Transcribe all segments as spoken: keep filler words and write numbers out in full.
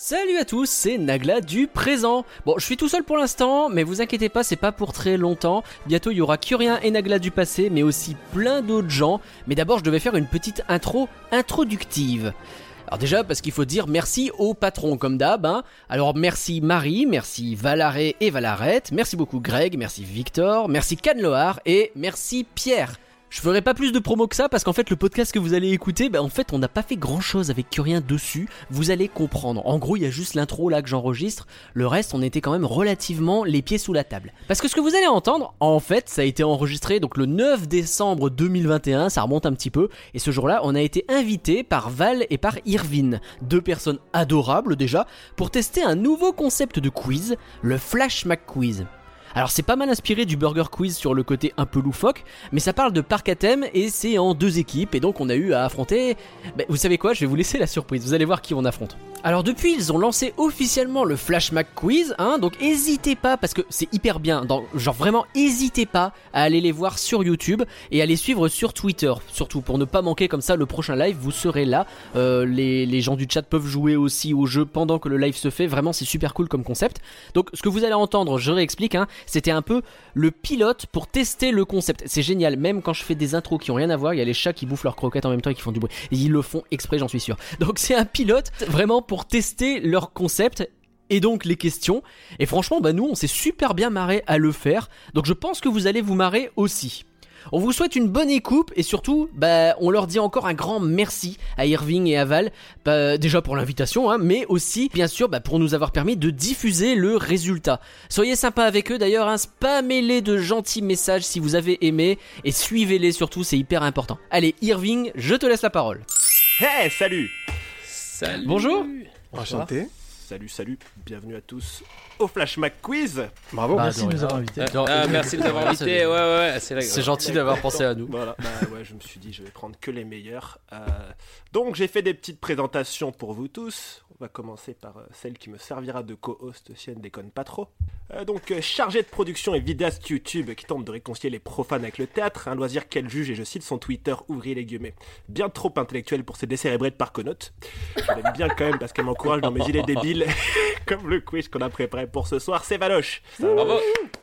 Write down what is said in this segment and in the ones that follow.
Salut à tous, c'est Nagla du présent. Bon, je suis tout seul pour l'instant, mais vous inquiétez pas, c'est pas pour très longtemps. Bientôt, il y aura Curien et Nagla du passé, mais aussi plein d'autres gens. Mais d'abord, je devais faire une petite intro introductive. Alors déjà, parce qu'il faut dire merci au patron, comme d'hab. Hein. Alors merci Marie, merci Valaré et Valarette, merci beaucoup Greg, merci Victor, merci Canloar et merci Pierre. Je ferai pas plus de promo que ça parce qu'en fait le podcast que vous allez écouter, bah en fait on n'a pas fait grand chose avec Curien dessus, vous allez comprendre. En gros il y a juste l'intro là que j'enregistre, le reste on était quand même relativement les pieds sous la table. Parce que ce que vous allez entendre, en fait ça a été enregistré donc le neuf décembre deux mille vingt et un, ça remonte un petit peu, et ce jour-là on a été invité par Val et par Irvine, deux personnes adorables déjà, pour tester un nouveau concept de quiz, le Flash McQuiz. Alors c'est pas mal inspiré du Burger Quiz sur le côté un peu loufoque, mais ça parle de parc à thème et c'est en deux équipes et donc on a eu à affronter... Bah, vous savez quoi, je vais vous laisser la surprise, vous allez voir qui on affronte. Alors depuis ils ont lancé officiellement le Flash McQuiz, hein, donc n'hésitez pas parce que c'est hyper bien, dans, genre vraiment n'hésitez pas à aller les voir sur YouTube et à les suivre sur Twitter, surtout pour ne pas manquer comme ça le prochain live, vous serez là, euh, les, les gens du chat peuvent jouer aussi au jeu pendant que le live se fait, vraiment c'est super cool comme concept. Donc ce que vous allez entendre, je réexplique, hein, c'était un peu le pilote pour tester le concept. C'est génial, même quand je fais des intros qui ont rien à voir, il y a les chats qui bouffent leurs croquettes en même temps et qui font du bruit. Et ils le font exprès, j'en suis sûr. Donc c'est un pilote vraiment pour tester leur concept et donc les questions. Et franchement, bah nous on s'est super bien marré à le faire. Donc je pense que vous allez vous marrer aussi. On vous souhaite une bonne écoute et surtout, bah, on leur dit encore un grand merci à Irving et à Val, bah, déjà pour l'invitation, hein, mais aussi, bien sûr, bah, pour nous avoir permis de diffuser le résultat. Soyez sympas avec eux d'ailleurs, hein, spammez-les de gentils messages si vous avez aimé et suivez-les surtout, c'est hyper important. Allez, Irving, je te laisse la parole. Hey, salut. Salut. Bonjour. Enchanté. Salut, salut, bienvenue à tous au Flash McQuiz. Bravo. Bah, merci de de nous rien. avoir invités. Euh, ah, merci de nous avoir invités. Ouais, ouais, ouais. C'est, C'est gentil d'avoir pensé à nous. Voilà, bah ouais, je me suis dit, je vais prendre que les meilleurs. Euh, donc, j'ai fait des petites présentations pour vous tous. On va commencer par euh, celle qui me servira de co-host si elle ne déconne pas trop. Euh, donc, euh, chargé de production et vidéaste YouTube qui tente de réconcilier les profanes avec le théâtre, un loisir qu'elle juge, et je cite son Twitter, ouvriez les guillemets, bien trop intellectuel pour ses décérébrés de parconotes. Je l'aime bien quand même parce qu'elle m'encourage dans mes idées débiles, comme le quiz qu'on a préparé pour ce soir, c'est Valoche. Bravo.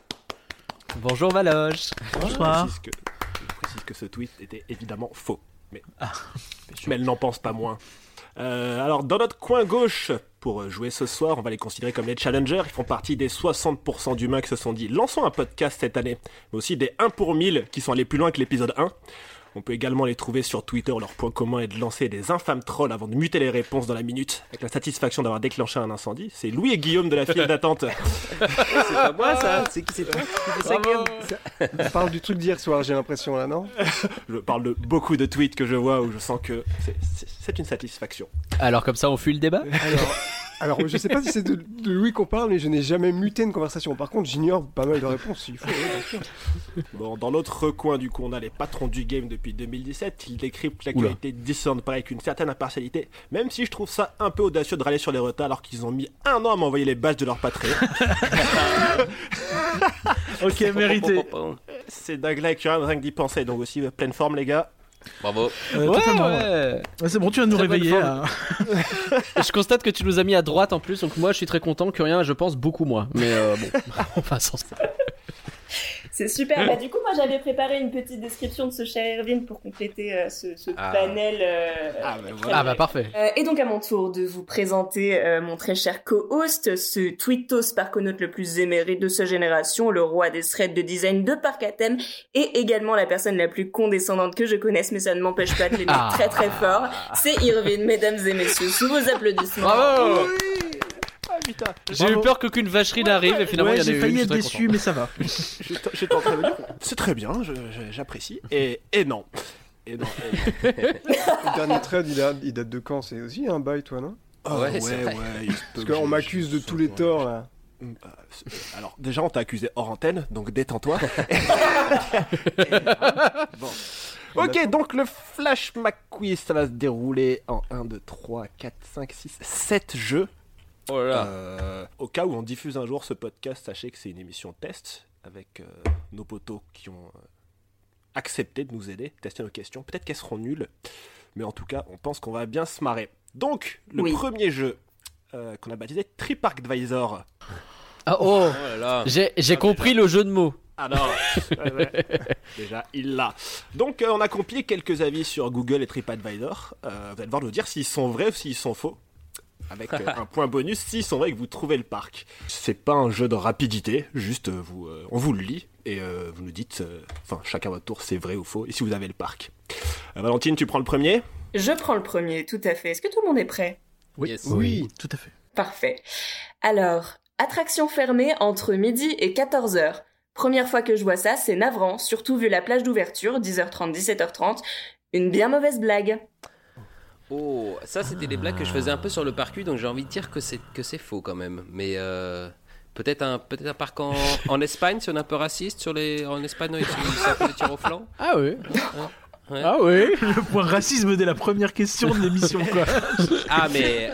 Bonjour Valoche. Bonsoir. Je précise que, je précise que ce tweet était évidemment faux, mais, mais elle n'en pense pas moins. Euh, alors dans notre coin gauche, pour jouer ce soir, on va les considérer comme les challengers. Ils font partie des soixante pour cent d'humains qui se sont dit lançons un podcast cette année, mais aussi des un pour mille qui sont allés plus loin que l'épisode un. On peut également les trouver sur Twitter. Leur point commun est de lancer des infâmes trolls avant de muter les réponses dans la minute, avec la satisfaction d'avoir déclenché un incendie. C'est Louis et Guillaume de la file d'attente. C'est pas moi ça. C'est qui c'est toi qui fait ça, Guillaume? On parle du truc d'hier soir, j'ai l'impression là, non? Je parle de beaucoup de tweets que je vois où je sens que c'est, c'est, c'est une satisfaction. Alors comme ça on fuit le débat. Alors, alors je sais pas si c'est de, de Louis qu'on parle, mais je n'ai jamais muté une conversation. Par contre, j'ignore pas mal de réponses, s'il faut, oui, bien sûr. Bon, dans l'autre coin, du coup, on a les patrons du game depuis deux mille dix-sept. Ils décryptent l'actualité de Dishonored avec une certaine impartialité, même si je trouve ça un peu audacieux de râler sur les retards alors qu'ils ont mis un an à m'envoyer les badges de leur Patreon. Ok, mérité. C'est Nagla et Curien, rien que d'y penser, donc aussi euh, pleine forme, les gars. Bravo. Euh, Ouais, totalement, ouais. ouais. Ouais, c'est bon, tu viens de nous Très bonne réveiller. forme. Là. Je constate que tu nous as mis à droite en plus, donc moi je suis très content, Curien je pense beaucoup moins. Mais euh, bon, on va s'en sortir. C'est super. Bah, du coup, moi, j'avais préparé une petite description de ce cher Irvine pour compléter euh, ce, ce Ah. panel. Euh, Ah, bah, très voilà. Ah bah parfait. Euh, et donc à mon tour de vous présenter euh, mon très cher co-host, ce tweetos parconote le plus émérite de sa génération, le roi des threads de design de parc à thème, et également la personne la plus condescendante que je connaisse, mais ça ne m'empêche pas de l'aimer Ah. très très fort. C'est Irvine, mesdames et messieurs, sous vos applaudissements. Bravo. Ah putain, J'ai eu peur qu'aucune vacherie n'arrive et finalement Ouais, il y en a j'ai eu failli une, je être suis très déçu, mais ça va. j'étais j'étais en train de me dire, c'est très bien, je, je- j'apprécie. Et, et non. Et non. et- Le dernier trade, il, a- il date de quand? C'est aussi un bail, toi, non? Oh, Ouais, ouais, c'est ouais, vrai. il se peut Parce que qu'on je- m'accuse de je- tous les ouais. torts, là. Euh, c'est- Alors, déjà, on t'a accusé hors antenne, donc détends-toi. Bon. Ok, donc le Flash McQuiz, ça va se dérouler en un, deux, trois, quatre, cinq, six, sept jeux. Oh là là. Euh, au cas où on diffuse un jour ce podcast, sachez que c'est une émission test avec euh, nos potos qui ont euh, accepté de nous aider, tester nos questions. Peut-être qu'elles seront nulles, mais en tout cas, on pense qu'on va bien se marrer. Donc, le Oui. premier jeu, euh, qu'on a baptisé TripAdvisor. Ah oh, Oh là là. j'ai, j'ai Ah, compris le jeu de mots. Ah non, ouais, ouais. Déjà, il l'a. Donc, euh, on a compilé quelques avis sur Google et TripAdvisor. Euh, vous allez devoir nous dire s'ils sont vrais ou s'ils sont faux. Avec euh, un point bonus s'ils sont vrais et que vous trouvez le parc. C'est pas un jeu de rapidité, juste euh, vous, euh, on vous le lit et euh, vous nous dites, euh, enfin, chacun votre tour, c'est vrai ou faux, et si vous avez le parc. Euh, Valentine, tu prends le premier ? Je prends le premier, tout à fait. Est-ce que tout le monde est prêt? Oui, Yes. oui, tout à fait. Parfait. Alors, attraction fermée entre midi et quatorze heures. Première fois que je vois ça, c'est navrant, surtout vu la plage d'ouverture, dix heures trente, dix-sept heures trente. Une bien mauvaise blague. Oh, ça c'était des blagues que je faisais un peu sur le parc, donc j'ai envie de dire que c'est que c'est faux quand même. Mais euh, peut-être un peut-être un parc en, en Espagne, si on est un peu raciste sur les en Espagne, ils s'appellent les tirs au flanc. Ah oui. Ouais. Ah oui. Le point racisme dès la première question de l'émission, quoi. Ah mais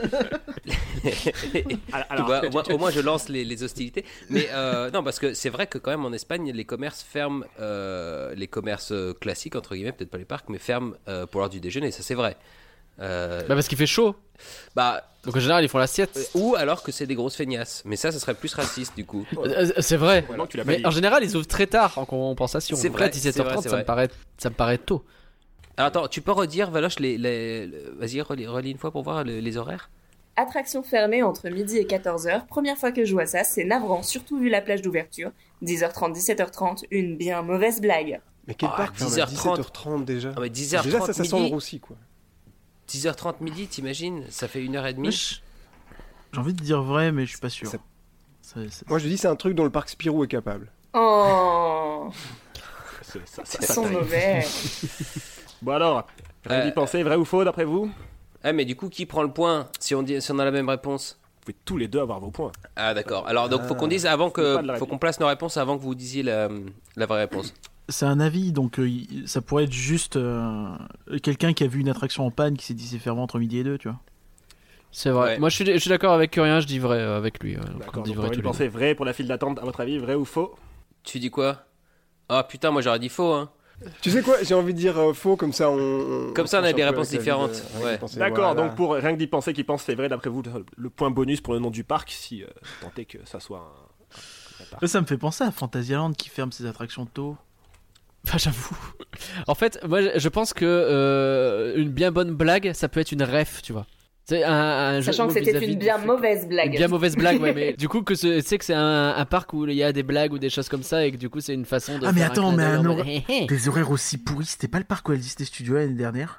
Alors, Tu vois, au, moins, au moins, je lance les, les hostilités. Mais euh, non, parce que c'est vrai que quand même en Espagne, les commerces ferment, euh, les commerces euh, classiques, entre guillemets, peut-être pas les parcs, mais ferment euh, pour l'heure du déjeuner, ça c'est vrai. Euh, Bah parce qu'il fait chaud. bah, Donc en général ils font l'assiette. euh, ou alors que c'est des grosses feignasses. Mais ça, ça serait plus raciste du coup. Euh, C'est vrai. Ouais, non, tu l'as pas Mais dit. en général ils ouvrent très tard en compensation. C'est Donc vrai, là dix-sept heures trente c'est ça vrai, me paraît ça me paraît tôt. Alors attends, tu peux redire, Valoche, les, les, les- vas-y, relis, relis une fois pour voir les, les horaires. Attraction fermée entre midi et quatorze heures. Première fois que je vois ça, c'est navrant, surtout vu la plage d'ouverture. dix heures trente, dix-sept heures trente. Une bien mauvaise blague. Mais quel Ah, parc ferme à dix heures trente. dix-sept heures trente déjà Ah, mais dix heures Déjà, trente ça, ça sent le midi, roussi, quoi. dix heures trente midi, t'imagines? Ça fait une heure et demie. Wesh. J'ai envie de dire vrai, mais je suis pas sûr. C'est- Ça- ça- Moi, je dis, c'est un truc dont le parc Spirou est capable. Oh, C'est- ça, ça, ils ça sont t'arrive. mauvais. Bon alors, rien d'y Euh, penser, vrai ou faux d'après vous? Vous Ah, mais du coup, qui prend le point si on, dit, si on a la même réponse? pouvez tous les deux avoir vos points. Ah, d'accord. Alors, donc, faut qu'on dise avant pas de la que. Faut réplique. qu'on place nos réponses avant que vous disiez la, la vraie réponse. C'est un avis, donc euh, il- ça pourrait être juste euh, quelqu'un qui a vu une attraction en panne qui s'est dit c'est fermé entre midi et deux, tu vois. C'est vrai. Ouais. Moi je suis, je suis d'accord avec Curien, je dis vrai euh, avec lui. euh, donc on D'accord, dit donc vrai on va tous y les deux. penser vrai pour la file d'attente, à votre avis, vrai ou faux? Tu dis quoi? Ah, putain, moi j'aurais dit faux, hein. Tu sais quoi, j'ai envie de dire euh, faux, comme ça on. Comme ça, on a tranche des un peu réponses avec la vie de- différentes, avec ouais. les pensées, D'accord, voilà. donc pour rien que d'y penser qui pense c'est vrai d'après vous, le, le point bonus pour le nom du parc, si euh, tentez que ça soit un, un vrai parc. Ça, ça me fait penser à Fantasyland qui ferme ses attractions tôt. Enfin, j'avoue. En fait, moi, je pense que euh, une bien bonne blague, ça peut être une ref, tu vois. C'est un, un jeu Sachant de que mots c'était vis-à-vis une du bien fait- mauvaise blague. Une bien mauvaise blague, ouais, mais du coup, que ce- tu sais que c'est un, un parc où il y a des blagues ou des choses comme ça, et que du coup, c'est une façon de. Ah, mais faire attends, clin mais d'œil en un mode, hor- hé, hé. Des horaires aussi pourris, c'était pas le parc Walt Disney Studios l'année dernière?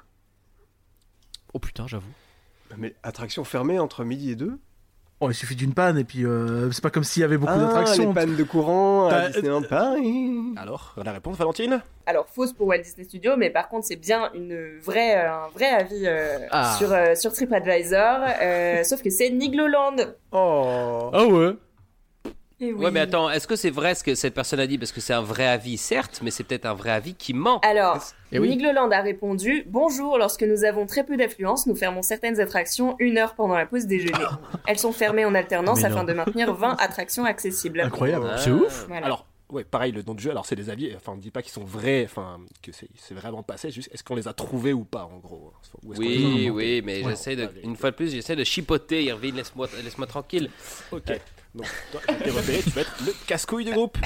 Oh putain, j'avoue. Mais attraction fermée entre midi et deux. Oh, il suffit d'une panne et puis euh, c'est pas comme s'il y avait beaucoup Ah, d'attractions. les pannes de courant à T'as- Disneyland Paris. Alors, la réponse, Valentine? Alors, fausse pour Walt Disney Studios, mais par contre, c'est bien une vraie, euh, un vrai avis euh, Ah. sur, euh, sur TripAdvisor. euh, sauf que c'est Nigloland. Oh. Ah ouais. Eh oui. Ouais, mais attends, est-ce que c'est vrai ce que cette personne a dit? Parce que c'est un vrai avis, certes, mais c'est peut-être un vrai avis qui ment. Alors, Eh oui. Nigloland a répondu « Bonjour, lorsque nous avons très peu d'affluence, nous fermons certaines attractions une heure pendant la pause déjeuner. Elles sont fermées en alternance Mais afin non. de maintenir vingt attractions accessibles. Incroyable. Ah. C'est ouf. Voilà. Alors, ouais, pareil, le nom du jeu, alors c'est des avis, enfin, on ne dit pas qu'ils sont vrais, enfin, que c'est c'est vraiment passé, juste est-ce qu'on les a trouvés ou pas, en gros? Ou est-ce qu'on les a Oui, inventés? oui, mais Ouais, j'essaie de, allez. une fois de plus, j'essaie de chipoter, Irvine, laisse-moi, laisse-moi tranquille. Ok, donc toi, t'es repéré, tu vas être le casse-couille du groupe.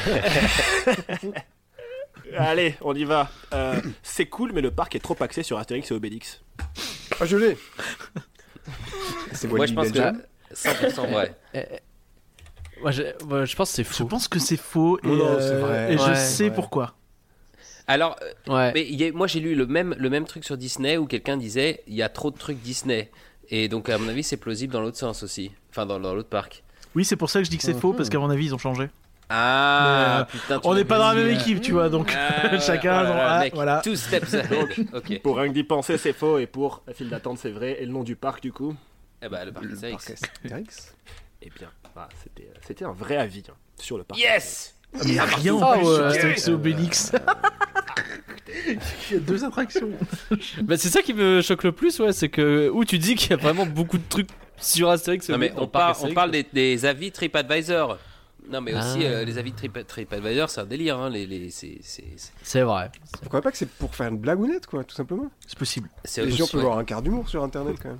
Allez, on y va. Euh, c'est cool, mais le parc est trop axé sur Astérix et Obélix. Ah, je l'ai. C'est Moi, je Walibi pense que Belgium. cent pour cent vrai. Eh, eh. Moi, je, moi, je pense que c'est Je faux. pense que c'est faux et, Non, non, euh, c'est vrai. et je Ouais, sais ouais. pourquoi. Alors, euh, Ouais. mais il y a- moi j'ai lu le même, le même truc sur Disney où quelqu'un disait il y a trop de trucs Disney. Et donc, à mon avis, c'est plausible dans l'autre sens aussi. Enfin, dans, dans l'autre parc. Oui, c'est pour ça que je dis que c'est faux, parce qu'à mon avis, ils ont changé. Ah, putain, tu On l'as n'est pas dans la dit. même équipe, tu vois, donc Ah, ouais, chacun. oh là non, là, ah, mec, voilà. Two steps ahead. Ok. Pour rien que d'y penser, c'est faux, et pour la file d'attente, c'est vrai, et le nom du parc, du coup? Eh bah, le parc Le Astérix. parc Astérix. Eh bien, voilà, c'était c'était un vrai avis hein, sur le parc. Yes! Ah, mais il n'y a rien en Ah, plus ouais. sur Astérix et Obélix. Il y a deux attractions. Bah, c'est ça qui me choque le plus, ouais, c'est que où tu dis qu'il y a vraiment beaucoup de trucs sur Astérix. Non, mais dans on, le parc par- on Astérix. parle des, des avis TripAdvisor. Non, mais aussi Ah. euh, les avis Trip, TripAdvisor, c'est un délire. Hein, les, les, c'est, c'est, c'est- C'est vrai. Pourquoi pas que c'est pour faire une blagounette, quoi, tout simplement. C'est possible. c'est Les aussi- gens peuvent ouais. avoir un quart d'humour sur internet, quand même.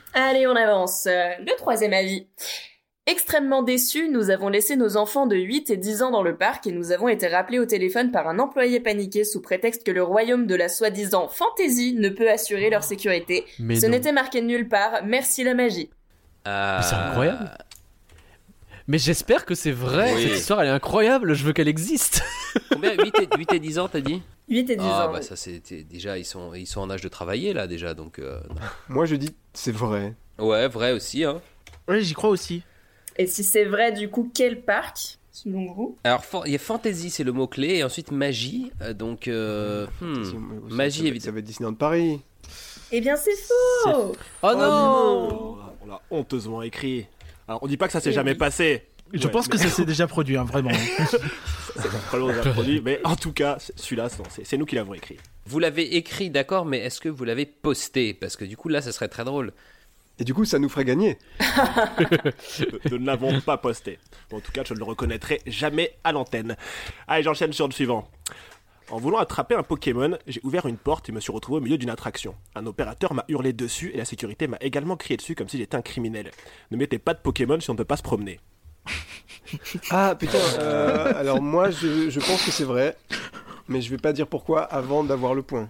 Allez, on avance. Euh, Le troisième avis. Extrêmement déçus, nous avons laissé nos enfants de huit et dix ans dans le parc et nous avons été rappelés au téléphone par un employé paniqué sous prétexte que le royaume de la soi-disant fantaisie ne peut assurer leur sécurité. Mais Ce non. n'était marqué nulle part. Merci la magie. Euh, Mais c'est incroyable. Mais j'espère que c'est vrai. Oui. Cette histoire, elle est incroyable. Je veux qu'elle existe. Combien huit et, huit et dix ans, t'as dit? huit et dix Ah, ans. bah ça, c'était déjà, ils sont, ils sont en âge de travailler, là, déjà, donc... euh, Moi, je dis c'est vrai. Ouais, vrai aussi, hein. Ouais, j'y crois aussi. Et si c'est vrai, du coup, quel parc, selon vous? Alors, fa- il y a fantasy, c'est le mot-clé, et ensuite magie, euh, donc... euh, hmm, Si, moi, ça- magie, ça, va- évidemment. Ça va être Disneyland Paris. Eh bien, c'est faux. Oh non. Oh, on l'a honteusement écrit. Alors, on dit pas que ça s'est Eh jamais oui. passé. Je Ouais, pense que ça s'est déjà produit, hein, vraiment. C'est probablement déjà produit, mais en tout cas, c'est- celui-là, c'est- c'est c'est nous qui l'avons écrit. Vous l'avez écrit, d'accord, mais est-ce que vous l'avez posté? Parce que du coup, là, ça serait très drôle. Et du coup, ça nous ferait gagner. Nous nous ne l'avons pas posté. En tout cas, je ne le reconnaîtrai jamais à l'antenne. Allez, j'enchaîne sur le suivant. En voulant attraper un Pokémon, j'ai ouvert une porte et me suis retrouvé au milieu d'une attraction. Un opérateur m'a hurlé dessus et la sécurité m'a également crié dessus comme si j'étais un criminel. Ne mettez pas de Pokémon si on ne peut pas se promener. Ah putain, euh, alors moi je, je pense que c'est vrai, mais je vais pas dire pourquoi avant d'avoir le point.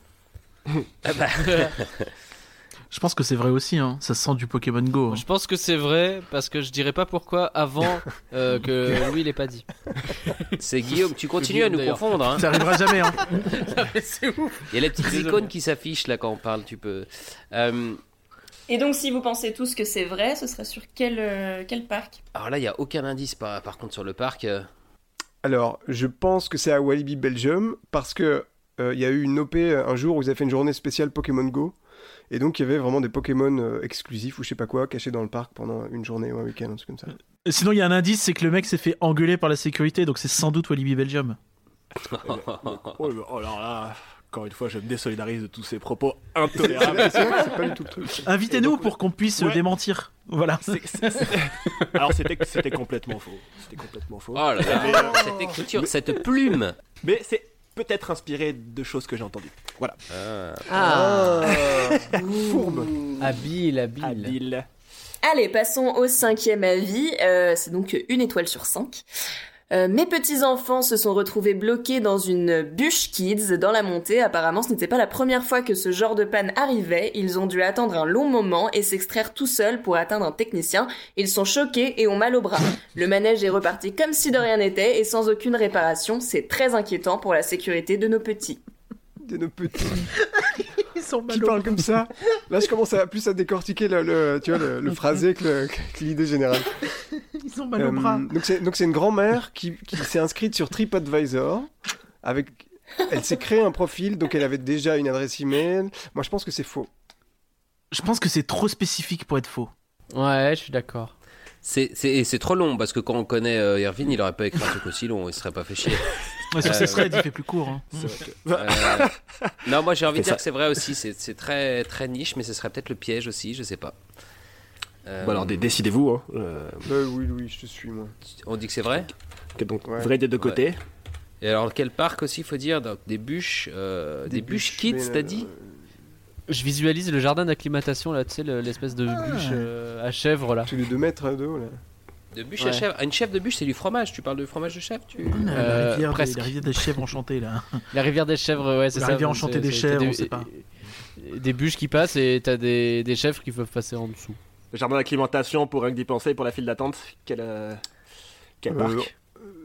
Je pense que c'est vrai aussi, hein. Ça sent du Pokémon Go. hein. Je pense que c'est vrai parce que je dirais pas pourquoi avant euh, que Louis l'ait pas dit. C'est Guillaume, tu continues à nous Guillaume, confondre, hein. Ça arrivera jamais, hein. C'est ouf. Il y a les petites Désolé. icônes qui s'affichent, là, quand on parle, tu peux... Euh, Et donc, si vous pensez tous que c'est vrai, ce serait sur quel, euh, quel parc? alors là, il n'y a aucun indice, par, par contre, sur le parc. euh. Alors, je pense que c'est à Walibi Belgium parce que euh, il y a eu une O P un jour où ils avaient fait une journée spéciale Pokémon Go. Et donc, il y avait vraiment des Pokémon euh, exclusifs ou je sais pas quoi, cachés dans le parc pendant une journée ou un week-end, un truc comme ça. Sinon, il y a un indice, c'est que le mec s'est fait engueuler par la sécurité, donc c'est sans doute Walibi Belgium. Oh, mais- oh, alors là, encore une fois, je me désolidarise de tous ces propos intolérables. C'est vrai que c'est pas du tout le truc. Invitez-nous donc, pour qu'on puisse ouais. euh, démentir. Voilà. C'est- c'est- c'est- Alors, c'était c'était complètement faux. C'était complètement faux. Oh là là, Mais, euh, cette écriture, cette plume. Mais c'est peut-être inspiré de choses que j'ai entendues. Voilà. Ah. Ah, Fourbe. habile, habile. Habile. Allez, passons au cinquième avis. Euh, c'est donc une étoile sur cinq. Euh, mes petits-enfants se sont retrouvés bloqués dans une bûche Kids dans la montée. Apparemment, ce n'était pas la première fois que ce genre de panne arrivait. Ils ont dû attendre un long moment et s'extraire tout seuls pour atteindre un technicien. Ils sont choqués et ont mal au bras. Le manège est reparti comme si de rien n'était et sans aucune réparation. C'est très inquiétant pour la sécurité de nos petits. De nos petits Ils sont qui parlent comme ça. Là, je commence à plus à décortiquer le, le- tu vois, le, le phrasé que, le- que l'idée générale. Ils ont mal Euh, au bras. donc c'est donc c'est une grand-mère qui, qui s'est inscrite sur TripAdvisor avec elle s'est créé un profil donc elle avait déjà une adresse email. Moi je pense que c'est faux. Je pense que c'est trop spécifique pour être faux. Ouais, je suis d'accord. C'est, c'est, et c'est trop long, parce que quand on connaît euh, Irvine, il aurait pas écrit un truc aussi long, il serait pas fait chier. Ouais, sur Euh, ces threads, il fait plus court. hein. C'est vrai que- Euh, non, moi j'ai envie de C'est dire ça. que c'est vrai aussi, c'est, c'est très, très niche, mais ce serait peut-être le piège aussi, je sais pas. Euh, Bon alors dé- décidez-vous. Hein. Euh, Euh, oui oui je te suis moi. On dit que c'est vrai. que donc Ouais. vrai des deux côtés. Et alors quel parc aussi, faut dire, donc, des bûches, euh, des, bûches kids, mais, t'as euh, dit Je visualise le jardin d'acclimatation là, tu sais, le- l'espèce de bûche euh, à chèvre là. Tous les deux mètres de haut là. De bûche Ouais. à chèvre. Une chèvre de bûche, c'est du fromage. Tu parles de fromage de chèvre tu... La, Euh, rivière des, presque. la rivière des chèvres enchantées, là. La rivière des chèvres, ouais, c'est La ça. rivière donc enchantée c'est- des c'est- chèvres, des- on sait pas. Des bûches qui passent et t'as des, des chèvres qui peuvent passer en dessous. Le jardin d'acclimatation pour rien que d'y penser pour la file d'attente. Quel, euh, quel Euh, parc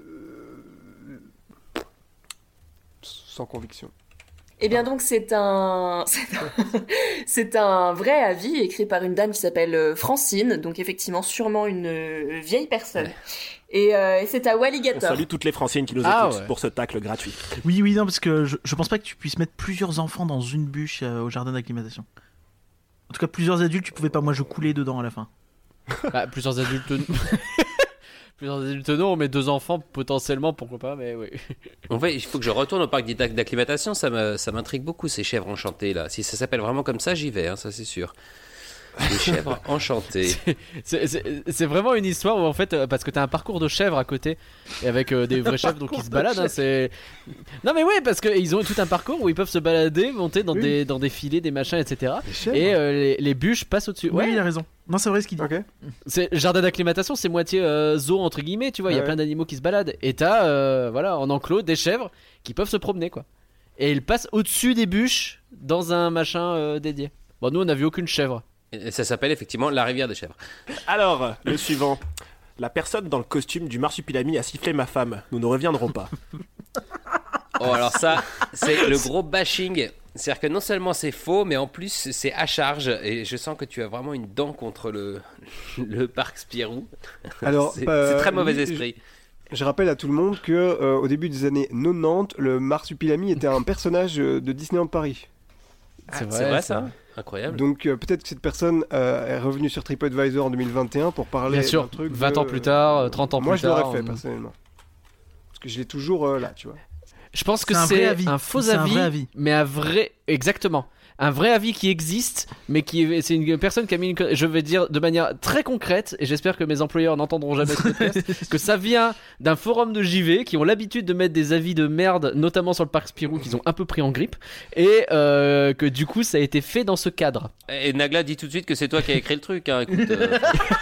Sans conviction. Eh bien donc c'est un c'est un, c'est un vrai avis écrit par une dame qui s'appelle euh, Francine, donc effectivement sûrement une euh, vieille personne. Ouais. Et, euh, et c'est à On Walligator. salue toutes les Francines qui nous Ah, écoutent ouais. pour ce tacle gratuit. Oui, oui, non, parce que je, je pense pas que tu puisses mettre plusieurs enfants dans une bûche euh, au jardin d'acclimatation. En tout cas, plusieurs adultes, tu pouvais pas. Moi, je coulais dedans à la fin. Bah, plusieurs adultes. plusieurs adultes non, mais deux enfants potentiellement, pourquoi pas, mais oui. En fait, il faut que je retourne au parc d'ac- d'acclimatation, ça, me, ça m'intrigue beaucoup ces chèvres enchantées là. Si ça s'appelle vraiment comme ça, j'y vais, hein, ça c'est sûr. Des chèvres enchantées. C'est, c'est, c'est vraiment une histoire où en fait, euh, parce que t'as un parcours de chèvres à côté, et avec euh, des vrais chèvres donc qui se baladent. Hein, c'est... Non mais ouais, parce qu'ils ont tout un parcours où ils peuvent se balader, monter dans, Oui. des, dans des filets, des machins, et cetera. Les chèvres. Et euh, les, les bûches passent au-dessus. Oui, Ouais, il a raison. Non, c'est vrai ce qu'il dit. Ok. c'est jardin d'acclimatation, c'est moitié euh, zoo entre guillemets, tu vois. Il y a Ouais. plein d'animaux qui se baladent. Et t'as, euh, voilà, en enclos, des chèvres qui peuvent se promener quoi. Et ils passent au-dessus des bûches dans un machin euh, dédié. Bon, nous on n'a vu aucune chèvre. Et ça s'appelle effectivement la rivière des chèvres. Alors, le suivant. La personne dans le costume du marsupilami a sifflé ma femme. Nous ne reviendrons pas. Oh, alors ça, c'est le gros bashing. C'est-à-dire que non seulement c'est faux, mais en plus c'est à charge. Et je sens que tu as vraiment une dent contre le, le parc Spirou. Alors, c'est, bah, c'est très mauvais oui, esprit. Je rappelle à tout le monde que euh, au début des années quatre-vingt-dix, le marsupilami était un personnage euh, de Disneyland Paris. C'est Ah, vrai, c'est vrai ça. ça. Incroyable. Donc euh, peut-être que cette personne euh, est revenue sur TripAdvisor en deux mille vingt et un pour parler Bien sûr, d'un truc vingt de- ans plus tard, trente ans Moi, plus je l'aurais tard. fait on- personnellement. Parce que je l'ai toujours euh, là, tu vois. Je pense que C'est un c'est vrai avis. un faux C'est un avis, vrai avis. mais un vrai, exactement, un vrai avis qui existe, mais qui est, c'est une personne qui a mis une, co- je vais dire de manière très concrète, et j'espère que mes employeurs n'entendront jamais ce podcast, que ça vient d'un forum de J V qui ont l'habitude de mettre des avis de merde, notamment sur le parc Spirou, qu'ils ont un peu pris en grippe, et euh, que du coup ça a été fait dans ce cadre. Et Nagla dit tout de suite que c'est toi qui as écrit le truc. Hein. Écoute, euh,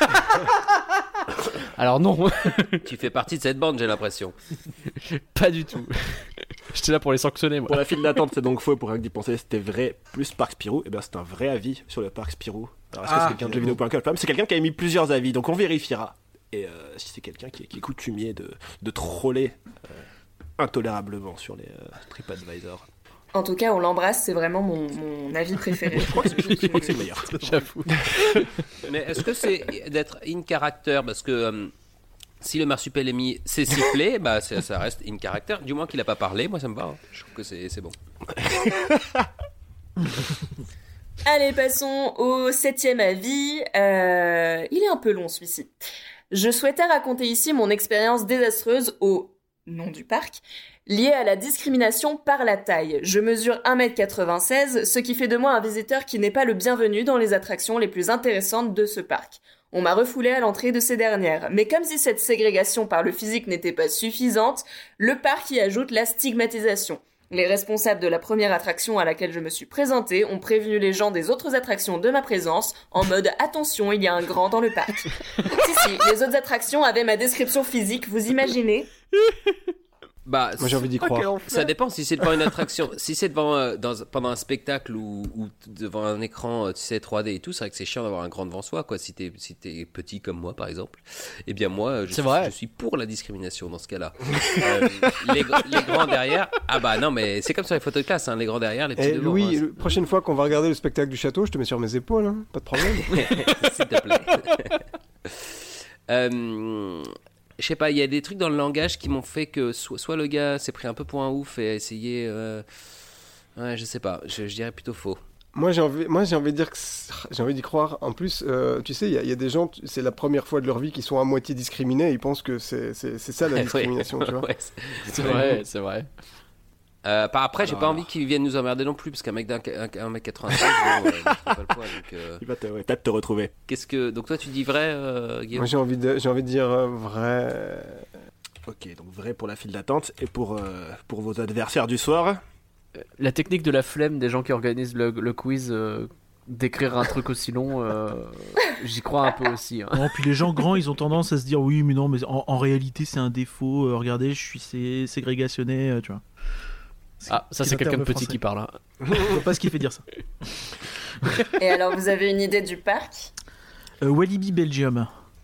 Alors non, tu fais partie de cette bande, j'ai l'impression. pas du tout. J'étais là pour les sanctionner, moi. Pour la file d'attente, c'est donc faux. Pour rien que d'y penser, c'était vrai plus parc Spirou. Et bien, c'est un vrai avis sur le parc Spirou. Alors, est-ce que Ah, c'est quelqu'un de jeuxvideo point com? C'est quelqu'un qui a mis plusieurs avis, donc on vérifiera. Et euh, si c'est quelqu'un qui, est- qui est coutumier de, de troller euh, intolérablement sur les euh, TripAdvisor. En tout cas, on l'embrasse, c'est vraiment mon, mon avis préféré. Je crois que c'est, je crois que c'est le meilleur. J'avoue. Mais est-ce que c'est d'être in character? Parce que euh, si le marsupilami s'est sifflé, bah, c'est- ça reste in character. Du moins qu'il a pas parlé, moi ça me va. hein. Je trouve que c'est, c'est bon. Allez, passons au septième avis. Euh, il est un peu long, celui-ci. Je souhaitais raconter ici mon expérience désastreuse au nom du parc, liée à la discrimination par la taille. Je mesure un mètre quatre-vingt-seize, ce qui fait de moi un visiteur qui n'est pas le bienvenu dans les attractions les plus intéressantes de ce parc. On m'a refoulé à l'entrée de ces dernières. Mais comme si cette ségrégation par le physique n'était pas suffisante, le parc y ajoute la stigmatisation. Les responsables de la première attraction à laquelle je me suis présentée ont prévenu les gens des autres attractions de ma présence, en mode « Attention, il y a un grand dans le parc ». Si, si, les autres attractions avaient ma description physique, vous imaginez ? Bah, Moi j'ai envie d'y croire. ça dépend si c'est devant une attraction. Si c'est devant euh, dans, pendant un spectacle ou, ou devant un écran, euh, tu sais, trois D et tout, c'est vrai que c'est chiant d'avoir un grand devant soi, quoi. Si t'es si t'es petit comme moi, par exemple, eh bien moi, euh, je, C'est suis, vrai. je suis pour la discrimination dans ce cas-là. Euh, les, gr- les grands derrière, ah bah non, mais c'est comme sur les photos de classe, hein, les grands derrière, les petits Et devant. Louis, hein, la prochaine fois qu'on va regarder le spectacle du château, je te mets sur mes épaules, hein, pas de problème. s'il te plaît. euh, je sais pas, il y a des trucs dans le langage qui m'ont fait que soit, soit le gars s'est pris un peu pour un ouf et a essayé. Euh... Ouais, je sais pas, je, je dirais plutôt faux. Moi j'ai envie, moi j'ai envie de dire que c'est- j'ai envie d'y croire. En plus, euh, tu sais, il y, a- il y a des gens, tu- c'est la première fois de leur vie qu'ils sont à moitié discriminés. Et ils pensent que c'est c'est c'est ça la Ouais. discrimination, tu vois. Ouais, c'est- C'est vrai, c'est vrai. Euh, par après, j'ai Alors, pas alors. envie qu'ils viennent nous emmerder non plus, parce qu'un mec d'un un mètre quatre-vingt-seize, bon, euh, moi, je trouve pas le poids. Donc, euh, Il va te- ouais, peut-être te retrouver. qu'est-ce que donc toi tu dis vrai, euh, Guillaume? Moi j'ai envie de, j'ai envie de dire euh, vrai. Ok, donc vrai pour la file d'attente. Et pour, euh, pour vos adversaires du soir, La technique de la flemme des gens qui organisent le, le quiz, euh, d'écrire un truc aussi long, euh, j'y crois un peu aussi. hein. Non, puis les gens grands, ils ont tendance à se dire oui, mais non, mais en, en réalité, c'est un défaut. Euh, regardez, je suis sé- ségrégationné, euh, tu vois. Ah, ça c'est un quelqu'un de terme petit français. qui parle. hein. Je vois pas ce qui fait dire ça. Et alors, vous avez une idée du parc ? Euh, Walibi Belgium.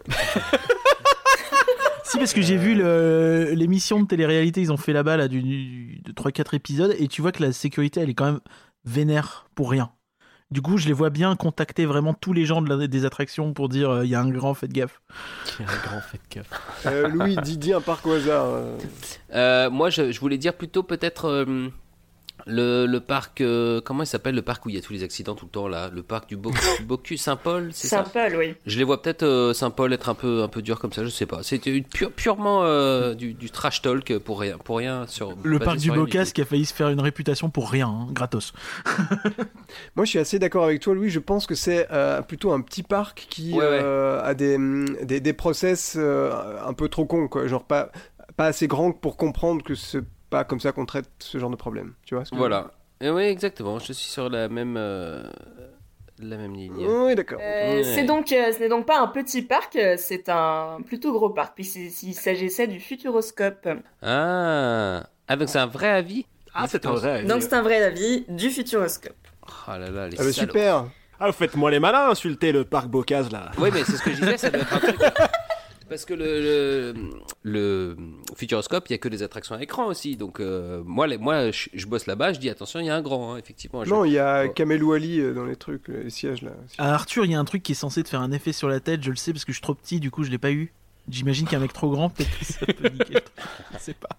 Si, parce que j'ai vu le- l'émission de télé-réalité, ils ont fait là-bas là, du, du- de trois quatre épisodes, et tu vois que la sécurité, elle est quand même vénère pour rien. Du coup, je les vois bien contacter vraiment tous les gens de la- des attractions pour dire euh, il y a un grand, faites gaffe. Il y a un grand fait de gaffe. Euh, Louis, dis, dis un parc au hasard. euh. Euh, moi, je, je voulais dire plutôt peut-être euh, Le, le parc, euh, comment il s'appelle le parc où il y a tous les accidents tout le temps là? Le parc du Bo- Bocuse, Saint-Paul, c'est ça? Saint-Paul, oui. Je les vois peut-être euh, Saint-Paul être un peu, un peu dur comme ça, je sais pas. C'était pure, purement euh, du, du trash talk pour rien, pour rien sur. Le basé parc du sur rien Bocas tout. qui a failli se faire une réputation pour rien, hein, gratos. Moi, je suis assez d'accord avec toi, Louis. Je pense que c'est euh, plutôt un petit parc qui Ouais, ouais. euh, a des, des, des process euh, un peu trop cons, quoi. Genre pas, pas assez grands pour comprendre que c'est pas comme ça qu'on traite ce genre de problème. Tu vois ce que je veux Voilà. Et oui, exactement. Je suis sur la même, euh, la même ligne. dire Oui, d'accord. Euh, Ouais. C'est donc, euh, ce n'est donc pas un petit parc, euh, c'est un plutôt gros parc, puisqu'il s'agissait du Futuroscope. Ah, ah donc c'est un vrai avis. Ah, c'est un vrai. Donc c'est un vrai avis du Futuroscope. Oh là là, les Ah bah, salauds. super. Ah, faites-moi les malins, insultez le parc Bocase là. Oui, mais c'est ce que je disais, ça doit être un truc. Parce que le, le, le Futuroscope, il n'y a que des attractions à écran aussi. Donc, euh, moi, les, moi je, je bosse là-bas, je dis attention, il y a un grand, hein, effectivement. Je- Non, il y a Oh. Kamel Ouali euh, dans les trucs, les sièges là. À Arthur, il y a un truc qui est censé te faire un effet sur la tête, je le sais parce que je suis trop petit, du coup je l'ai pas eu. J'imagine qu'un mec trop grand, peut-être que ça peut niquer le truc. Je sais pas.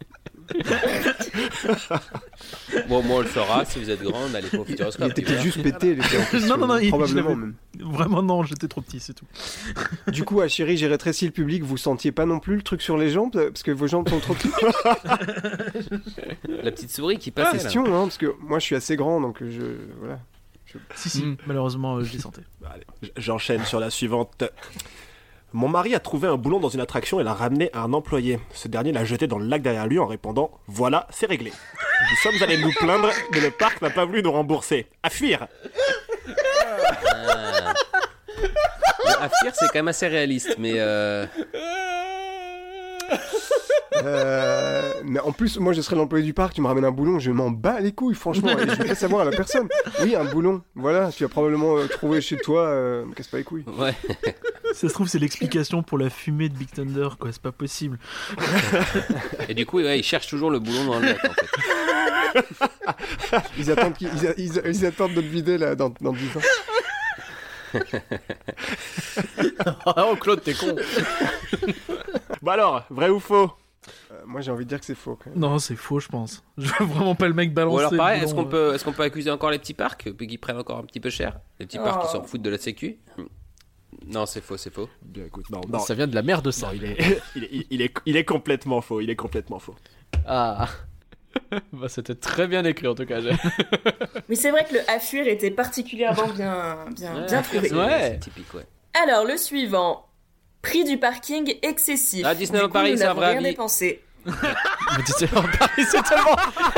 Bon, moi, on le saura. Si vous êtes grand, n'allez pas au Il Futuroscope. était puis voilà. peut-être juste pété, il était en question, Non, non, non, il- probablement je même. Vraiment non, j'étais trop petit, c'est tout. Du coup, à Chéri, j'ai rétréci le public, vous sentiez pas non plus le truc sur les jambes, parce que vos jambes sont trop petites. La petite souris qui Pas passe. là. question, hein, parce que moi je suis assez grand, donc je... Voilà. Si, si, Mm. malheureusement, euh, je les sentais. Allez, j- j'enchaîne sur la suivante. Mon mari a trouvé un boulon dans une attraction et l'a ramené à un employé. Ce dernier l'a jeté dans le lac derrière lui en répondant « Voilà, c'est réglé. Nous sommes allés nous plaindre, mais le parc n'a pas voulu nous rembourser. À fuir !» Ah. Le Afir, c'est quand même assez réaliste, mais. Euh... Euh, mais en plus, moi je serais l'employé du parc, tu me ramènes un boulon, je m'en bats les couilles, franchement, et je vais pas savoir à la personne. Oui, un boulon, voilà, tu as probablement euh, trouvé chez toi, euh, me casse pas les couilles. Ouais. Ça se trouve, c'est l'explication pour la fumée de Big Thunder, quoi, c'est pas possible. Et du coup, ouais, ils cherchent toujours le boulon dans le lac, en fait. Ils attendent, qu'ils- ils, a- ils, ils attendent de le vider là dans, dans dix ans. Oh Claude, t'es con. Bon alors, vrai ou faux? Euh, moi j'ai envie de dire que c'est faux quand même. Non, c'est faux, je pense. Je veux vraiment pas le mec balancer. Ou alors, le pareil, boulon, est-ce qu'on euh. peut, est-ce qu'on peut accuser encore les petits parcs, puis qu'ils prennent encore un petit peu cher? Les petits parcs qui Oh. s'en foutent de la sécu? Non, c'est faux, c'est faux. Bien écoute, non, non. Ça vient de la merde, ça. Il est, il, est, il, est, il est complètement faux, il est complètement faux. Ah. Bah, c'était très bien écrit en tout cas. j'ai- Mais c'est vrai que le à fuir était particulièrement bien, bien, bien trouvé. c'est- Ouais. C'est typique, ouais. Alors, le suivant. Prix du parking excessif. Ah, Disneyland Du coup, Paris, nous c'est un n'avons vrai rien avis. dépensé. Mais Disneyland Paris, c'est tellement.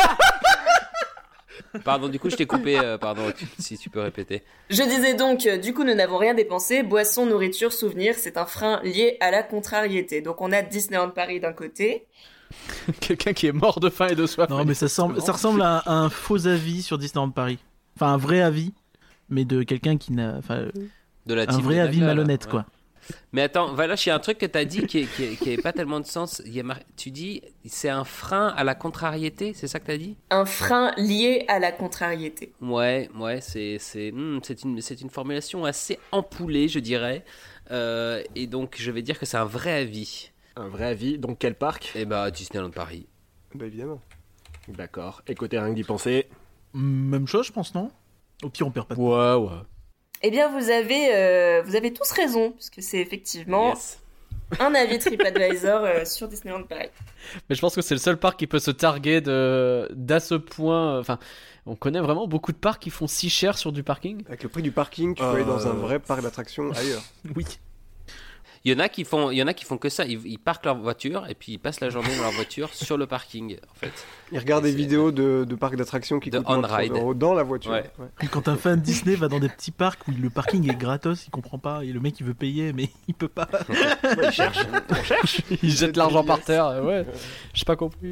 Pardon, du coup, je t'ai coupé, euh, pardon, tu- si tu peux répéter. Je disais donc, euh, du coup, nous n'avons rien dépensé. Boissons, nourriture, souvenirs, c'est un frein lié à la contrariété. Donc, on a Disneyland Paris d'un côté. Quelqu'un qui est mort de faim et de soif. Non, mais ça, semble, ça ressemble à, à un faux avis sur Disneyland Paris. Enfin, un vrai avis, mais de quelqu'un qui n'a. Enfin, De la un team vrai de avis Nagla, là. malhonnête, Ouais. quoi. Mais attends, Valoche, il y a un truc que t'as dit qui est, qui est, qui est pas tellement de sens. Il y a mar- Tu dis, c'est un frein à la contrariété, c'est ça que t'as dit? Un frein lié à la contrariété. Ouais, ouais, c'est c'est hmm, c'est une c'est une formulation assez ampoulée, je dirais. Euh, et donc, je vais dire que c'est un vrai avis. Un vrai avis, donc quel parc? Et bah, Disneyland Paris. Bah évidemment. D'accord, écoutez, rien que d'y penser. Même chose, je pense, non? Au pire, on perd pas de Ouais, ouais. Eh bien, vous avez, euh, vous avez tous raison, puisque c'est effectivement Yes. un avis TripAdvisor euh, sur Disneyland Paris. Mais je pense que c'est le seul parc qui peut se targuer de d'à ce point. Enfin, on connaît vraiment beaucoup de parcs qui font si cher sur du parking. Avec le prix du parking, tu peux Euh. aller dans un vrai parc d'attractions ailleurs. Oui. Il y en a qui font, il y en a qui font que ça. Ils, ils parquent leur voiture et puis ils passent la journée dans leur voiture sur le parking, en fait. Ils regardent Et des c'est- vidéos de, de parcs d'attractions qui De coûtent moins de trente on-ride. euros dans la voiture. Ouais. Ouais. Quand un fan Disney va dans des petits parcs où le parking est gratos, il comprend pas. Et le mec, il veut payer, mais il peut pas. Il cherche, on cherche. Ils jettent l'argent par terre. euh, Ouais, j'ai pas compris.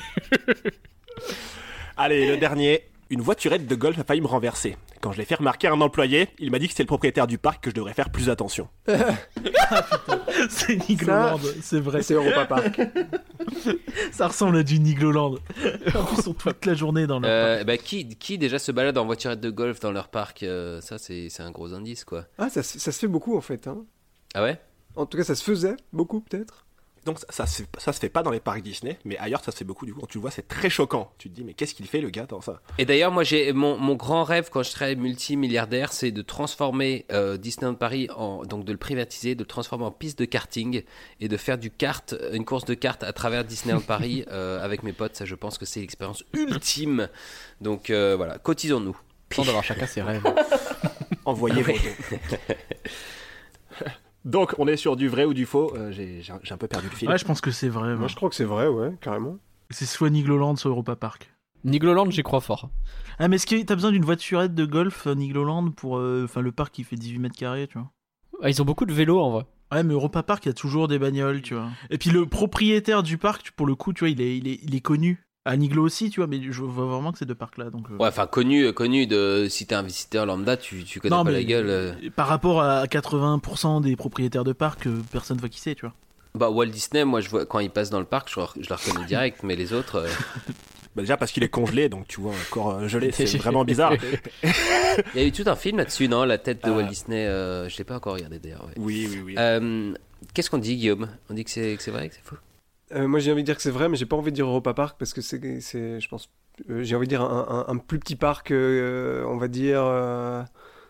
Allez, le dernier. Une voiturette de golf a failli me renverser. Quand je l'ai fait remarquer à un employé, il m'a dit que c'est le propriétaire du parc que je devrais faire plus attention. C'est Nigloland, c'est vrai. C'est Europa Park. Ça ressemble à du Nigloland. En plus, ils sont toute la journée dans leur Euh, bah, qui, qui déjà se balade en voiturette de golf dans leur parc? euh, Ça, c'est c'est un gros indice, quoi. Ah, ça, se- ça se fait beaucoup en fait. Hein. Ah ouais? En tout cas, ça se faisait beaucoup peut-être. Donc ça, ça, se, ça se fait pas dans les parcs Disney, mais ailleurs ça se fait beaucoup. Du coup, quand tu le vois, c'est très choquant. Tu te dis, mais qu'est-ce qu'il fait le gars dans ça? Et d'ailleurs, moi, j'ai mon, mon grand rêve quand je serai multimilliardaire, c'est de transformer euh, Disneyland Paris, en, donc de le privatiser, de le transformer en piste de karting et de faire du kart, une course de kart à travers Disneyland Paris euh, avec mes potes. Ça, je pense que c'est l'expérience ultime. Donc euh, voilà, cotisons-nous. Temps d'avoir chacun ses rêves. Envoyez vos dons. Donc, on est sur du vrai ou du faux. euh, j'ai, j'ai, j'ai un peu perdu le fil. Ouais, je pense que c'est vrai. Moi, moi. je crois que c'est vrai, ouais, carrément. C'est soit Nigloland, soit Europa Park. Nigloland, j'y crois fort. Ah, mais est-ce que t'as besoin d'une voiturette de golf euh, Nigloland pour. Enfin, euh, le parc qui fait dix-huit mètres carrés, tu vois. Ah, ils ont beaucoup de vélos en vrai. Ouais, mais Europa Park, il y a toujours des bagnoles, tu vois. Et puis le propriétaire du parc, pour le coup, tu vois, il est, il est, il est connu. À Niglo aussi, tu vois, mais je vois vraiment que c'est deux parcs-là. Donc, euh... Ouais, enfin, connu, connu de. Si t'es un visiteur lambda, tu, tu connais non, pas mais la gueule. euh. Par rapport à quatre-vingts pour cent des propriétaires de parcs, euh, personne voit qui c'est, tu vois. Bah, Walt Disney, moi, je vois, quand il passe dans le parc, je, je le reconnais direct, mais les autres. euh, Bah, déjà parce qu'il est congelé, donc tu vois encore euh, gelé, c'est vraiment bizarre. Il y a eu tout un film là-dessus, non? La tête de Ah. Walt Disney, euh, je l'ai pas encore regardé d'ailleurs. Ouais. Oui, oui, oui. Euh, Qu'est-ce qu'on dit, Guillaume? On dit que c'est, que c'est vrai, que c'est faux? Euh, moi, j'ai envie de dire que c'est vrai, mais j'ai pas envie de dire Europa Park parce que c'est, c'est je pense, euh, j'ai envie de dire un, un, un plus petit parc, euh, on va dire, euh,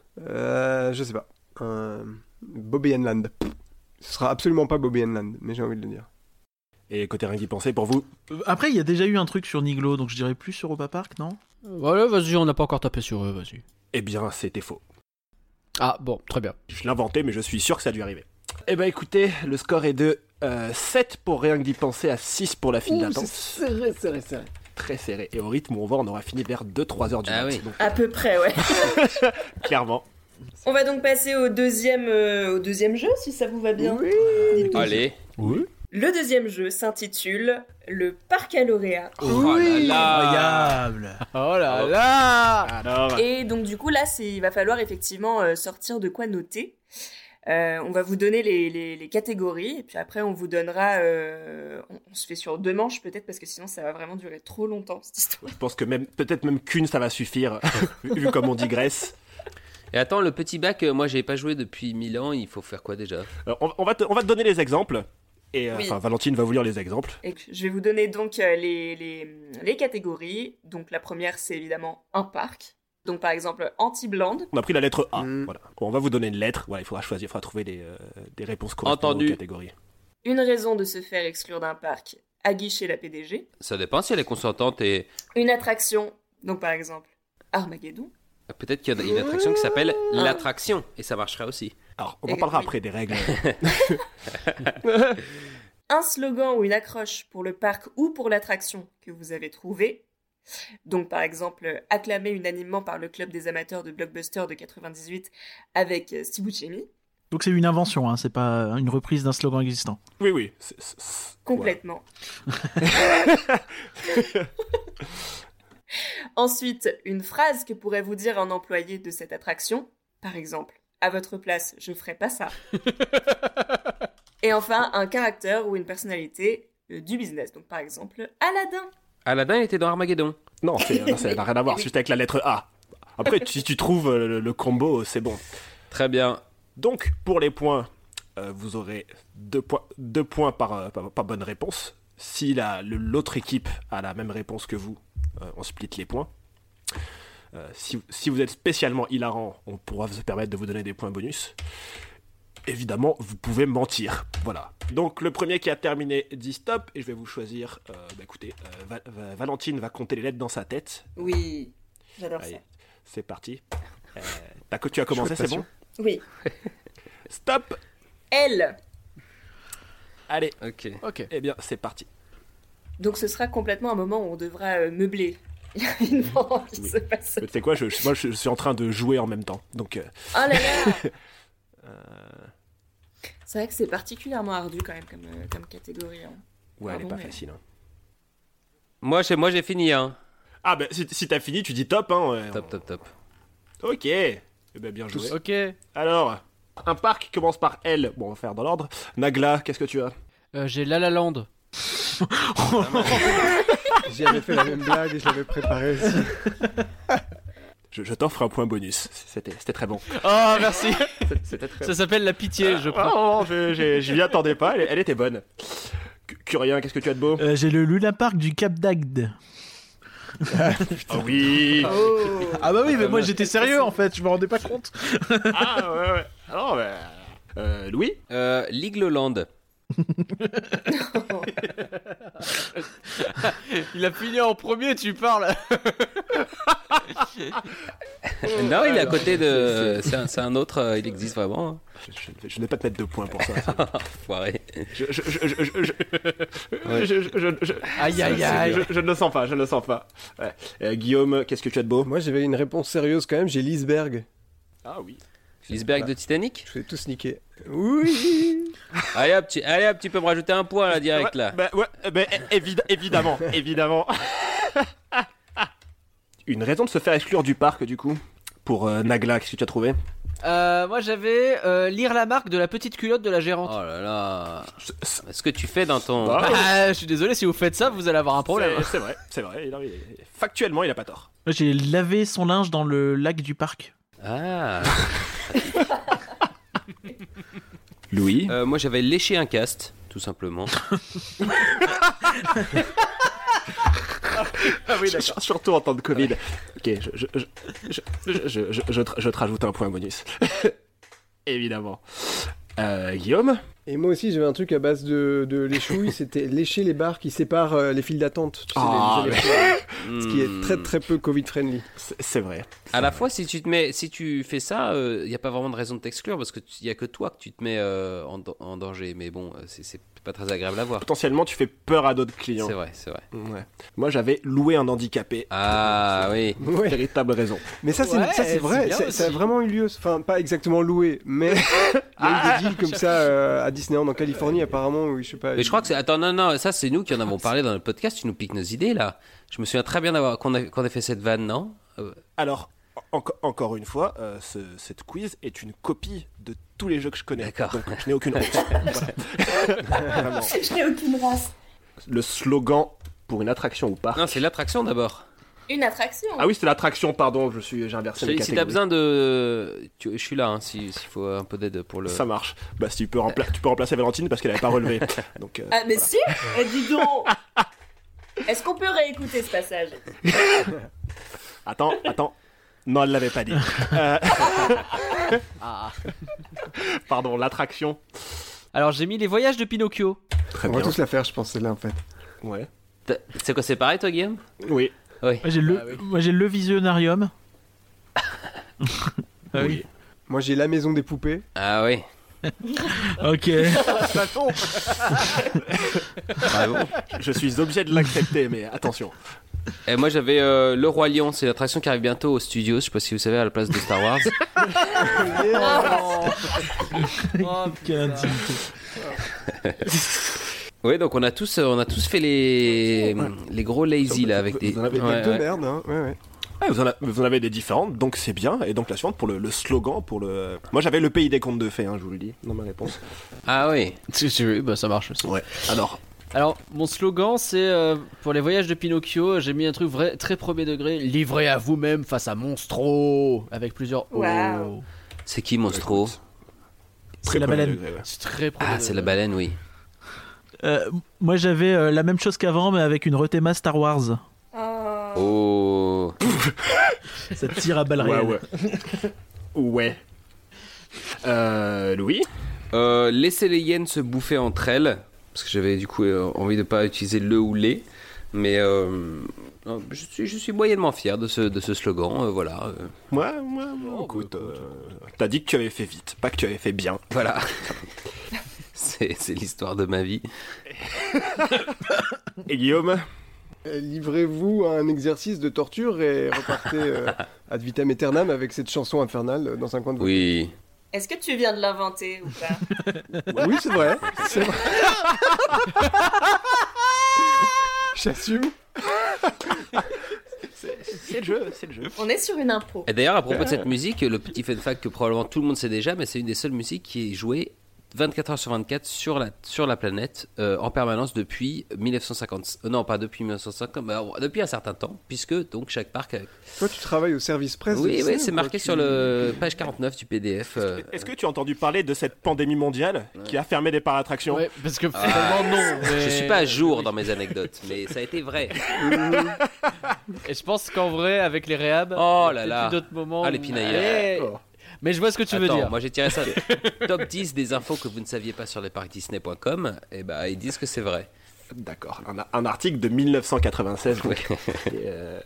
euh, je sais pas, un Bobby Land. Ce sera absolument pas Bobby Land, mais j'ai envie de le dire. Et côté rien d'y penser, pour vous? Euh, Après, il y a déjà eu un truc sur Niglo, donc je dirais plus sur Europa Park, non? Voilà, vas-y, on n'a pas encore tapé sur eux, vas-y. Eh bien, c'était faux. Ah, bon, très bien. Je l'ai inventé, mais je suis sûr que ça a dû arriver. Eh ben écoutez, le score est de euh, sept pour rien que d'y penser, à six pour la file d'attente. serré, serré, serré. Très serré. Et au rythme où on va, on aura fini vers deux trois heures du Ah mat. oui. Donc, À peu près, ouais. clairement. On va donc passer au deuxième, euh, au deuxième jeu, si ça vous va bien. Oui. Dites-nous. Allez. Oui. Le deuxième jeu s'intitule Le Parc à lauréat. Oh là là. Incroyable. Oh là là. Alors, Et donc du coup là, c'est, il va falloir effectivement euh, sortir de quoi noter. Euh, on va vous donner les, les, les catégories et puis après on vous donnera. Euh, on, on se fait sur deux manches peut-être parce que sinon ça va vraiment durer trop longtemps cette histoire. je pense que même, peut-être même qu'une, ça va suffire, vu comme on digresse. Et attends, le petit bac, euh, moi j'ai pas joué depuis mille ans, il faut faire quoi déjà? Alors, on, on va te, on va te donner les exemples. Et euh, Oui. enfin, Valentine va vous lire les exemples. Et que je vais vous donner donc euh, les, les, les catégories. Donc la première c'est évidemment un parc. Donc par exemple Anti-Bland. On a pris la lettre A. Mm. Voilà. On va vous donner une lettre. Voilà, il faudra choisir, il faudra trouver des, euh, des réponses correspondantes Entendu. aux catégories. Une raison de se faire exclure d'un parc, aguicher la P D G. Ça dépend si elle est consentante et Une attraction, donc par exemple Armageddon. peut-être qu'il y a une attraction qui s'appelle l'attraction et ça marcherait aussi. Alors, on en Et- parlera oui. après des règles. Un slogan ou une accroche pour le parc ou pour l'attraction que vous avez trouvé. Donc par exemple, acclamé unanimement par le club des amateurs de blockbuster de quatre-vingt-dix-huit avec euh, Steve Buscemi. Donc c'est une invention, hein, c'est pas une reprise d'un slogan existant. Oui, oui. c'est- c'est- c'est- Complètement. Ensuite, une phrase que pourrait vous dire un employé de cette attraction. Par exemple, à votre place, je ferais pas ça. Et enfin, un caractère ou une personnalité euh, du business. Donc par exemple, Aladdin. Aladdin il était dans Armageddon. Non, c'est- non, ça n'a rien à voir. Oui. C'est juste avec la lettre A. Après, si tu trouves euh, le, le combo, c'est bon. Très bien. Donc, pour les points, euh, vous aurez deux points, deux points par, euh, par, par bonne réponse. Si la, le- l'autre équipe a la même réponse que vous, euh, on split les points. Euh, si, si vous êtes spécialement hilarant, on pourra se permettre de vous donner des points bonus. Évidemment, vous pouvez mentir. Voilà. Donc, le premier qui a terminé dit stop, et je vais vous choisir. Euh, bah, écoutez, euh, Va- Va- Valentine va compter les lettres dans sa tête. Oui, j'adore Allez, ça. c'est parti. Euh, t'as- tu as commencé, Chouette c'est bon? Oui. Stop. Elle. Allez, Ok. Ok. eh bien, c'est parti. Donc ce sera complètement un moment où on devra euh, meubler. Il y a une moment qui Oui. se passe. Tu sais quoi, je, je- moi je suis en train de jouer en même temps. Donc, euh, Oh là là. euh, C'est vrai que c'est particulièrement ardu quand même comme, euh, comme catégorie. hein. ouais, elle est Pardon, pas mais- facile. hein. Moi j'ai, moi j'ai fini hein. Ah, bah si, si t'as fini, tu dis top. Hein, ouais. Top top top. Ok. Eh ben, bien joué. Ok. Alors, un parc qui commence par L. Bon, on va faire dans l'ordre. Nagla, qu'est-ce que tu as? Euh, j'ai La La Land. J'avais fait la même blague et je l'avais préparée aussi. Je, je t'offre un point bonus. C'était, c'était très bon. Oh, merci. C'était très Ça s'appelle la pitié, je Ah, crois. non, non, je, je, je m'y attendais pas. Elle, elle était bonne. Curien, qu'est-ce que tu as de beau? Euh, j'ai le Luna Park du Cap d'Agde. Ah oui. Oh. Ah bah oui, mais moi j'étais sérieux en fait, je me rendais pas compte. Ah ouais, ouais. Alors, bah, euh, Louis? Euh, Legoland. Il a fini en premier, tu parles. Non, il est à côté de. C'est un, c'est un autre, euh, il existe vraiment. hein. Je, je- je ne vais pas te mettre de points pour ça. Foiré. Je, je, je, je, je, je, Ouais. je, je, je- je- Aïe, aïe, aïe. je- je ne le sens pas, je ne le sens pas. Ouais. Euh, Guillaume, qu'est-ce que tu as de beau? Moi, j'avais une réponse sérieuse quand même. J'ai Lisberg. Ah oui. L'iceberg de Titanic. Je vais tous niquer. Oui. Allez hop, tu, allez hop, tu peux me rajouter un point là direct là. Bah, ouais, bah, évid- évidemment, évidemment. Une raison de se faire exclure du parc, du coup, pour euh, Nagla, qu'est-ce que tu as trouvé? Euh, moi j'avais euh, lire la marque de la petite culotte de la gérante. Oh là là. C'est- c'est- Ce que tu fais dans ton. Bah, Ah, je suis désolé, si vous faites ça, vous allez avoir un problème. C'est c'est vrai, c'est vrai. il a- il est- Factuellement, il a pas tort. Moi, j'ai lavé son linge dans le lac du parc. Ah. Louis? Euh, moi j'avais léché un cast, tout simplement. Ah oui, d'accord. Surtout en temps de Covid. Ok, je, je, je, je, je, je, je, je te, je te rajoute un point bonus. Évidemment. Euh, Guillaume? Et moi aussi, j'avais un truc à base de, de léchouille. C'était lécher les barres qui séparent euh, les files d'attente. Tu sais, Ah, les- les allers-retours. Ce qui est très très peu Covid-friendly. C'est c'est vrai. À la fois, si tu te mets, si tu fais ça, il n'y a pas vraiment de raison de t'exclure parce que il y a que toi que tu te mets euh, en, en danger. Mais bon, euh, c'est- c'est pas très agréable à voir. Potentiellement, tu fais peur à d'autres clients. C'est vrai, c'est vrai. Ouais. Moi, j'avais loué un handicapé. Ah oui. Ouais. Véritable raison. Mais ça, c'est Ouais, ça, c'est c'est vrai. bien c'est- Ça a aussi. vraiment eu lieu. Enfin, pas exactement loué, mais il y a eu des deals comme ça euh, à Disneyland en Californie, apparemment. Où, je sais pas. Mais je crois que c'est. Attends, non, non, ça c'est nous qui en avons parlé dans le podcast. Tu nous piques nos idées là. Je me souviens très bien d'avoir qu'on a, qu'on a fait cette vanne, non? Euh, Alors, en- encore une fois, euh, ce- cette quiz est une copie de tous les jeux que je connais. D'accord. Donc, je n'ai aucune honte. Voilà. Vraiment. Je n'ai aucune race. Le slogan pour une attraction ou pas. Non, c'est l'attraction d'abord. Une attraction. Ah oui, c'était l'attraction, pardon, je suis, j'ai inversé les Si, si catégories. t'as besoin de. tu- je suis là, hein, si- s'il faut un peu d'aide pour le. Ça marche. Bah, si tu peux, rempla- tu peux remplacer Valentine parce qu'elle n'avait pas relevé. Donc, euh, Ah, mais voilà. si eh, dis donc. Est-ce qu'on peut réécouter ce passage? Attends, attends. Non, elle l'avait pas dit. Euh, Ah. Pardon, l'attraction. Alors j'ai mis les voyages de Pinocchio. Très On va tous la faire, je pense, celle-là en fait. Ouais. T'as- C'est quoi, c'est pareil toi, Guillaume? Oui. Oui. Moi, j'ai le, Ah oui. moi, j'ai le visionarium. Ah oui. Moi, j'ai la maison des poupées. Ah oui. Ok. Bravo. Je suis obligé de l'accepter, mais attention. Et moi j'avais euh, le Roi Lion, c'est l'attraction qui arrive bientôt au studio, je sais pas si vous savez, à la place de Star Wars. Oh, Quelle putain. intimité. Oui, donc on a tous, on a tous fait les, les gros lazy là avec des. Vous en avez Ouais, de ouais. merde, hein. Ouais, ouais. Ouais, vous, en a- vous en avez des différentes, donc c'est bien. Et donc la suivante pour le, le slogan, pour le. Moi j'avais le pays des contes de fées, hein, je vous le dis, dans ma réponse. Ah oui. Si, si, oui, bah ça marche aussi. Ouais. Alors, Alors, mon slogan, c'est euh, pour les voyages de Pinocchio, j'ai mis un truc vrai, très premier degré, livré à vous-même face à Monstro, avec plusieurs O. Waouh. C'est qui Monstro? C'est la premier baleine. degré, ouais. C'est très premier Ah, degré. c'est la baleine, oui. Euh, moi, j'avais euh, la même chose qu'avant, mais avec une rethéma Star Wars. Oh. Oh. Ça tire à balles Ouais, réelles. ouais. Ouais. Euh, Louis? Euh, laisser les hyènes se bouffer entre elles, parce que j'avais du coup euh, envie de pas utiliser le ou les, mais euh, non, je, suis, je suis moyennement fier de ce, de ce slogan, euh, voilà. euh, Ouais, ouais, ouais. Écoute, euh, t'as dit que tu avais fait vite, pas que tu avais fait bien. voilà. c'est, c'est l'histoire de ma vie. Et Guillaume? Euh, Livrez-vous à un exercice de torture et repartez euh, ad vitam aeternam avec cette chanson infernale dans un coin de votre... Oui. Est-ce que tu viens de l'inventer ou pas? Oui, c'est vrai. C'est vrai. J'assume. C'est le jeu, c'est le jeu. On est sur une impro. Et d'ailleurs, à propos de cette musique, le petit fun fact que probablement tout le monde sait déjà, mais c'est une des seules musiques qui est jouée vingt-quatre heures sur vingt-quatre sur la, sur la planète euh, en permanence depuis mille neuf cent cinquante. Euh, non, pas depuis mille neuf cent cinquante, mais alors, depuis un certain temps, puisque donc chaque parc. A... Toi, tu travailles au service presse. Oui, de oui, ça, c'est ou marqué quoi, sur tu- le page quarante-neuf du P D F. euh, Est-ce que tu as entendu parler de cette pandémie mondiale qui a fermé des parcs d'attractions? Ouais, parce que finalement, non. mais- Je suis pas à jour dans mes anecdotes, mais ça a été vrai. Et je pense qu'en vrai, avec les réhab, Oh il y a là là. peut-être eu d'autres moments. Ah, les où- pinailleurs. Eh, Oh. Mais je vois ce que tu veux Attends, dire. moi j'ai tiré ça. Top dix des infos que vous ne saviez pas sur les parcs disney point com. Et bah, ils disent que c'est vrai. D'accord, un, un article de mille neuf cent quatre-vingt-seize. Donc, et, euh,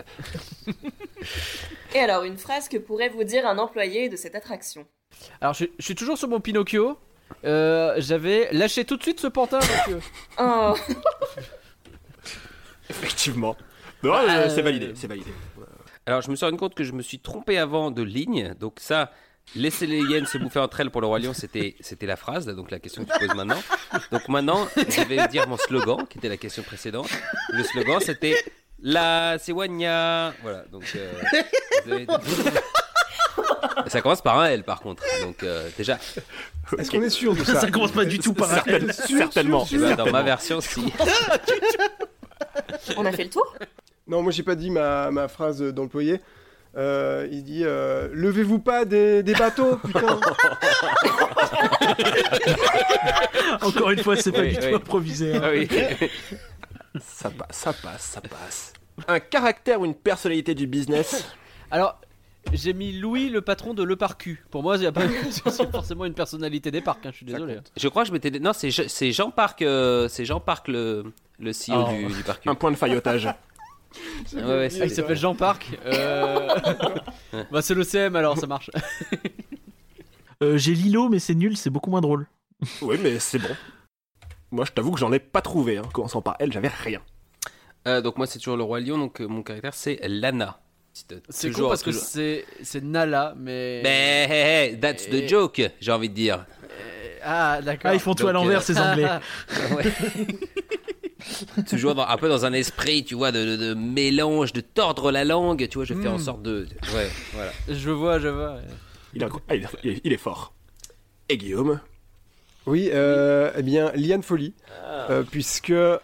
Et alors, une phrase que pourrait vous dire un employé de cette attraction. Alors, je, je suis toujours sur mon Pinocchio. Euh, J'avais lâché tout de suite ce pantin, monsieur. Oh, effectivement. Non, Bah, euh, euh, c'est validé, c'est validé. Alors, je me suis rendu compte que je me suis trompé avant de ligne. Donc, ça, laisser les hyènes se bouffer entre elles pour le Roi Lion, c'était, c'était la phrase, là, donc la question que tu poses maintenant. Donc, maintenant, je vais dire mon slogan, qui était la question précédente. Le slogan, c'était la cigogna. Voilà, donc. Euh, vous avez- Ça commence par un L, par contre. Donc, euh, déjà, Est-ce qu'on est sûr de ça Ça commence pas du tout par un Certaine- L. certainement. eh ben, dans certainement. ma version, si. on a fait le tour? Non, moi j'ai pas dit ma, ma phrase d'employé. Euh, il dit euh, levez-vous pas des, des bateaux, putain. Encore une fois, c'est pas Oui, du tout oui. improvisé. hein. Ah oui. Ça passe, ça passe, ça passe. Un caractère ou une personnalité du business. Alors, j'ai mis Louis, le patron de Le Parcu. Pour moi, il n'y a pas c'est forcément une personnalité des parcs, hein, je suis désolé. hein. Je crois que je m'étais. Non, c'est, Je- c'est Jean Parc, euh, c'est Jean Parc le, le C E O Oh. du, du parc. Un point de faillotage. Ouais, ouais, Ah, c'est- il s'appelle Jean Parc. Euh... bah, c'est le C M alors, ça marche. Euh, J'ai Lilo, mais c'est nul, c'est beaucoup moins drôle. Oui, mais c'est bon. Moi, je t'avoue que j'en ai pas trouvé. Hein. Commençant par elle, j'avais rien. Euh, donc moi c'est toujours le Roi Lion, donc euh, mon caractère c'est Lana. C'est, C'est toujours- cool parce que toujours- c'est c'est Nala, mais. Mais hey, hey, that's the Et- joke, j'ai envie de dire. Euh, Ah, d'accord. Ah, ils font tout à Donc, l'envers, euh, ces Anglais. Ouais. Toujours dans- un peu dans un esprit, tu vois, de, de- de mélange, de tordre la langue, tu vois, je fais en Mm. sorte de... Ouais, voilà. Je vois, je vois. Il, est incro- ah, il, est, il est- il est fort. Et Guillaume. Oui, euh, eh bien, Liane Folly, euh, puisque euh,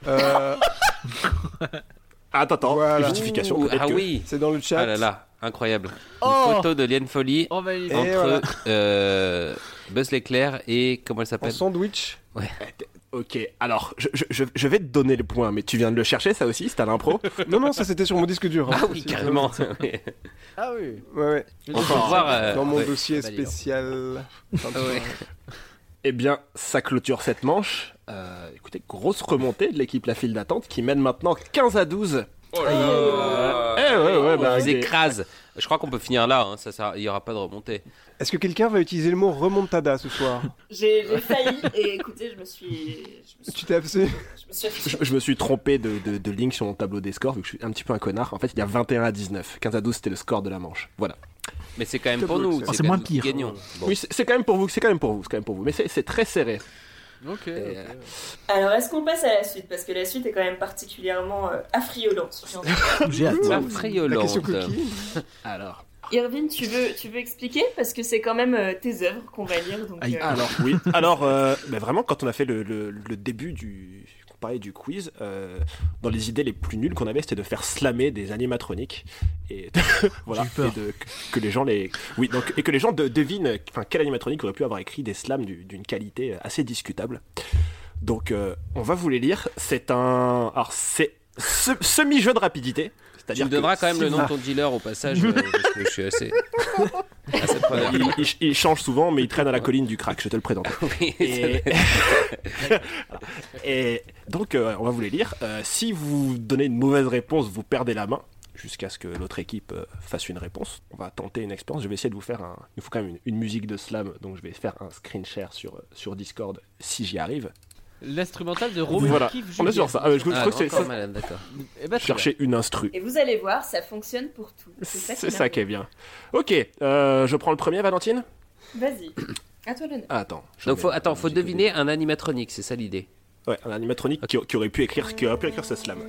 Ah, attends, attends. Voilà. Justification. Ouh, peut-être ah que- oui, c'est dans le chat. ah là là, incroyable. Une Oh. photo de Liane Folly On va y Et entre voilà. euh, Buzz l'éclair et... Comment elle En s'appelle sandwich. Ok, alors, je, je- je- je vais te donner le point, mais tu viens de le chercher, ça aussi, c'était à l'impro. Non, non, ça c'était sur mon disque dur. hein. Ah oui, C'est- carrément. Ah oui. Ouais, ouais. On peut voir... euh, Dans mon ouais. dossier validé. spécial. Ouais. Eh bien, ça clôture cette manche. Euh, écoutez, grosse remontée de l'équipe La File d'attente qui mène maintenant quinze à douze. Oh là là. Eh ouais, ouais, On bah, les des- écrase. Je crois qu'on peut finir là, hein, ça, ça, il n'y aura pas de remontée. Est-ce que quelqu'un va utiliser le mot remontada ce soir? J'ai j'ai failli et écoutez, je me suis. Je me suis, Tu t'es abstenu? je me suis Je, je me suis trompé de, de, de ligne sur mon tableau des scores, vu que je suis un petit peu un connard. En fait, il y a vingt et un à dix-neuf. quinze à douze, c'était le score de la manche. Voilà. Mais c'est quand même Top pour nous. box. Oh, c'est quand moins même nous qui pire. gagnons. Bon. Oui, c'est c'est quand même pour vous, c'est quand même pour vous, c'est quand même pour vous. Mais c'est c'est très serré. Ok. Et, ok. euh, Alors, est-ce qu'on passe à la suite? Parce que la suite est quand même particulièrement euh, affriolante. j'ai envie de dire. J'ai hâte. La La friolante. question cookie. Alors. Irvine, tu veux, tu veux expliquer? Parce que c'est quand même euh, tes œuvres qu'on va lire. Donc, Aïe. euh, Alors, oui. Alors, euh, bah, vraiment, quand on a fait le, le, le début du. qu'on parlait du quiz, euh, dans les idées les plus nulles qu'on avait, c'était de faire slammer des animatroniques. Et voilà. J'ai eu peur. Et de, que, que les gens les. Oui, donc, et que les gens de- devinent enfin, quel animatronique aurait pu avoir écrit des slams du- d'une qualité assez discutable. Donc, euh, on va vous les lire. C'est un. Alors, c'est se- semi-jeu de rapidité. Tu C'est-à-dire me donneras que quand même si le vous- nom de ton dealer au passage, euh, parce que je suis assez. assez preneur. il, il- il change souvent, mais il traîne à la colline du crack, je te le présente. Oui, Et, et donc, euh, on va vous les lire. Euh, si vous donnez une mauvaise réponse, vous perdez la main jusqu'à ce que l'autre équipe euh, fasse une réponse. On va tenter une expérience. Je vais essayer de vous faire un. Il faut quand même une, une musique de slam, donc je vais faire un screen share sur, euh, sur Discord si j'y arrive. L'instrumental de Romain Voilà, Kiff on est sur ça. Ah, je, je Ah, crois que c'est encore ça. malade, d'accord. Eh ben, très bien. Chercher une instru. Et vous allez voir, ça fonctionne pour tout. C'est ça, qui C'est est ça qui est merveilleux. bien. Ok, euh, je prends le premier, Valentine. Vas-y, à toi l'honneur. Ah, attends. je Donc mets faut, la attends, faut musique au deviner un animatronique, c'est ça l'idée. début. Ouais, un animatronique qui, qui aurait pu écrire, qui aurait pu écrire ce slam.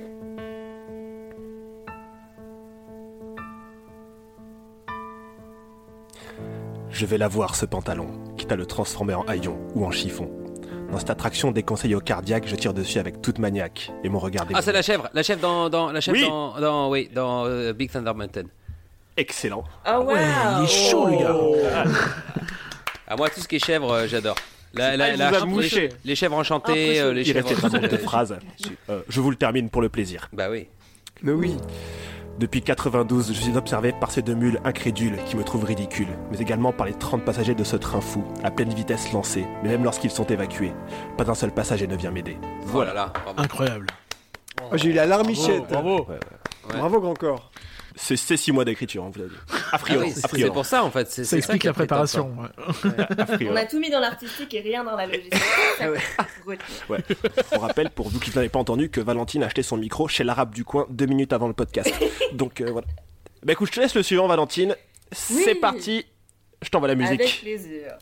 Je vais l'avoir ce pantalon, quitte à le transformer en haillon ou en chiffon. Dans cette attraction déconseillée aux cardiaques, je tire dessus avec toute maniaque. Et mon regard Ah, démoniaque. c'est la chèvre, la chèvre dans, dans, la chèvre Oui. dans, dans, oui, dans euh, Big Thunder Mountain. Excellent. Ah ouais, Ouais, il est chaud, le gars. Ah, moi, tout ce qui est chèvre, euh, j'adore. La, la, Ah, il la vous a chanson- mouché. les chèvres enchantées, euh, les Il chèvres. restait trois de phrase. Euh, je vous le termine pour le plaisir. Bah oui. Mais oui. Depuis quatre-vingt-douze, je suis observé par ces deux mules incrédules qui me trouvent ridicule, mais également par les trente passagers de ce train fou, à pleine vitesse lancée, mais même lorsqu'ils sont évacués. Pas un seul passager ne vient m'aider. Voilà. Là, bravo. Incroyable. Oh, j'ai eu la larmichette. Bravo. Ouais, ouais. Ouais. Bravo, grand corps. C'est, c'est six mois d'écriture, on vous l'a dit. A Ah priori. oui, a c'est, priori. c'est pour ça en fait. C'est, Ça c'est explique qui la a pris tant de temps. préparation. ouais. A priori. On a tout mis dans l'artistique et rien dans la logistique. Ah ouais. Ouais. On rappelle, pour vous qui ne l'avez pas entendu, que Valentine a acheté son micro chez l'arabe du coin deux minutes avant le podcast. Donc euh, voilà. Bah écoute, je te laisse le suivant, Valentine. Oui. C'est parti. Je t'envoie la musique. Avec plaisir.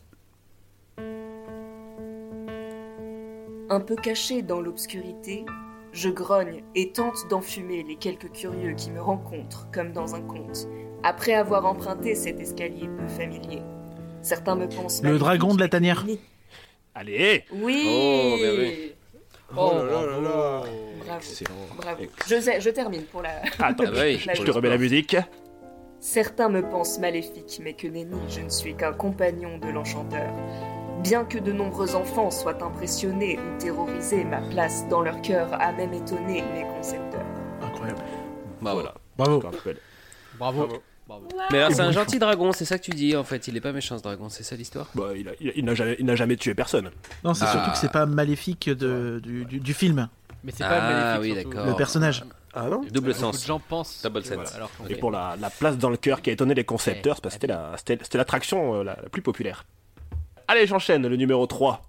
Un peu caché dans l'obscurité, je grogne et tente d'enfumer les quelques curieux qui me rencontrent comme dans un conte, après avoir emprunté cet escalier peu familier. Certains me pensent... Le maléfique, dragon de la mais tanière. ni- Allez. Oui. Oh, bien vu. Oh, là là là là. bravo. Excellent. Bravo. Je, sais- je termine pour la... Attends, Ah bah oui, je, je te remets la musique. Certains me pensent maléfique, mais que nenni, je ne suis qu'un compagnon de l'enchanteur. Bien que de nombreux enfants soient impressionnés ou terrorisés, ma place dans leur cœur a même étonné les concepteurs. Incroyable. Bah voilà. Bravo. Encore un peu. Bravo. Bravo. Mais alors c'est un gentil dragon, c'est ça que tu dis en fait. Il est pas méchant ce dragon, c'est ça l'histoire. Bah, il, a- il a- il n'a jamais, il n'a jamais tué personne. Non, c'est Ah. surtout que c'est pas maléfique de, du, du, du film, Mais c'est Ah, pas maléfique. oui, surtout. d'accord. le personnage. Ah non Double Beaucoup de sens. gens pensent. Double que- sense. voilà, alors qu'en Et fait- pour la, la place dans le cœur qui a étonné les concepteurs, c'est parce que c'était, la, c'était, c'était l'attraction euh, la, la plus populaire. Allez, j'enchaîne, le numéro trois.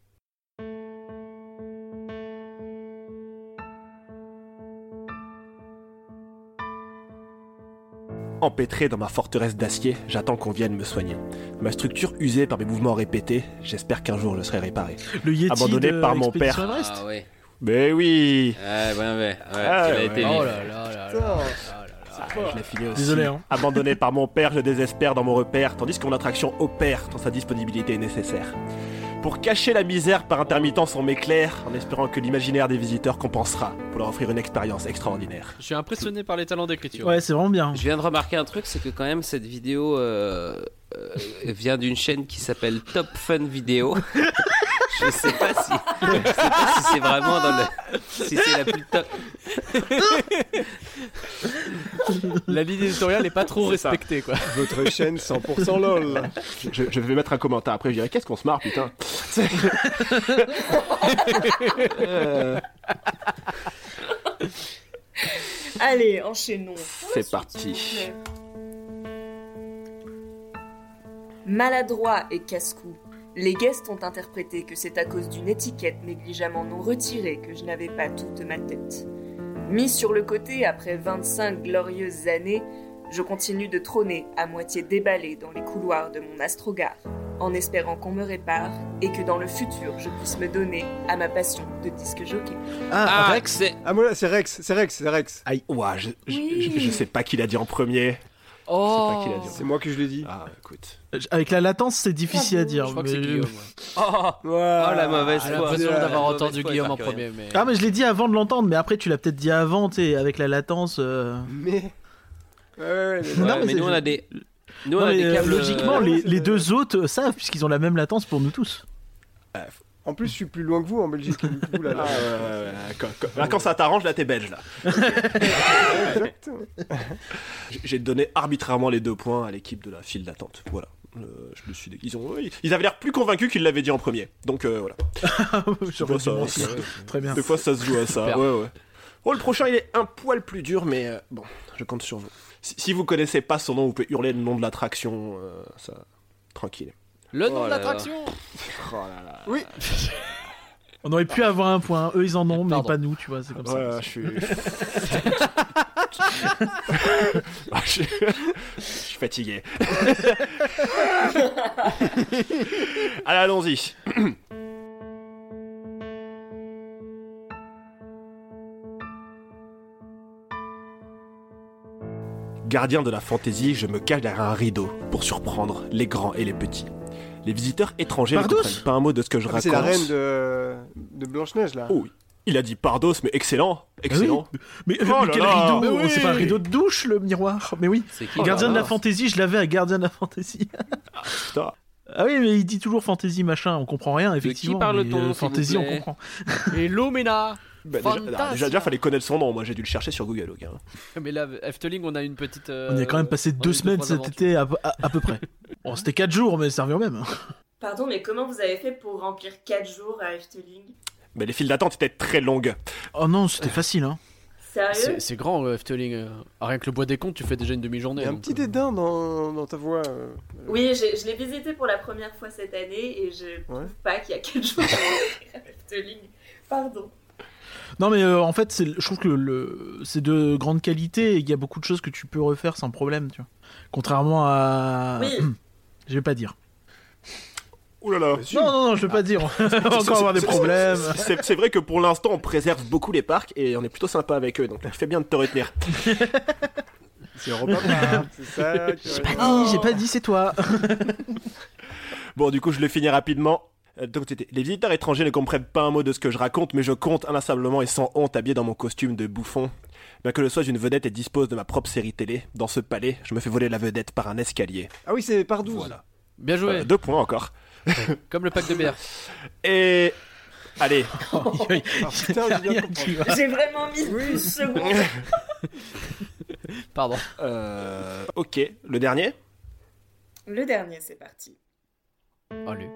Empêtré dans ma forteresse d'acier, j'attends qu'on vienne me soigner. Ma structure usée par mes mouvements répétés, j'espère qu'un jour je serai réparé. Le Yeti Abandonné de par mon Expédition père. Everest. Ah ouais. Mais oui. Ouais, ouais, ouais. ouais. Ah, tu l'as ouais. été Oh vif. là là là là Putain. là là là. Ah, je l'ai fini aussi. Désolé, hein. Abandonné par mon père, je désespère dans mon repère, tandis que mon attraction opère quand sa disponibilité est nécessaire. Pour cacher la misère par intermittence, on m'éclaire, en espérant que l'imaginaire des visiteurs compensera pour leur offrir une expérience extraordinaire. Je suis impressionné par les talents d'écriture. Ouais, c'est vraiment bien. Je viens de remarquer un truc, c'est que quand même cette vidéo euh, euh, vient d'une chaîne qui s'appelle Top Fun Video. Je sais pas si, je sais pas si c'est vraiment dans le, si c'est la plus top. La ligne éditoriale n'est pas trop C'est ça. respectée, quoi. Votre chaîne cent pour cent LOL. Je, je vais mettre un commentaire après, je dirais qu'est-ce qu'on se marre, putain. Euh, Allez, enchaînons. C'est parti. Maladroit et casse-cou, les guests ont interprété que c'est à cause d'une étiquette négligemment non retirée que je n'avais pas toute ma tête. Mis sur le côté après vingt-cinq glorieuses années, je continue de trôner à moitié déballé dans les couloirs de mon astrogare, en espérant qu'on me répare et que dans le futur je puisse me donner à ma passion de disque jockey. Ah, Ah, Rex. c'est. Ah, moi, là, c'est Rex, c'est Rex, c'est Rex. Ouah, je, je, Oui. je- je sais pas qui l'a dit en premier. Oh. pas qui l'a dit. C'est moi qui je l'ai dit. Ah, écoute. Avec la latence, c'est difficile à dire. Je crois que mais- c'est Guillaume. ouais. Oh, Ouais. la mauvaise J'ai foi. l'impression Ah, d'avoir mauvaise entendu foi, Guillaume en Marc, premier, mais. Ah, mais je l'ai dit avant de l'entendre, mais après tu l'as peut-être dit avant, tu sais, avec la latence. euh. Mais. Ouais, ouais, ouais, mais Ouais, Non, mais mais c'est- nous on a des. Nous on Non, a mais, des euh, câbles. logiquement, euh, les, c'est les vrai. deux autres savent, puisqu'ils ont la même latence pour nous tous. En plus, je suis plus loin que vous en Belgique. Du coup, là, Ah, là. ouais, ouais, ouais. Quand, quand- là, quand ça t'arrange, là, t'es belge, là. Exactement. J'ai- J'ai donné arbitrairement les deux points à l'équipe de la file d'attente. Voilà. Euh, je me suis dit- ils, ont, ils avaient l'air plus convaincus qu'ils l'avaient dit en premier. Donc euh, voilà. J'aurais ça, dû ça, mentir. Très bien. Des fois, ça se joue à ça. Super. Ouais, ouais. Oh, le prochain, il est un poil plus dur, mais euh, bon, je compte sur vous. Si, si vous connaissez pas son nom, vous pouvez hurler le nom de l'attraction. euh, ça, tranquille. Le nom Oh de là l'attraction. Oh là là. Oui. On aurait pu avoir un point. Eux, ils en ont, mais Pardon. pas nous, tu vois, c'est comme Ouais, ça. je suis. Ah, je... je suis fatigué. Allez, allons-y. Gardien de la fantaisie, je me cache derrière un rideau pour surprendre les grands et les petits. Les visiteurs étrangers ne Pardos comprennent pas un mot de ce que je Ah, raconte. c'est la reine de, de Blanche-Neige, là. Oh oui. Il a dit Pardos, mais excellent, excellent. Mais, Oh mais là quel là, rideau mais oui. C'est pas un rideau de douche, le miroir. Mais oui. C'est qui Oh Gardien là de la là. Fantasy, je l'avais à Gardien de la Fantasy. Putain. Ah oui, mais il dit toujours Fantasy machin, on comprend rien, effectivement. parle-t-on, mais, euh, s'il Fantasy, vous on plaît comprend. Et Lumina. Bah, déjà, Fantastique. alors, déjà, déjà, fallait connaître son nom. Moi, j'ai dû le chercher sur Google. ok, hein. Mais là, Efteling, on a une petite. euh, On y a quand même passé on a deux eu semaines trois cet aventures. été, à, à- à peu près. Bon, c'était quatre jours, mais ça revient au même. Pardon, mais comment vous avez fait pour remplir quatre jours à Efteling? Mais les files d'attente étaient très longues. Oh non, c'était facile, hein. Sérieux? C'est c'est grand, euh, Efteling. euh. Ah, rien que le bois des comptes, tu fais déjà une Il demi-journée. y a un donc, petit euh, dédain dans, dans ta voix. euh. Oui, j'ai- je l'ai visité pour la première fois cette année et je trouve Ouais. pas qu'il y a quatre jours à Efteling. Pardon. Non, mais euh, en fait, c'est- je trouve que le, le- c'est de grande qualité et il y a beaucoup de choses que tu peux refaire sans problème, tu vois. Contrairement à. Oui. Je vais pas dire. Ouh là là. Non, non, non, je vais pas dire. On va encore avoir des C'est- problèmes. C'est c'est vrai que pour l'instant, on préserve beaucoup les parcs et on est plutôt sympa avec eux. Donc, tu fais bien de te retenir. C'est Europa Park, c'est ça. que- J'ai pas dit, j'ai pas dit, c'est toi. Bon, du coup, je le finis rapidement. Euh, Donc, c'était- les visiteurs étrangers ne comprennent pas un mot de ce que je raconte, mais je compte inlassablement et sans honte, habillé dans mon costume de bouffon. Bien que je sois une vedette et dispose de ma propre série télé, dans ce palais, je me fais voler la vedette par un escalier. Ah oui, c'est par douze. Voilà. Bien joué, Euh, deux points encore. comme le pack de bière. Et... Allez, Ah, putain, j'ai bien Rien compris. qui va. J'ai vraiment mis douze secondes. Pardon. euh... ok, le dernier. Le dernier, c'est parti. Allez.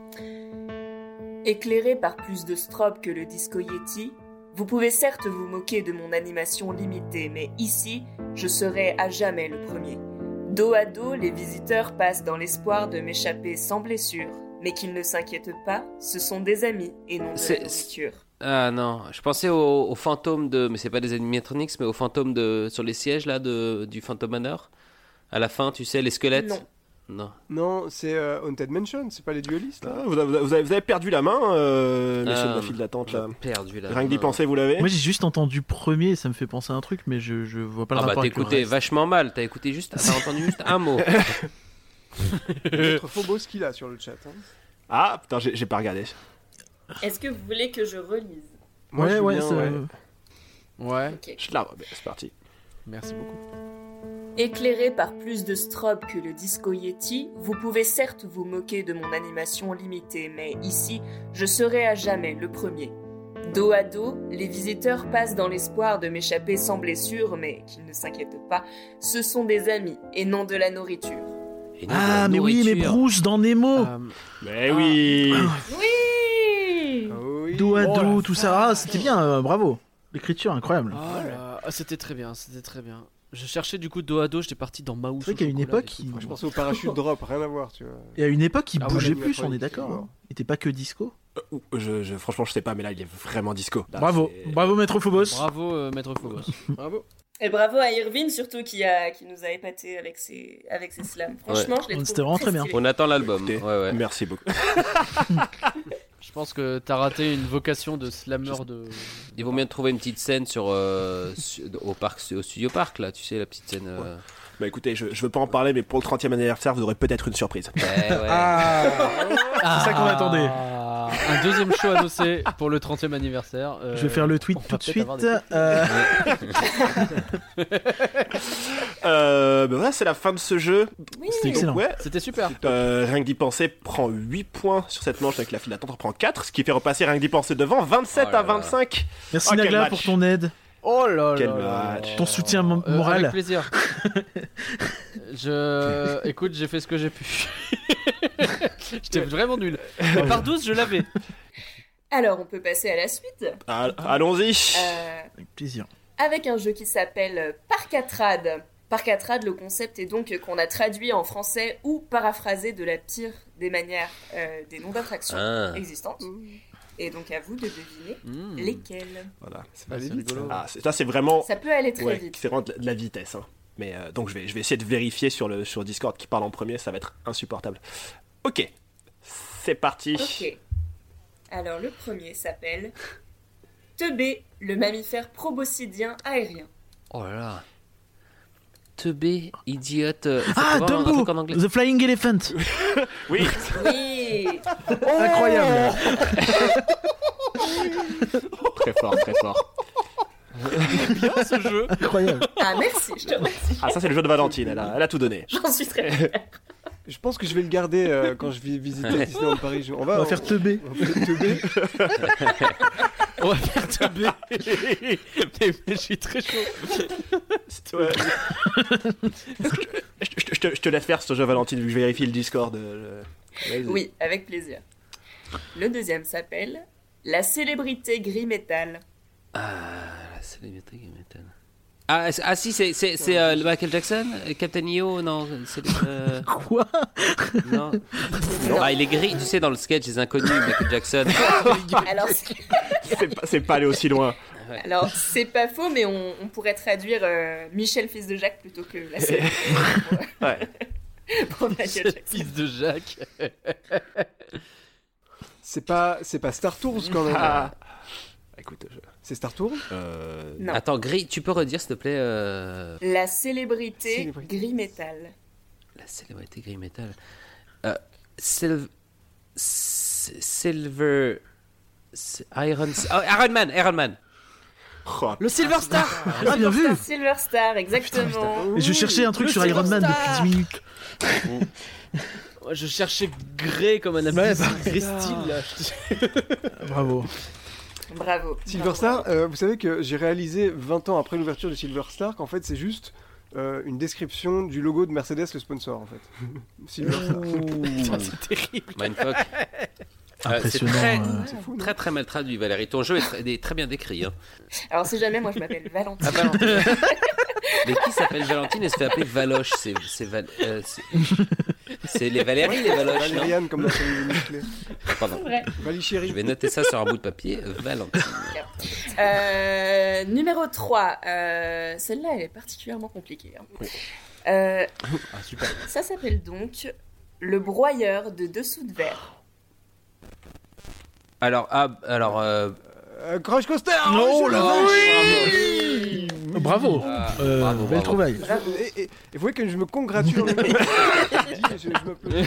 Éclairé par plus de strobes que le Disco Yeti, vous pouvez certes vous moquer de mon animation limitée, mais ici, je serai à jamais le premier. Dos à dos, les visiteurs passent dans l'espoir de m'échapper sans blessure. Mais qu'ils ne s'inquiètent pas, ce sont des amis et non de C'est- la nourriture. Ah non, je pensais aux, aux fantômes de, mais c'est pas des animatronics, mais aux fantômes de sur les sièges là de du Phantom Manor. À la fin, tu sais, les squelettes. Non. Non. Non, c'est euh, Haunted Mansion, c'est pas les duelistes là. Ah, vous, avez, vous avez- vous avez perdu la main, euh, messieurs de Ah, la file d'attente. Là. J'ai perdu là. Rien que d'y penser, vous l'avez. Moi, j'ai juste entendu premier et ça me fait penser à un truc, mais je, je vois pas le Ah bah rapport avec le t'écoutais reste. vachement mal, t'as écouté juste, t'as entendu juste un mot. Notre Phobos qu'il a sur le chat. Hein. Ah, putain, j'ai j'ai pas regardé. Est-ce que vous voulez que je relise? Moi, je Ouais, veux ouais, bien, ça- ouais. Ouais, Ok. Je la remets, c'est parti. merci beaucoup. Éclairé par plus de strobes que le Disco Yeti, vous pouvez certes vous moquer de mon animation limitée, mais ici, je serai à jamais le premier. Dos à dos, les visiteurs passent dans l'espoir de m'échapper sans blessure, mais qu'ils ne s'inquiètent pas, ce sont des amis et non de la nourriture. Et non, de Ah, la mais oui, mais nourriture. Bruce dans Nemo. Euh, Mais Ah. oui. Oui. Ah oui. Dos à Oh, dos, la tout ça. Ah, c'était bien, euh, bravo. L'écriture, incroyable. ah là, ah, c'était très bien, c'était très bien. Je cherchais du coup dos à dos, j'étais parti dans Maus. C'est vrai qu'à une époque, il- Je pensais au parachute drop, rien à voir, tu vois. Et à une époque, il Ah, bougeait voilà, plus, on est il- d'accord. il- Hein. Il était pas que disco. Euh, je, je- franchement, je sais pas, mais là, il est vraiment disco. Là, Bravo, c'est- bravo, maître Phobos. Bravo, euh, maître Phobos. Bravo. Et bravo à Irvine, surtout qui, a, qui nous a épaté avec ses, avec ses slams. Franchement, je les trouve C'était vraiment très bien. stylés. On attend l'album. Écoutez, Ouais, ouais. Merci beaucoup. Je pense que t'as raté une vocation de slammer de. Il vaut bien trouver une petite scène sur, euh, su- au parc, au studio parc là, tu sais la petite scène. euh, Bah écoutez, je, je veux pas en parler, mais pour le trentième anniversaire, vous aurez peut-être une surprise. Ouais, ouais. Ah, c'est ça qu'on attendait. Ah, un deuxième show annoncé pour le trentième anniversaire. euh, Je vais faire le tweet on va tout de peut-être suite. avoir des- Euh, Euh, bah voilà, c'est la fin de ce jeu. Oui. C'était Donc, excellent. ouais, C'était super. euh, rien que d'y penser prend huit points sur cette manche avec la file d'attente, on prend quatre, ce qui fait repasser rien que d'y penser devant, vingt-sept Oh là à vingt-cinq. Merci Oh, quel Nagla match. pour ton aide. Oh là Quel là là match. là. Ton soutien mo- Euh, moral. Avec plaisir. je. Écoute, j'ai fait ce que j'ai pu. J'étais vraiment nul. Mais par douze, je l'avais. Alors, on peut passer à la suite. Ah, allons-y. Euh, Avec plaisir. avec un jeu qui s'appelle Parcatrade. Parcatrade, le concept est donc qu'on a traduit en français ou paraphrasé de la pire des manières euh, des noms d'attractions Ah. existantes. Et donc à vous de deviner Mmh. lesquels. Voilà. Ça va Ah, aller c'est vite. rigolo. Ah, c'est- ça c'est vraiment... Ça peut aller très Ouais, vite. c'est vraiment de la, de la vitesse. Hein. Mais euh, donc je vais, je vais essayer de vérifier sur, le, sur Discord qui parle en premier, ça va être insupportable. Ok, c'est parti. Ok. Alors le premier s'appelle Teubé, le mammifère proboscidien aérien. Oh là là. teubé, idiote. euh, faut Ah, avoir un Dumbo truc en anglais. The Flying Elephant. Oui. Oui. Incroyable. Très fort, très fort. Bien ce jeu. Incroyable. Ah merci, je te remercie. Ah, ça, c'est le jeu de Valentine. Elle a, elle a tout donné. J'en suis très fière. Je pense que je vais le garder euh, quand je vais visiter Disneyland Paris. Je- On va, On va faire teubé. on va faire teubé. On va faire teubé. mais, mais je suis très chaud. Ouais. je, je- je te, je te laisse faire ce jeu, Valentine, vu que je vérifie le Discord. euh, le- Vas-y. Oui, avec plaisir. Le deuxième s'appelle La célébrité gris métal. Ah, la célébrité qui m'étonne. Ah, c'est- ah si, c'est, c'est, c'est euh, le Michael Jackson euh, Captain E O, non c'est, euh, Quoi? non. Ah, il est gris, tu sais, dans le sketch des inconnus, Michael Jackson. Alors, c'est- C'est pas, c'est pas aller aussi loin. alors c'est pas faux, mais on, on pourrait traduire euh, Michel fils de Jacques plutôt que la célébrité pour, Ouais. pour Michael C'est Jackson. le fils de Jacques. C'est pas, c'est pas Star Tours quand même. Ah. Écoute, je... C'est Star Tours euh, Non. Attends, gris, tu peux redire, s'il te plaît euh, La célébrité, Célébrité. gris métal. la célébrité gris métal. Euh, Sil- S- Silver... S- Iron... Oh, Iron Man, Iron Man. oh, Le Silver Star. Ah, bien vu. Silver Star, exactement. Et je cherchais un truc Le sur Iron Man Silver depuis Star. dix minutes. Ouais, je cherchais Grey comme un Ouais, abysse. bah, Grey style là. Bravo. Bravo. Silver Bravo. Star, euh, vous savez que j'ai réalisé vingt ans après l'ouverture de Silver Star qu'en fait c'est juste euh, une description du logo de Mercedes, le sponsor en fait. Silver Star. Putain, c'est terrible. Mindfuck. Euh, c'est Impressionnant. très, euh. C'est fou, non très très mal traduit, Valérie. Ton jeu est très, est très bien décrit. Hein. Alors si jamais, moi je m'appelle Valentine. Ah, Valentine. Mais qui s'appelle Valentine et se fait appeler Valoche? C'est, c'est, Val- euh, c'est... c'est les Valérie, les Valoches, non? Valériane comme la famille musclée. Pardon. Vrai. Valichéri. Je vais noter ça sur un bout de papier. Valentine. Euh, numéro trois. Euh, celle-là, elle est particulièrement compliquée. hein. Euh, Ah super. ça s'appelle donc Le broyeur de dessous de verre. Alors, ah, alors euh, Euh, Crash Coaster. Oh, la vache. Oui. Bravo. Ah, Euh, bravo, belle bravo. trouvaille. Bravo. Et, et, et vous voyez que je me congratule en même temps. je, je, je m'applaudis.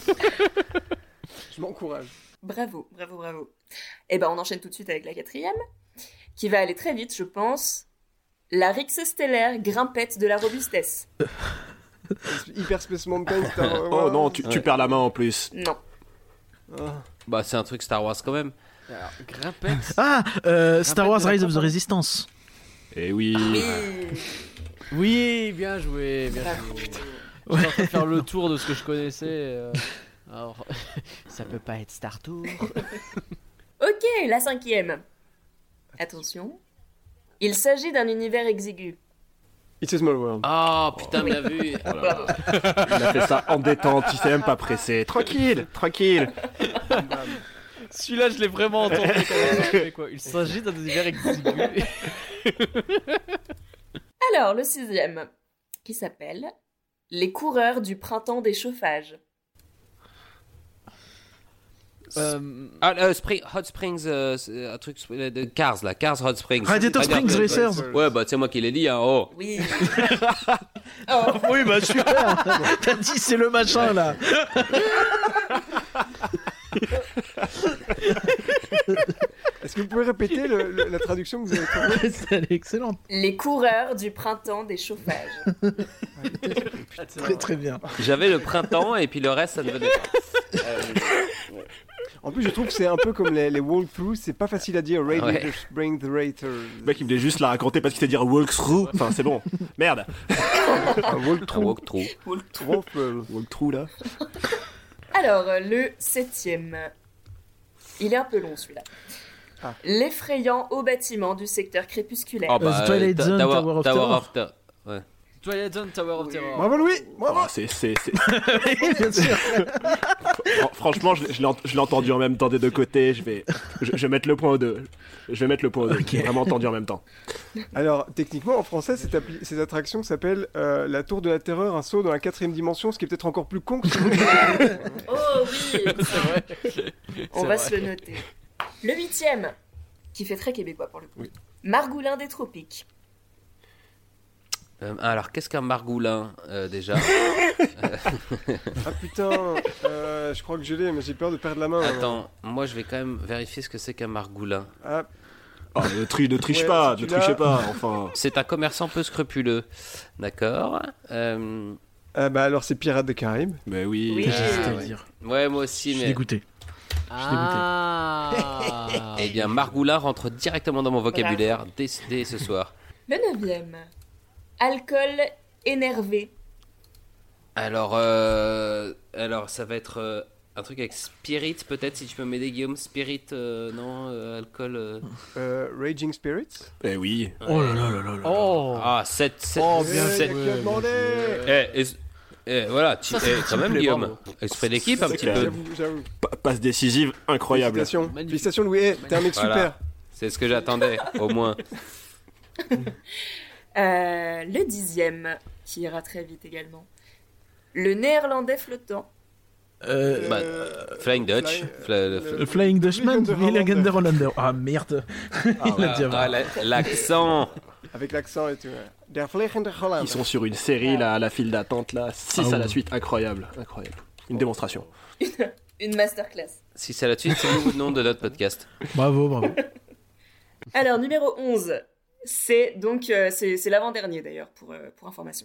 Je m'encourage. Bravo, bravo, bravo. Et ben on enchaîne tout de suite avec la quatrième, qui va aller très vite, je pense. La rixe stellaire grimpette de la robustesse. Hyper Space Mountain. Star Wars. Oh non, tu, tu Ouais. perds la main en plus. Non. Ah. bah, c'est un truc Star Wars quand même. Alors, Grimpette. Ah, euh, Star Wars de la Rise of the campagne. Resistance. Eh oui. Oui. Oui, bien joué, bien Bravo. joué. Je suis en train de faire le tour de ce que je connaissais. euh. Alors, ça peut pas être Star Tour. Ok, la cinquième. Attention. Il s'agit d'un univers exigu. It's a Small World. Oh putain, bien vu. Oh là là. Il a fait ça en détente, il s'est même pas pressé. Tranquille, tranquille. Celui-là, je l'ai vraiment entendu. Quand même. Mais quoi, il s'agit d'un univers exigu. Alors, le sixième, qui s'appelle Les coureurs du printemps des chauffages. Euh, Ah, euh, Spring- Hot Springs, euh, c'est un truc euh, de Cars là, Cars Hot Springs. Radiator Springs Radiator- Racers. Ouais, bah c'est moi qui l'ai dit, hein. Oh. Oui. Oh, Oui, bah super. T'as dit c'est le machin là. Est-ce que vous pouvez répéter le- le- la traduction que vous avez trouvée? Elle est excellente. les coureurs du printemps des chauffages. Très très bien. J'avais le printemps et puis le reste ça ne venait pas. En plus, je trouve que c'est un peu comme les, les walkthroughs, c'est pas facile à dire. Radiator Ouais. Spring the Rater. Le mec, il voulait juste la raconter parce qu'il sait dire walkthrough. Enfin, c'est bon. Merde. Un Un walkthrough. walkthrough. Walkthrough. Walkthrough, là. Alors, euh, le septième. Il est un peu long celui-là. Ah. L'effrayant haut bâtiment du secteur crépusculaire. Oh bah, Euh, Twilight Ta- Zone, Tower, Tower of Tower Terror. of Terror. Ouais. Twilight Zone, Tower of Terror. Bravo Louis. Bravo. Oh, c'est, c'est, c'est- Oui, bien sûr. Fran- Franchement, je, je l'ai ent- je l'ai entendu en même temps des deux côtés. Je vais, je, je vais mettre le point aux deux. Je vais mettre le point aux deux. J'ai vraiment entendu en même temps. Alors, techniquement, en français, cette, appli- cette attraction s'appelle euh, la Tour de la Terreur, un saut dans la quatrième dimension, ce qui est peut-être encore plus con que ce Oh oui. On C'est va vrai. se le noter. Le huitième, qui fait très québécois pour le coup. Oui. Margoulin des tropiques. Euh, alors, qu'est-ce qu'un margoulin euh, déjà? Ah putain, euh, je crois que je l'ai, mais j'ai peur de perdre la main. Attends, moi je vais quand même vérifier ce que c'est qu'un margoulin. Ah, Oh, ne, tri- ne triche Ouais, pas, si ne tu l'as. trichez pas, enfin. C'est un commerçant peu scrupuleux. D'accord. Euh, ah bah alors c'est Pirates des Caraïbes. Mais oui. Oui. J'hésitais à Ah, le ouais. dire. Ouais, moi aussi, Je suis mais. dégoûté. Ah. Eh bien, margoulin rentre directement dans mon vocabulaire dès, dès ce soir. Le neuvième. Alcool énervé. Alors, euh, alors ça va être euh, un truc avec spirit, peut-être, si tu peux m'aider, Guillaume. Spirit, euh, non, euh, alcool. euh. Euh, Raging Spirits. Eh oui. Oh là là là là là. Oh. Ah, sept, sept, Oh, Eh, bien sept. il y a qui a demandé. Eh, et- eh, voilà, tu, Ça, c'est eh, le quand team même, play, Guillaume. bravo. Esprit d'équipe, un C'est petit clair. peu. J'avoue, j'avoue. Pa- Passe décisive incroyable. Félicitations. Magnifique. Félicitations Louis, Eh, t'es un mec Voilà. super. C'est ce que j'attendais, au moins. Euh, le dixième, qui ira très vite également. Le néerlandais flottant. Euh, Bah, Euh, Flying Dutch. Fly- Fla- le- fla- le Flying Dutchman, William de William de Hollander. Hollander. Ah merde. Il a dit avant. Ah, la- l'accent. Avec l'accent et tout. ouais. Der Vliegende Hollander. Ils sont sur une série, là, à la file d'attente, là. six Ah à la ouais. suite, incroyable. Incroyable. Une démonstration. Une masterclass. Si c'est là-dessus, c'est le nouveau nom de notre podcast. Bravo, bravo. Alors, numéro onze. C'est donc, euh, c'est, c'est l'avant-dernier d'ailleurs, pour, euh, pour information.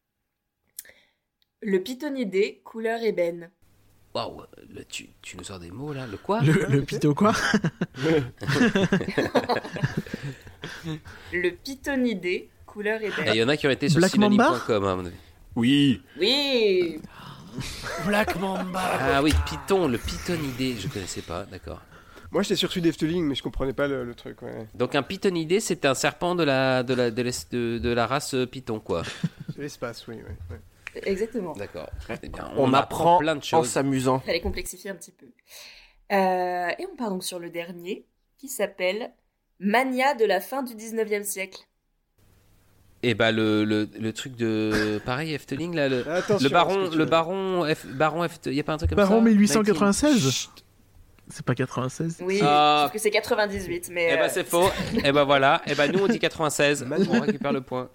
Le pythonidé, couleur ébène. Waouh, le- tu, tu nous sors des mots là, le quoi? Le, le pito quoi? Le pythonidé, couleur Et ébène. il y en a qui ont été sur Black synonyme Mamba point com, à mon avis. Oui. Oui. Black Mamba. Ah oui, Python, le pythonidé, je connaissais pas, d'accord. Moi j'étais sur celui d'Efteling, mais je comprenais pas le, le truc. Ouais. Donc un pythonidé, c'est un serpent de la, de la, de l'es- de- de la race euh, python, quoi. C'est l'espace, oui. ouais, ouais. Exactement. D'accord. Eh bien, On, apprend plein de en choses. s'amusant. Fallait complexifier un petit peu. Euh, et on part donc sur le dernier, qui s'appelle Mania de la fin du dix-neuvième siècle. Et bah le, le, le truc de pareil Efteling là, le, Attention le baron, à ce que tu le veux. baron, F, baron F, y a pas un truc comme Baron ça? mille huit cent quatre-vingt-seize. Chut. C'est pas quatre-vingt-seize. Oui, Ah. sauf que c'est quatre-vingt-dix-huit, mais... Eh bah euh, c'est faux. Eh bah voilà. Eh bah nous on dit quatre-vingt-seize. On récupère le point.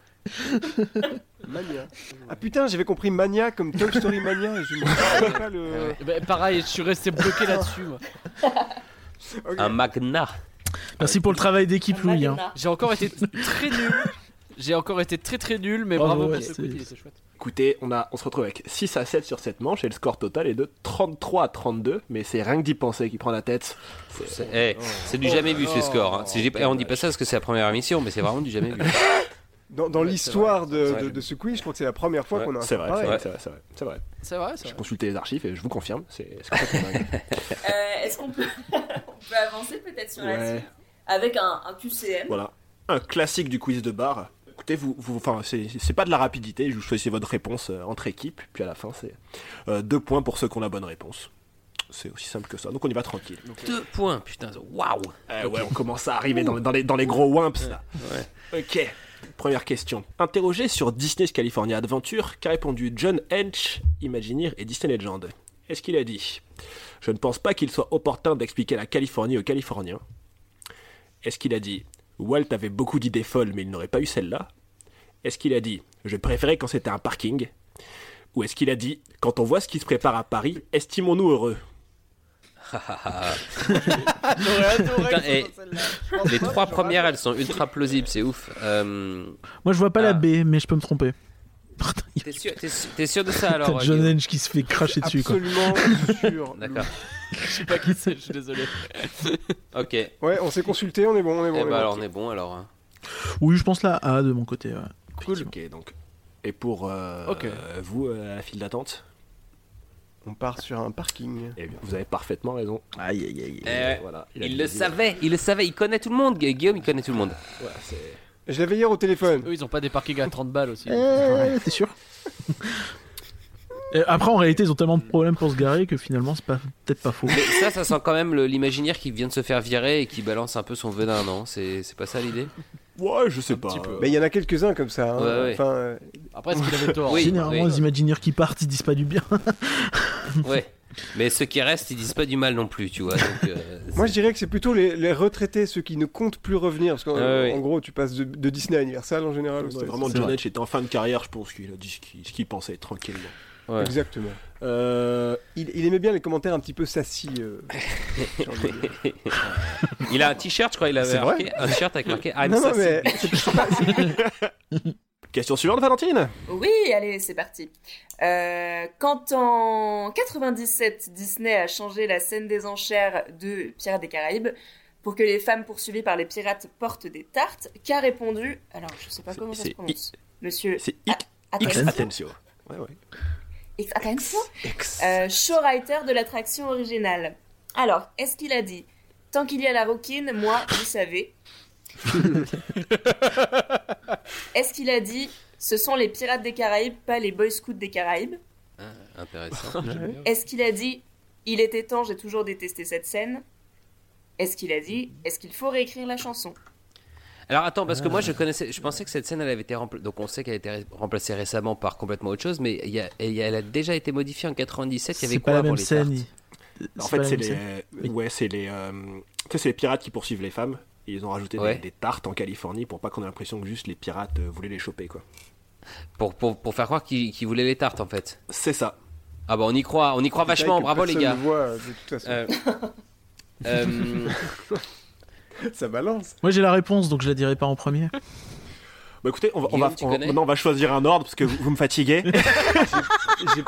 Mania. Ah putain, j'avais compris Mania comme Toy Story Mania. Et je ne savais pas le. Bah, pareil, je suis resté bloqué là-dessus. Moi. Ok. Un magna. Merci pour le travail d'équipe, Louis. hein. Magna. J'ai encore été très nul. J'ai encore été très très nul, mais Bravo, bravo ouais, pour ce c'est- coup, il était chouette. Écoutez, on, a, on se retrouve avec six à sept sur cette manche et le score total est de trente-trois à trente-deux. Mais c'est rien que d'y penser qui prend la tête. C'est eh, c'est du jamais vu ce score. Hein. C'est- j'ai- eh, on dit pas ça parce que c'est la première émission, mais c'est vraiment du jamais vu. Dans, dans l'histoire de, C'est vrai. de, de ce quiz, je crois que c'est la première fois Ouais, qu'on a un C'est score vrai, c'est pareil. vrai, c'est vrai, c'est vrai, c'est vrai. C'est vrai, c'est J'ai vrai. consulté les archives et je vous confirme, c'est c'est complètement dingue. Euh, Est-ce qu'on peut... on peut avancer peut-être sur la Ouais. suite avec un, un Q C M? Voilà, un classique du quiz de bar. Écoutez, vous, vous, enfin, c'est c'est pas de la rapidité, vous choisissez votre réponse euh, entre équipes, puis à la fin, c'est euh, deux points pour ceux qui ont la bonne réponse. C'est aussi simple que ça, donc on y va tranquille. Donc, Deux points, putain, waouh. euh, ouais, on commence à arriver dans, les- dans les, dans les gros wimps là. Ok, première question. Interrogé sur Disney's California Adventure, qu'a répondu John Hench, Imagineer et Disney Legend? Est-ce qu'il a dit: je ne pense pas qu'il soit opportun d'expliquer la Californie aux Californiens? Est-ce qu'il a dit: Walt avait beaucoup d'idées folles, mais il n'aurait pas eu celle-là? Est-ce qu'il a dit: je préférais quand c'était un parking? Ou est-ce qu'il a dit: quand on voit ce qui se prépare à Paris, estimons-nous heureux? Putain, et les trois premières, elles sont ultra plausibles, c'est ouf. Euh, Moi, je vois pas Ah. la B, mais je peux me tromper. T'es sûr, t'es sûr- t'es sûr de ça alors? T'as John Guillaume Henge qui se fait cracher dessus, quoi. Absolument sûr. D'accord. Je sais pas qui c'est, je suis désolé. Ok. Eh Ouais, on s'est consulté, on est bon, on est bon. on est bah bon. alors on est bon alors. hein. Oui, je pense la A de mon côté. Ouais. Cool. Ok, donc. Et pour euh, Ok. euh, vous, euh, à la file d'attente, On part sur un parking. eh bien, vous avez parfaitement raison. Aïe, aïe, aïe. Eh ouais. Voilà, a Il dit- le savait, il le savait, il connaît tout le monde. Gu- Guillaume, il connaît tout le monde. Voilà, c'est- Je l'avais hier au téléphone. Eux, ils ont pas des parkings à trente balles aussi. Eh, t'es sûr? Et après, en réalité, ils ont tellement de problèmes pour se garer que finalement, c'est pas peut-être pas faux. Mais ça, ça sent quand même le- l'imaginaire qui vient de se faire virer et qui balance un peu son venin, non? C'est c'est pas ça l'idée? Ouais, je sais pas. petit peu. euh, Mais il y en a quelques-uns comme ça. hein. Ouais, ouais. Enfin, euh, Après, est-ce qu'il avait tort? Oui. Généralement, les Imagineers qui partent, ils disent pas du bien. Ouais. Mais ceux qui restent, ils disent pas du mal non plus, tu vois. Donc, euh, Moi, je dirais que c'est plutôt les, les retraités, ceux qui ne comptent plus revenir. Parce qu'en Ah oui. en gros, tu passes de, de Disney à Universal en général. aux Ouais, States. vraiment, c'est John vrai. Edge était en fin de carrière, je pense qu'il a dit ce qu'il, ce qu'il pensait tranquillement. Ouais. Exactement. Euh, Il, il aimait bien les commentaires un petit peu sassy. euh, j'ai envie de dire. Il a un t-shirt, je crois, il avait C'est vrai marqué, un t-shirt avec marqué I'm non, non, sassy. mais c'est- c'est pas- c'est- Question suivante, Valentine. Oui, allez, c'est parti. Euh, quand en quatre-vingt-dix-sept, Disney a changé la scène des enchères de Pirates des Caraïbes pour que les femmes poursuivies par les pirates portent des tartes, qu'a répondu... Alors, je sais pas C'est- comment ça c'est se prononce. Monsieur... C'est A- X, Atencio. Atencio. Ouais, ouais. X Atencio X. Euh, showwriter de l'attraction originale. Alors, est-ce qu'il a dit « Tant qu'il y a la rouquine, moi, vous savez » Est-ce qu'il a dit « Ce sont les pirates des Caraïbes, pas les Boy Scouts des Caraïbes » Ah, intéressant. Est-ce qu'il a dit « Il était temps, j'ai toujours détesté cette scène » Est-ce qu'il a dit « Est-ce qu'il faut réécrire la chanson » Alors attends, parce que moi je connaissais, je pensais que cette scène elle avait été rempla- donc on sait qu'elle a été ré- remplacée récemment par complètement autre chose, mais il y a, il y a- elle a déjà été modifiée en quatre-vingt-dix-sept. Il y avait C'est quoi pas la avant même les scène. tartes il- En pas fait, la c'est même les, scène. Oui. ouais, c'est les, euh, tu sais, c'est les pirates qui poursuivent les femmes. Et ils ont rajouté Ouais. des, des tartes en Californie pour pas qu'on ait l'impression que juste les pirates euh, voulaient les choper, quoi. pour, pour, pour faire croire qu'ils qu'ils voulaient les tartes en fait. C'est ça. Ah bah on y croit, on y croit détail vachement, que bravo les personne gars. ne voit, de toute façon. Euh, euh, Ça balance. Moi j'ai la réponse, donc je la dirai pas en premier. Bah écoutez, on va, on Guillaume, va, tu on- connais maintenant on va choisir un ordre parce que vous, vous me fatiguez. Donc J'ai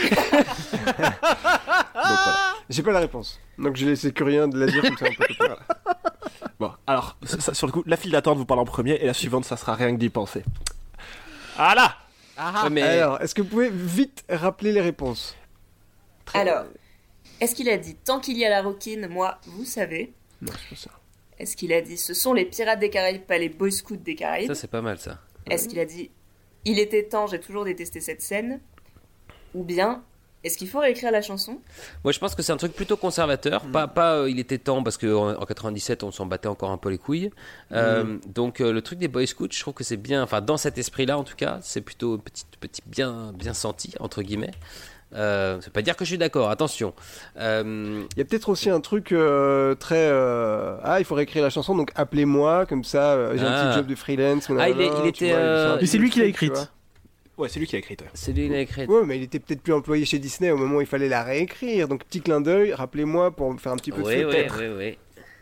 voilà. j'ai pas la réponse. Donc j'ai laissé Curien de la dire comme ça un peu. Voilà. Bon, alors, ça- ça, sur le coup, la file d'attente vous parle en premier et la suivante, ça sera rien que d'y penser. Ah là ouais, mais Alors, est-ce que vous pouvez vite rappeler les réponses Très- Alors, est-ce qu'il a dit « Tant qu'il y a la rouquine, moi, vous savez Non, c'est pas ça. » Est-ce qu'il a dit « Ce sont les pirates des Caraïbes, pas les Boy Scouts des Caraïbes ça c'est pas mal ça. » Est-ce qu'il a dit « Il était temps, j'ai toujours détesté cette scène » Ou bien « Est-ce qu'il faut réécrire la chanson » Moi je pense que c'est un truc plutôt conservateur, pas, pas euh, il était temps parce qu'en en quatre-vingt-dix-sept on s'en battait encore un peu les couilles. Euh, Donc euh, le truc des Boy Scouts, je trouve que c'est bien, enfin dans cet esprit-là en tout cas, c'est plutôt petit, petit bien, bien senti entre guillemets. Euh, ça veut pas dire que je suis d'accord, attention. Euh, Il y a peut-être aussi un truc euh, très. euh, Ah, il faut réécrire la chanson, donc appelez-moi, comme ça, euh, j'ai un Ah. petit job de freelance. Ah, il est- nanana, il tu était, vois, euh, un Mais c'est lui qui l'a truc, tu écrite. vois. Ouais, c'est lui qui a écrit. ouais. c'est lui qui l'a écrit. Ouais, mais il était peut-être plus employé chez Disney au moment où il fallait la réécrire. Donc, petit clin d'œil, rappelez-moi pour me faire un petit peu de Oui, feu, oui, peut-être. oui, oui.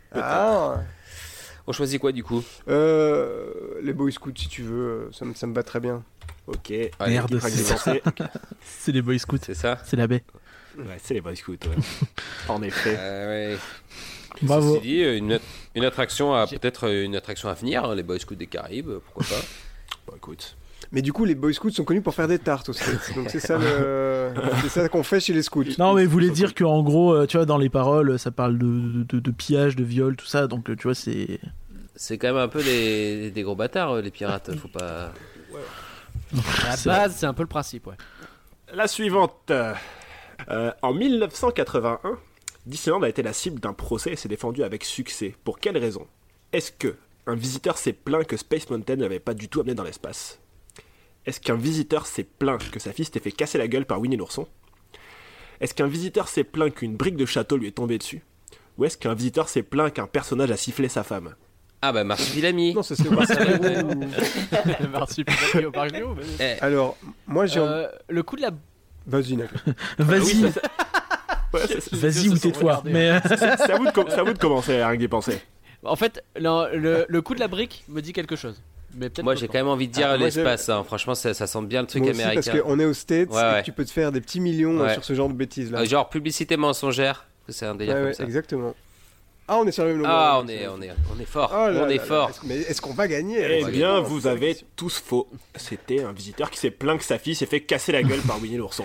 Ah, On choisit quoi du coup? euh, les Boy Scouts, si tu veux, euh, ça me, ça me va très bien. Ok. Allez, Merde, Frank c'est Dempsey. C'est les Boy Scouts, C'est ça? c'est la baie. Ouais, c'est les Boy Scouts, ouais. En effet. Euh, ouais. Bravo. Ceci dit, une, une attraction à peut-être une attraction à venir, hein, les Boy Scouts des Caraïbes, pourquoi pas. Bon, écoute. Mais du coup, les Boy Scouts sont connus pour faire des tartes aussi. Donc, c'est ça, le... c'est ça qu'on fait chez les scouts. Non, mais vous voulez Ils sont dire qu'en gros, euh, tu vois, dans les paroles, ça parle de, de, de pillage, de viol, tout ça, donc euh, tu vois, c'est. C'est quand même un peu des, des gros bâtards, euh, les pirates, faut pas. À la C'est base, c'est un peu le principe, ouais. La suivante. Euh, en mille neuf cent quatre-vingt-un, Disneyland a été la cible d'un procès et s'est défendu avec succès. Pour quelle raison? Est-ce que un visiteur s'est plaint que Space Mountain ne l'avait pas du tout amené dans l'espace? Est-ce qu'un visiteur s'est plaint que sa fille s'était fait casser la gueule par Winnie l'ourson? Est-ce qu'un visiteur s'est plaint qu'une brique de château lui est tombée dessus? Ou est-ce qu'un visiteur s'est plaint qu'un personnage a sifflé sa femme? Ah bah Marsupilami. Non, ça c'est pas ça. Marsupilami au parc Léo, mais- Eh, Alors, moi j'ai. Euh, le coup de la. Vas-y, Nag. Vas-y, Oui, ça- Ouais, c'est- c'est- vas-y c'est- ou c'est- tais-toi. regarder. Mais euh, C'est c'est à vous de com- c'est à vous de commencer, rien que d'y penser. En fait, non, le, le coup de la brique me dit quelque chose. Mais peut-être moi pas j'ai tant. quand même envie de dire Ah, moi, l'espace, hein. Franchement ça, ça sent bien le truc Moi aussi, américain. parce qu'on est aux States Ouais, et ouais. que tu peux te faire des petits millions euh, Ouais. sur ce genre de bêtises là. Euh, genre publicité mensongère, que c'est un délire Ouais, comme ouais, ça. exactement. Ah, on est sur le même longueur. Ah on d'onde, est, c'est- on est, on est fort, Oh là on est là fort. là, est-ce- Mais est-ce qu'on va gagner Eh alors bien, Non, vous c'est pas avez question. tous faux. C'était un visiteur qui s'est plaint que sa fille s'est fait casser la gueule par Winnie l'ourson.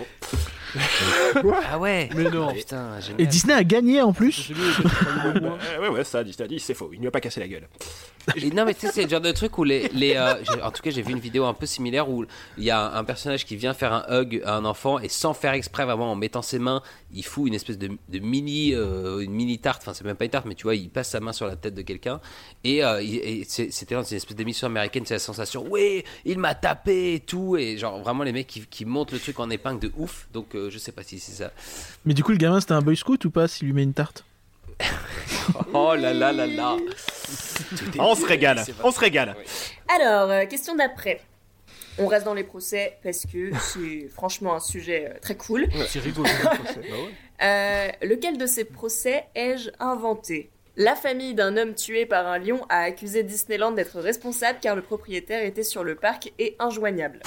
Ah ouais. Mais non. Ah, putain, génial. et Disney a gagné en plus. J'ai lu les petits problèmes de moi. Euh, ouais, ouais, ça, dit, ça dit, c'est faux. Il ne lui a pas cassé la gueule. Et non mais tu sais c'est le genre de truc où les, les euh, j'ai- en tout cas j'ai vu une vidéo un peu similaire où il y a un, un personnage qui vient faire un hug à un enfant et sans faire exprès vraiment en mettant ses mains il fout une espèce de, de mini euh, une mini tarte, enfin c'est même pas une tarte mais tu vois il passe sa main sur la tête de quelqu'un et, euh, il- et c'est- c'était dans une espèce d'émission américaine, c'est la sensation ouais il m'a tapé et tout et genre vraiment les mecs qui, qui montent le truc en épingle de ouf donc euh, je sais pas si c'est ça. Mais du coup, le gamin, c'était un Boy Scout ou pas s'il lui met une tarte? Oh là là là là. On se régale, on se régale. Alors, euh, question d'après. On reste dans les procès parce que c'est franchement un sujet euh, très cool. C'est rigolo. Euh, lequel de ces procès ai-je inventé ? La famille d'un homme tué par un lion a accusé Disneyland d'être responsable car le propriétaire était sur le parc et injoignable.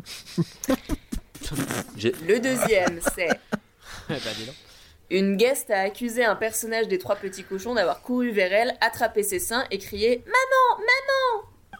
J'ai- Le deuxième, c'est... Bah, dis donc. Une guest a accusé un personnage des Trois Petits Cochons d'avoir couru vers elle, attrapé ses seins et crié « Maman, maman !»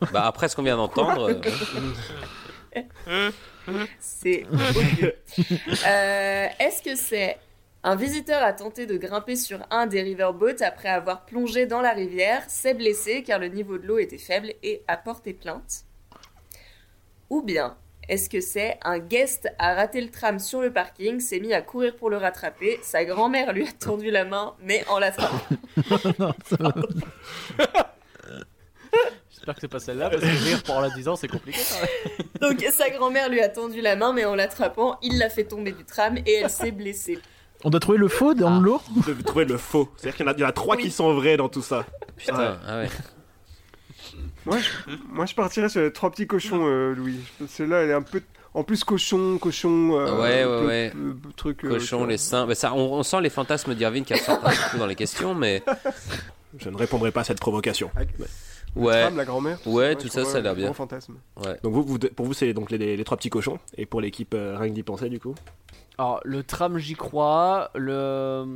Bah après ce qu'on vient d'entendre, euh, C'est odieux. Euh, Est-ce que c'est un visiteur a tenté de grimper sur un des riverboats après avoir plongé dans la rivière, s'est blessé car le niveau de l'eau était faible et a porté plainte? Ou bien est-ce que c'est un guest a raté le tram sur le parking, s'est mis à courir pour le rattraper, sa grand-mère lui a tendu la main mais en l'attrapant? Non, ça va. J'espère que c'est pas celle-là parce que rire pour la dix ans c'est compliqué. Quand même. Donc sa grand-mère lui a tendu la main mais en l'attrapant, il l'a fait tomber du tram et elle s'est blessée. On doit trouver le faux dans Ah. l'eau. Vous devez trouver le faux. C'est-à-dire qu'il y en a, il y en a trois Oui. qui sont vrais dans tout ça. putain, Ouais. ah ouais. Moi, je, moi, je partirais sur les trois petits cochons, euh, Louis. Celle-là, elle est un peu. En plus, cochon, cochon. euh, Ouais, un ouais, peu- ouais. peu- peu- truc. euh, Cochon, tu les seins, bah, ça, on, on sent les fantasmes d'Irvine qui ressortent un petit peu dans les questions, mais Je ne répondrai pas à cette provocation. vois. Avec le ouais, tram, la grand-mère. ouais, je tout ça, trouve ça a l'air un bien. grand fantasme. Ouais. Donc vous, vous- pour vous, c'est donc les, les trois petits cochons. Et pour l'équipe, euh, rien que d'y penser, du coup. Alors le tram j'y crois, le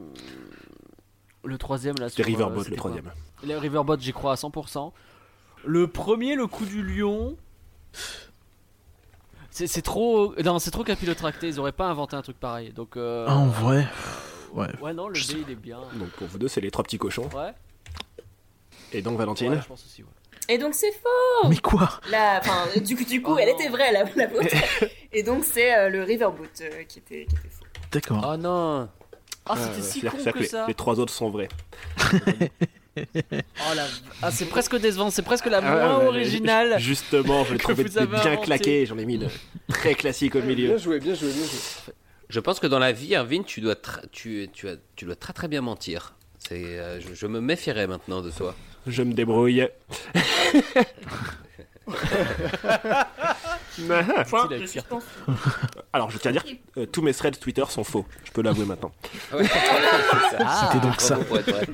le troisième là. C'est sur, euh, Riverboat, c'était le quoi troisième. Les Riverboat j'y crois à cent pour cent. Le premier, le coup du lion. C'est c'est trop, non c'est trop capillotracté. Ils auraient pas inventé un truc pareil. Donc. Euh... Ah, en vrai. Ouais. Ouais non le B il est bien. Donc pour vous deux, c'est les trois petits cochons. Ouais. Et donc Valentine. Ouais, je pense aussi. Ouais. Et donc c'est faux. Mais quoi? La, enfin, du, du coup, Oh elle non. était vraie, la, la vôtre. Et donc, c'est euh, le Riverboat euh, qui, était, qui était faux. D'accord. Oh non. Ah Euh, c'était si c'est-à-dire- con c'est-à-dire que les, ça. les trois autres sont vrais. Oh la... Ah c'est presque décevant. C'est presque la Ah, moins ouais, originale. Justement, je l'ai que trouvé vous avez bien inventé. claqué. J'en ai mis une très classique au milieu. Bien joué, bien joué, bien joué. Je pense que dans la vie, Irvine, tu dois, tra- tu, tu, as, tu dois très très bien mentir. C'est, euh, je, je me méfierais maintenant de toi. Je me débrouille. Point il a de écrit. suspension. Alors, je tiens à dire que euh, tous mes threads Twitter sont faux. Je peux l'avouer maintenant. Ouais. Ah. C'était donc ça. Pour être vrai.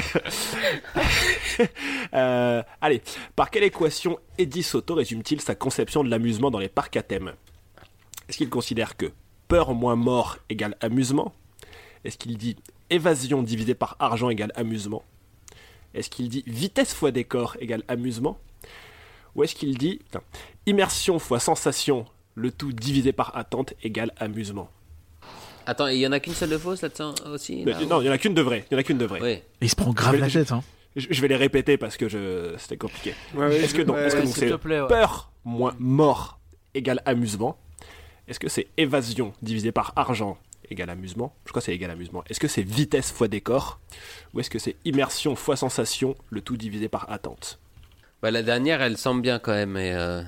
Euh, allez, par quelle équation Eddie Soto résume-t-il sa conception de l'amusement dans les parcs à thème? Est-ce qu'il considère que peur moins mort égale amusement? Est-ce qu'il dit évasion divisé par argent égale amusement? Est-ce qu'il dit vitesse fois décor égale amusement? Ou est-ce qu'il dit putain, immersion fois sensation, le tout divisé par attente égale amusement? Attends, il y en a qu'une seule de fausse là-dedans aussi Mais là, non, il n'y en a qu'une de vraie. Il y en a qu'une de vraie. Oui. Et il se prend grave Je vais- la tête, hein. Je, je vais les répéter parce que je... c'était compliqué. Ouais, ouais, Est-ce que donc, ouais, est-ce que ouais, donc s'il c'est te plaît, ouais. peur moins mort égale amusement? Est-ce que c'est évasion divisé par argent égale amusement? Je crois que c'est égal amusement. Est-ce que c'est vitesse fois décor? Ou est-ce que c'est immersion fois sensation, le tout divisé par attente? Bah, la dernière, elle semble bien quand même. Et, euh,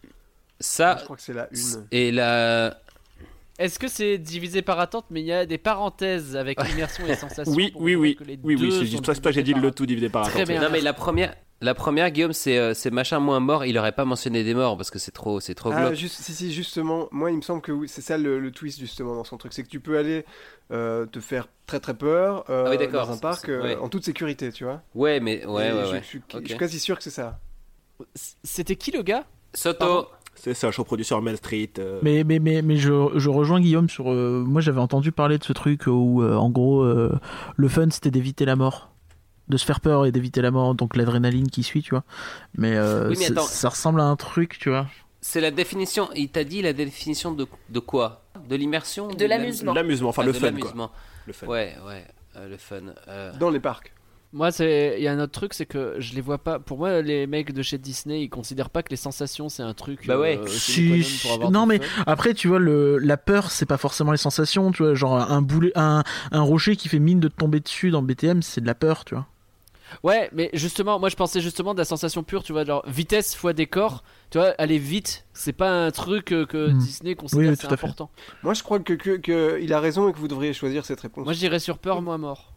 ça, Je crois que c'est la une. et la. Est-ce que c'est divisé par attente, mais il y a des parenthèses avec immersion et sensation? Oui, pour oui, montrer oui. que les Oui, oui, deux c'est sont juste pour ça que j'ai dit divisés le par tout divisé par Très attente. bien. Non, mais la première, la première Guillaume, c'est, euh, c'est machin moins mort. Il aurait pas mentionné des morts parce que c'est trop, c'est trop Ah, glauque. juste, si, si, justement, moi il me semble que oui, c'est ça le, le twist justement dans son truc, c'est que tu peux aller euh, te faire très très peur euh, Ah oui, d'accord, dans un c'est- parc c'est- euh, ouais. en toute sécurité, tu vois. Ouais, mais ouais, Et ouais, je, ouais. je suis, Ok. je suis quasi sûr que c'est ça. C'était qui le gars? Soto. Pardon. C'est ça, show produit sur Main Street. euh, Mais, mais, mais, mais je, je rejoins Guillaume sur. euh, moi, j'avais entendu parler de ce truc où, euh, en gros, euh, le fun c'était d'éviter la mort. De se faire peur et d'éviter la mort, donc l'adrénaline qui suit, tu vois. Mais, euh, Oui, mais c'est- attends. ça ressemble à un truc, tu vois. C'est la définition. Il t'a dit la définition de, de quoi? De l'immersion? De l'amusement. L'amusement, enfin Ah, le de fun quoi. l'amusement. Le fun. Ouais, ouais. euh, le fun. euh, Dans les parcs. Moi, c'est il y a un autre truc, c'est que je les vois pas. Pour moi, les mecs de chez Disney, ils considèrent pas que les sensations c'est un truc. Bah ouais. euh, c'est Si, l'économe pour avoir non, du mais fun. après, tu vois, le, la peur, c'est pas forcément les sensations, tu vois. Genre, un, boulet, un, un rocher qui fait mine de te tomber dessus dans B T M, c'est de la peur, tu vois. Ouais, mais justement, moi je pensais justement de la sensation pure, tu vois, genre vitesse fois décor, tu vois, aller vite, c'est pas un truc euh, que Hmm. Disney considère Oui, oui, c'est tout à fait. important. Moi je crois que, que, que il a raison et que vous devriez choisir cette réponse. Moi je dirais sur peur, moi mort.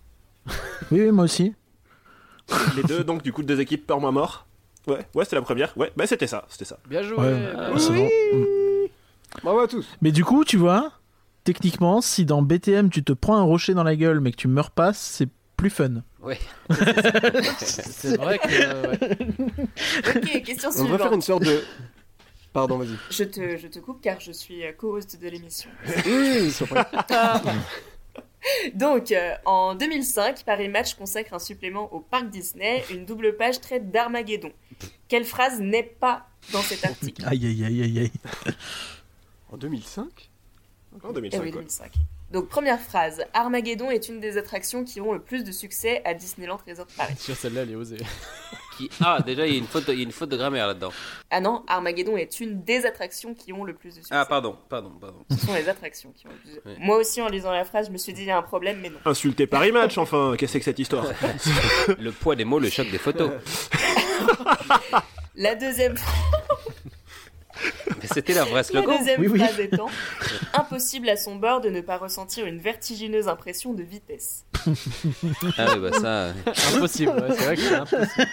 Oui, oui, moi aussi. Les deux, donc du coup, deux équipes par moins mort. Ouais, ouais, c'était la première. Ouais, bah c'était ça, c'était ça. Bien joué. Ouais, bien c'est joué. bon. Bravo à tous. Mais du coup, tu vois, techniquement, si dans B T M tu te prends un rocher dans la gueule mais que tu meurs pas, c'est plus fun. Ouais. C'est vrai que. euh, ouais. Ok, question On suivante. va faire une sorte de... Pardon, vas-y. Je te, je te coupe car je suis euh, co-host de l'émission. Oui, c'est vrai. Donc, euh, en deux mille cinq, Paris Match consacre un supplément au parc Disney. Une double page traite d'Armageddon. Quelle phrase n'est pas dans cet article? Aïe, aïe, aïe, aïe, aïe. En deux mille cinq En deux mille Eh cinq, oui, ouais. deux mille cinq. Donc, première phrase. Armageddon est une des attractions qui ont le plus de succès à Disneyland Resort Paris. Sur celle-là, elle est osée. Qui... Ah, déjà, il y a une faute, il y a une faute de grammaire là-dedans. Ah non, Armageddon est une des attractions qui ont le plus de succès. Ah, pardon, pardon, pardon. Ce sont les attractions qui ont le plus de... Ouais. Moi aussi, en lisant la phrase, je me suis dit, il y a un problème, mais non. Insulter Paris Match, enfin, qu'est-ce que c'est que cette histoire? Le poids des mots, le choc des photos. La deuxième, Mais c'était leur vrai la slogan. deuxième Oui, oui. phrase étant impossible à son bord de ne pas ressentir une vertigineuse impression de vitesse. Ah oui, bah ça... Impossible, ouais, c'est vrai que c'est impossible.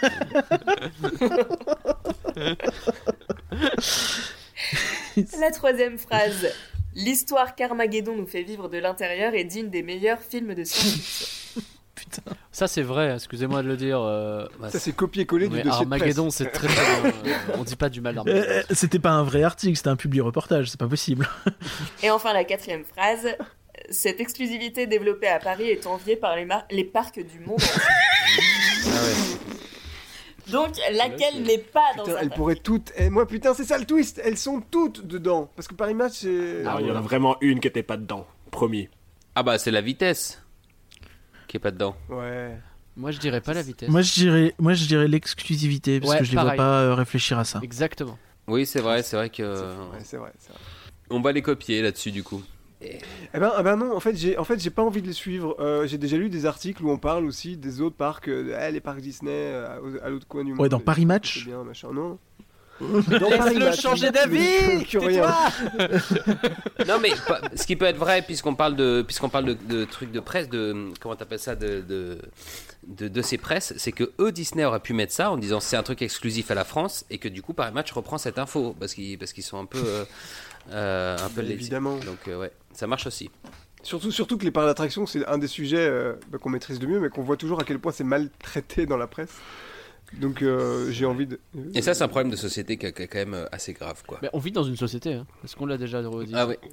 La troisième phrase. L'histoire qu'Armageddon nous fait vivre de l'intérieur est digne des meilleurs films de science-fiction. Putain. Ça, c'est vrai, excusez-moi de le dire. euh, bah, Ça, c'est copier-coller du mais dossier de presse. Armageddon, c'est très très bien. euh, On dit pas du mal d'Armageddon. Euh, euh, c'était pas un vrai article, c'était un public reportage, c'est pas possible. Et enfin, la quatrième phrase. Cette exclusivité développée à Paris est enviée par les, mar- les parcs du monde entier. Ah ouais. Donc, laquelle n'est pas dans Putain, un elles parc? pourraient toutes... Eh, moi, putain, c'est ça le twist. Elles sont toutes dedans. Parce que Paris Match, c'est... Alors, il y en a vraiment une qui était pas dedans, promis. Ah bah c'est la vitesse qui est pas dedans. Ouais. Moi, je dirais pas la vitesse. Moi, je dirais, moi, je dirais l'exclusivité, parce Ouais, que je les pareil. vois pas euh, réfléchir à ça. Exactement. Oui, c'est vrai, c'est vrai que... Ouais, c'est vrai, c'est vrai. On va les copier là-dessus du coup. Eh ben, ah ben non, en fait, j'ai en fait, j'ai pas envie de les suivre. Euh, j'ai déjà lu des articles où on parle aussi des autres parcs, euh, eh, les parcs Disney euh, à, à l'autre coin du monde. Ouais, dans Paris Match. C'est bien, machin. Non. Laisse-le changer d'avis. Que rien. Non mais pas- ce qui peut être vrai puisqu'on parle de puisqu'on parle de, de trucs de presse, de comment t'appelles ça, de de, de de ces presses, c'est que eux Disney aurait pu mettre ça en disant c'est un truc exclusif à la France et que du coup Paris Match reprend cette info parce qu'ils parce qu'ils sont un peu euh, euh, un peu Bien lazy. évidemment. Donc euh, ouais, ça marche aussi. Surtout, surtout que les parcs d'attraction, c'est un des sujets euh, bah, qu'on maîtrise le mieux, mais qu'on voit toujours à quel point c'est mal traité dans la presse. Donc euh, j'ai envie de. Et ça c'est un problème de société qui est qui est quand même euh, assez grave quoi. Mais on vit dans une société, hein. Est-ce qu'on l'a déjà redit? Ah ouais.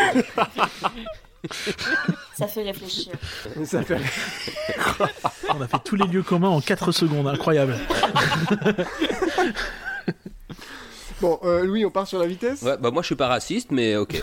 Ça fait réfléchir. Ça fait... On a fait tous les lieux communs en quatre secondes, incroyable. Bon, euh, Louis, on part sur la vitesse. Ouais, bah moi je suis pas raciste mais ok.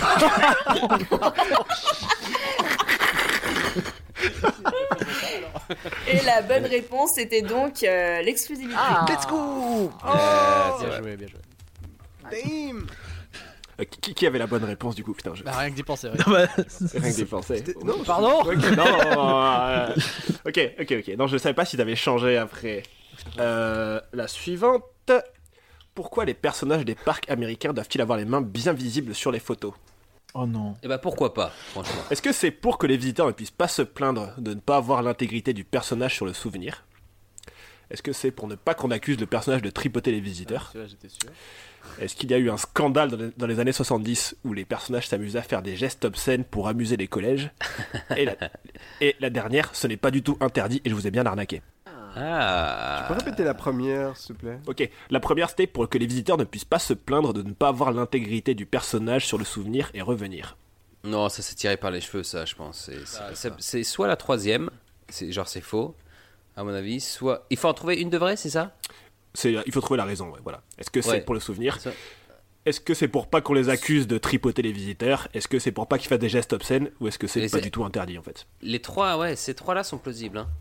Et la bonne réponse était donc euh, l'exclusivité. Let's go. Euh, Bien joué, bien joué. Damn. Euh, qui, qui avait la bonne réponse du coup? Putain, je... Bah, rien que d'y penser. ouais. Ah bah, rien que d'y penser. C'était- Non, Pardon? Ok, non, euh, ok, ok, ok. Non, je savais pas s'ils avaient changé après. Euh, la suivante. Pourquoi les personnages des parcs américains doivent-ils avoir les mains bien visibles sur les photos? oh non. Et bah pourquoi pas franchement. Est-ce que c'est pour que les visiteurs ne puissent pas se plaindre de ne pas avoir l'intégrité du personnage sur le souvenir? Est-ce que c'est pour ne pas qu'on accuse le personnage de tripoter les visiteurs? Celui-là, j'étais sûr. Est-ce qu'il y a eu un scandale dans les, dans les années soixante-dix où les personnages s'amusaient à faire des gestes obscènes pour amuser les collèges? et, la, et la dernière, ce n'est pas du tout interdit et je vous ai bien arnaqué. Ah. Tu peux répéter la première, s'il te plaît? Ok, la première c'était pour que les visiteurs ne puissent pas se plaindre de ne pas avoir l'intégrité du personnage sur le souvenir et revenir. Non, ça c'est tiré par les cheveux, ça, je pense. C'est, c'est, c'est- c'est soit la troisième, c'est, genre c'est faux, à mon avis, soit... Il faut en trouver une de vraie, c'est ça? C'est, il faut trouver la raison, ouais, voilà. Est-ce que c'est Ouais. pour le souvenir? Ça- Est-ce que c'est pour pas qu'on les accuse de tripoter les visiteurs? Est-ce que c'est pour pas qu'ils fassent des gestes obscènes? Ou est-ce que c'est Et pas c'est- du tout interdit en fait? Les trois, ouais, ces trois-là sont plausibles. Hein.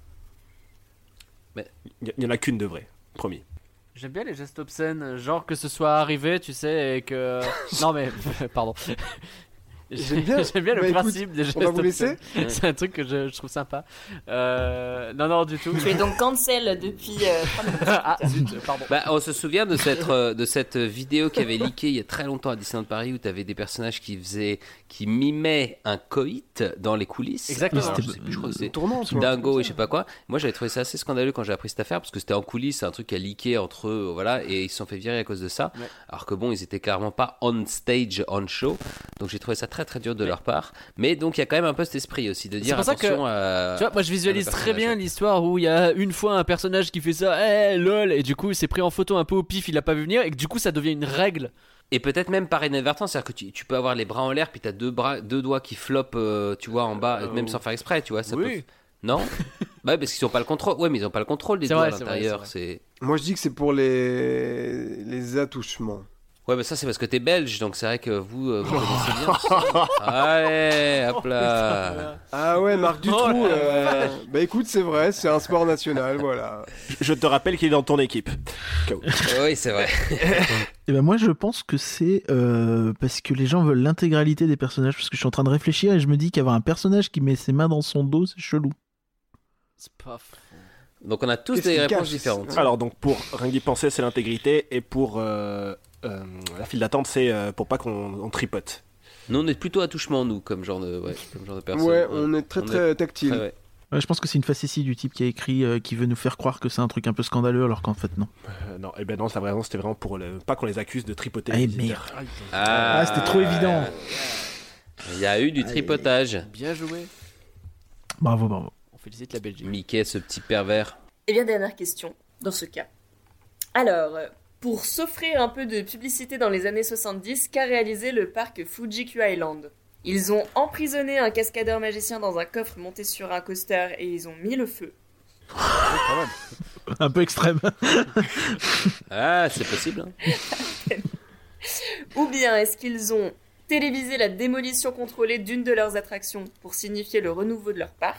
Il y en a qu'une de vraie, promis. J'aime bien les gestes obscènes, genre que ce soit arrivé, tu sais, et que. Non mais, pardon. J'aime bien. J'aime bien le Bah, écoute, principe des gestes on va vous obscènes. laisser. C'est un truc que je, je trouve sympa. Euh, non, non, du tout. Tu es donc cancel depuis euh, trois minutes. Ah, zut, pardon. Bah, on se souvient de cette, euh, de cette vidéo qui avait leaké il y a très longtemps à Disneyland Paris où tu avais des personnages qui faisaient, qui mimaient un coït dans les coulisses. Exactement. Alors, je sais plus, je crois que c'était Tournant, quoi. Dingo et je sais pas quoi. Moi, j'avais trouvé ça assez scandaleux quand j'ai appris cette affaire parce que c'était en coulisses, c'est un truc qui a leaké entre eux, voilà, et ils se sont fait virer à cause de ça. Ouais. Alors que bon, ils étaient clairement pas on stage, on show. Donc j'ai trouvé ça très très dur de leur part. Mais donc il y a quand même un peu cet esprit aussi de dire pour ça que, attention à. Tu vois, moi je visualise à nos très bien personnages. l'histoire où il y a une fois un personnage qui fait ça, eh lol, et du coup il s'est pris en photo un peu au pif, il l'a pas vu venir, et que du coup ça devient une règle. Et peut-être même par inadvertance, c'est-à-dire que tu, tu peux avoir les bras en l'air, puis t'as deux bras, deux doigts qui floppent, euh, tu vois, en bas, Euh, même sans faire exprès, tu vois. Ça oui. peut... Non. Bah parce qu'ils ont pas le contrôle. Ouais, mais ils ont pas le contrôle des C'est doigts vrai, à c'est vrai, l'intérieur. c'est C'est. Moi, je dis que c'est pour les les attouchements. Ouais, bah ça c'est parce que t'es belge, donc c'est vrai que vous, euh, vous connaissez bien. Allez, hop là. Ah ouais, Marc Dutroux. euh, Bah écoute, c'est vrai, c'est un sport national, voilà. Je te rappelle qu'il est dans ton équipe. Oui, c'est vrai. Et ben moi je pense que c'est euh, parce que les gens veulent l'intégralité des personnages, parce que je suis en train de réfléchir et je me dis qu'avoir un personnage qui met ses mains dans son dos, c'est chelou. C'est pas fou. Donc on a tous Qu'est-ce des qu'il réponses cache, différentes. c'est- Alors donc pour rien qu'y penser, c'est l'intégrité, et pour euh, euh, la file d'attente, c'est euh, pour pas qu'on on tripote. Nous on est plutôt attouchement nous, comme genre de, ouais, comme genre de personne. Ouais, on est très On très tactile. Ouais, ouais. Ouais, je pense que c'est une facétie du type qui a écrit, euh, qui veut nous faire croire que c'est un truc un peu scandaleux, alors qu'en fait non. Euh, non, et ben non, ça vraiment, c'était vraiment pour le, pas qu'on les accuse de tripoter. Ah, les et visiteurs. Ah, Ah, c'était trop évident. Il y a eu du tripotage. Bien joué. Bravo, bravo. On félicite la Belgique. Mickey, ce petit pervers. Et bien, dernière question, dans ce cas. Alors, euh, pour s'offrir un peu de publicité dans les années soixante-dix, qu'a réalisé le parc Fuji-Q Island ? Ils ont emprisonné un cascadeur magicien dans un coffre monté sur un coaster et ils ont mis le feu. Un peu extrême. Ah, c'est possible. Hein. Ou bien est-ce qu'ils ont télévisé la démolition contrôlée d'une de leurs attractions pour signifier le renouveau de leur parc ?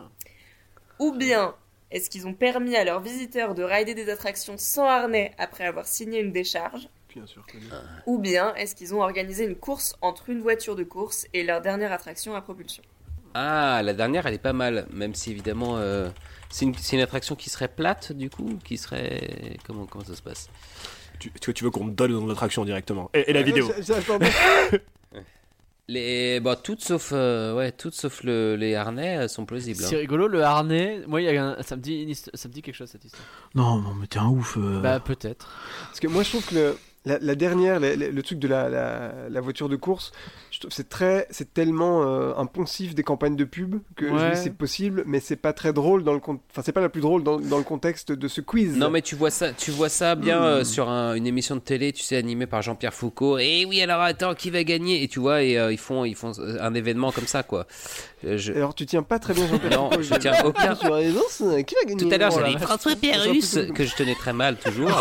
Ou bien est-ce qu'ils ont permis à leurs visiteurs de rider des attractions sans harnais après avoir signé une décharge ? Bien sûr. Ou bien est-ce qu'ils ont organisé une course entre une voiture de course et leur dernière attraction à propulsion ? Ah, la dernière, elle est pas mal, même si évidemment, euh, c'est une, c'est une attraction qui serait plate du coup, qui serait comment comment ça se passe? Tu, tu, tu veux qu'on me donne le nom de l'attraction directement et, et la vidéo. Ça- ça- pardon. Les, bon, toutes sauf, euh, ouais, toutes sauf le, les harnais euh, sont plausibles. C'est Hein. rigolo, le harnais. Moi, il y a un... ça, me dit une histo- ça me dit quelque chose cette histoire. Non, non, mais t'es un ouf. euh. Bah, peut-être. Parce que moi, je trouve que le, la, la dernière, la- la- le truc de la, la, la voiture de course, je trouve que c'est très, c'est tellement euh, un poncif des campagnes de pub que je Ouais. me dis c'est possible, mais c'est pas très drôle dans le con- enfin c'est pas la plus drôle dans, dans le contexte de ce quiz. Non mais tu vois ça, tu vois ça bien euh, Mm. sur un- une émission de télé, tu sais, animée par Jean-Pierre Foucault. Et oui, alors attends, qui va gagner? Et tu vois, et euh, ils font, ils font un événement comme ça, quoi. Euh, je- Alors tu tiens pas très bien Jean-Pierre. Non, Foucault, je tiens aucun. Sur la raison, qui va gagner Tout à l'heure, Voilà. j'avais François Pérus que je tenais très mal toujours.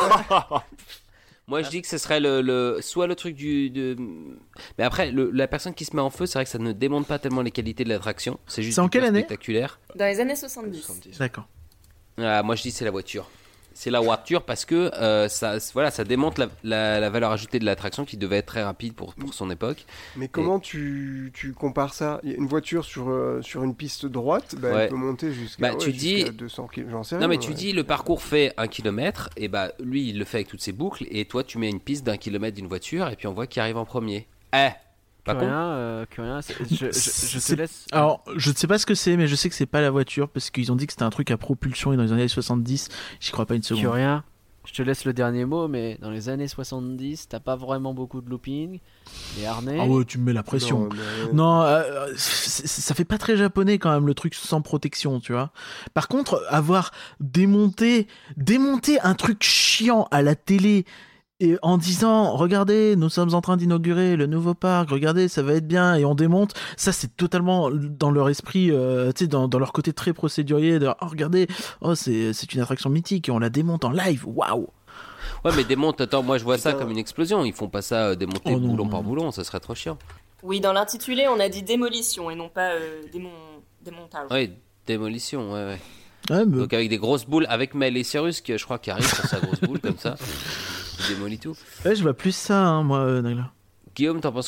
Moi, je dis que ce serait le, le soit le truc du. De... Mais après, le- la personne qui se met en feu, c'est vrai que ça ne démontre pas tellement les qualités de l'attraction. C'est juste C'est en du quelle pur année spectaculaire. Dans les années soixante-dix. D'accord. Ah, moi, je dis c'est la voiture. C'est la voiture parce que euh, ça, voilà, ça démontre la, la- la valeur ajoutée de l'attraction qui devait être très rapide pour, pour son époque. Mais comment tu, tu compares ça? Il y a une voiture sur, euh, sur une piste droite, bah, Ouais. elle peut monter jusqu'à Bah, ouais, tu dis- jusqu'à deux cents kilomètres, j'en sais rien. Non, mais tu ouais. dis le parcours fait un kilomètre, et bah lui il le fait avec toutes ses boucles, et toi tu mets une piste d'un kilomètre d'une voiture, et puis on voit qui arrive en premier. Eh, pas con. Curien, euh, Curien, c'est- je, je, je C'est- te laisse. Alors, je ne sais pas ce que c'est, mais je sais que c'est pas la voiture, parce qu'ils ont dit que c'était un truc à propulsion, et dans les années soixante-dix, j'y crois pas une seconde. Curien, je te laisse le dernier mot, mais dans les années soixante-dix, t'as pas vraiment beaucoup de looping. Les harnais. Ah ouais, tu me mets la pression. Non, mais- Non, euh, c- c- ça fait pas très japonais quand même le truc sans protection, tu vois. Par contre, avoir démonté, démonté un truc chiant à la télé et en disant regardez, nous sommes en train d'inaugurer le nouveau parc, regardez, ça va être bien et on démonte, ça c'est totalement dans leur esprit, euh, tu sais, dans, dans leur côté très procédurier. De, oh regardez, oh c'est c'est une attraction mythique et on la démonte en live, waouh. Ouais, mais démonte, attends, moi je vois ça Putain. comme une explosion. Ils font pas ça euh, démonter Oh non, boulon non, par non. boulon, ça serait trop chiant. Oui, dans l'intitulé, on a dit démolition et non pas euh, démon... démontage. Ouais, démolition, ouais, ouais. Ouais, mais- Donc avec des grosses boules, avec Miley Cyrus, qui je crois qui arrive sur sa grosse boule comme ça, il démolit tout. ouais, je vois plus ça, hein, moi, euh, Nagla. Guillaume, t'en penses quoi?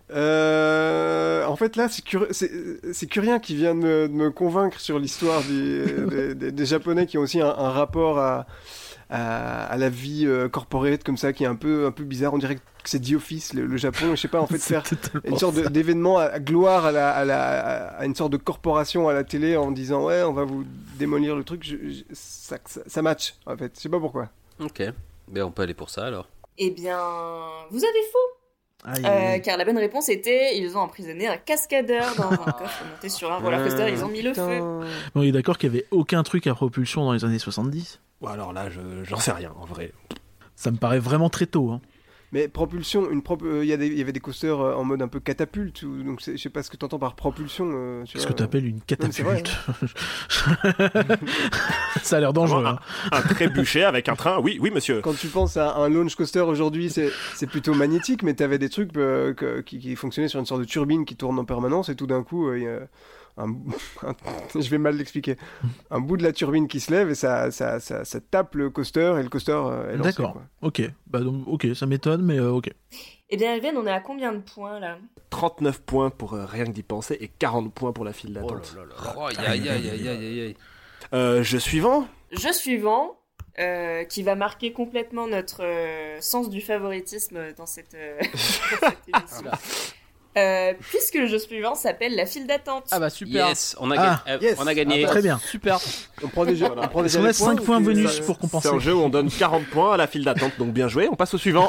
Euh, en fait, là, c'est, Cur... c'est... c'est Curien qui vient de me, de me convaincre sur l'histoire du... des, des, des Japonais qui ont aussi un, un rapport à, à, à la vie euh, corporate comme ça, qui est un peu, un peu bizarre. On dirait que c'est The Office, le, le Japon. Je sais pas, en fait, faire une sorte de, d'événement à, à gloire à, la, à, la, à une sorte de corporation à la télé en disant ouais, on va vous démolir le truc. Je, je, ça, ça, ça match, en fait. Je sais pas pourquoi. Ok, mais on peut aller pour ça alors. Eh bien, vous avez faux. Aïe, Euh, aïe. car la bonne réponse était ils ont emprisonné un cascadeur dans un coffre monté sur un roller coaster, ils ont mis le feu. On est d'accord qu'il y avait aucun truc à propulsion dans les années soixante-dix. Bon, alors là, je, j'en sais rien, en vrai. Ça me paraît vraiment très tôt. Hein. Mais propulsion, une prop... euh, y a des- il y avait des coasters euh, en mode un peu catapulte, ou... donc c'est- je sais pas ce que t'entends par propulsion. euh, tu Qu'est-ce vois. que tu appelles une mais c'est vrai, catapulte? Ça a l'air dangereux. Un, hein. un trébuchet avec un train, oui, oui, monsieur. Quand tu penses à un launch coaster aujourd'hui, c'est, c'est plutôt magnétique, mais t'avais des trucs euh, que- qui, qui fonctionnaient sur une sorte de turbine qui tourne en permanence, et tout d'un coup, il y a un... un- je vais mal l'expliquer, un bout de la turbine qui se lève, et ça, ça, ça, ça tape le coaster, et le coaster euh, est lancé. D'accord. Quoi. Ok. Bah donc, ok, ça m'étonne, mais euh, ok. Eh bien, Elven, on est à combien de points là? trente-neuf points pour euh, rien que d'y penser et quarante points pour la file Oh d'attente. là là là. Oh, aïe aïe aïe aïe aïe aïe aïe. Euh, jeu suivant. Jeu suivant, euh, qui va marquer complètement notre euh, sens du favoritisme dans cette, euh, dans cette émission. Euh, puisque le jeu suivant s'appelle la file d'attente. Ah bah super. Yes, on a, Ah, ga- euh, yes. on a gagné. Ah bah, Très bien. Super. On prend déjà, on prend déjà On les laisse cinq ou points c'est- bonus ça- pour compenser. C'est un jeu où on donne quarante points à la file d'attente, donc bien joué. On passe au suivant.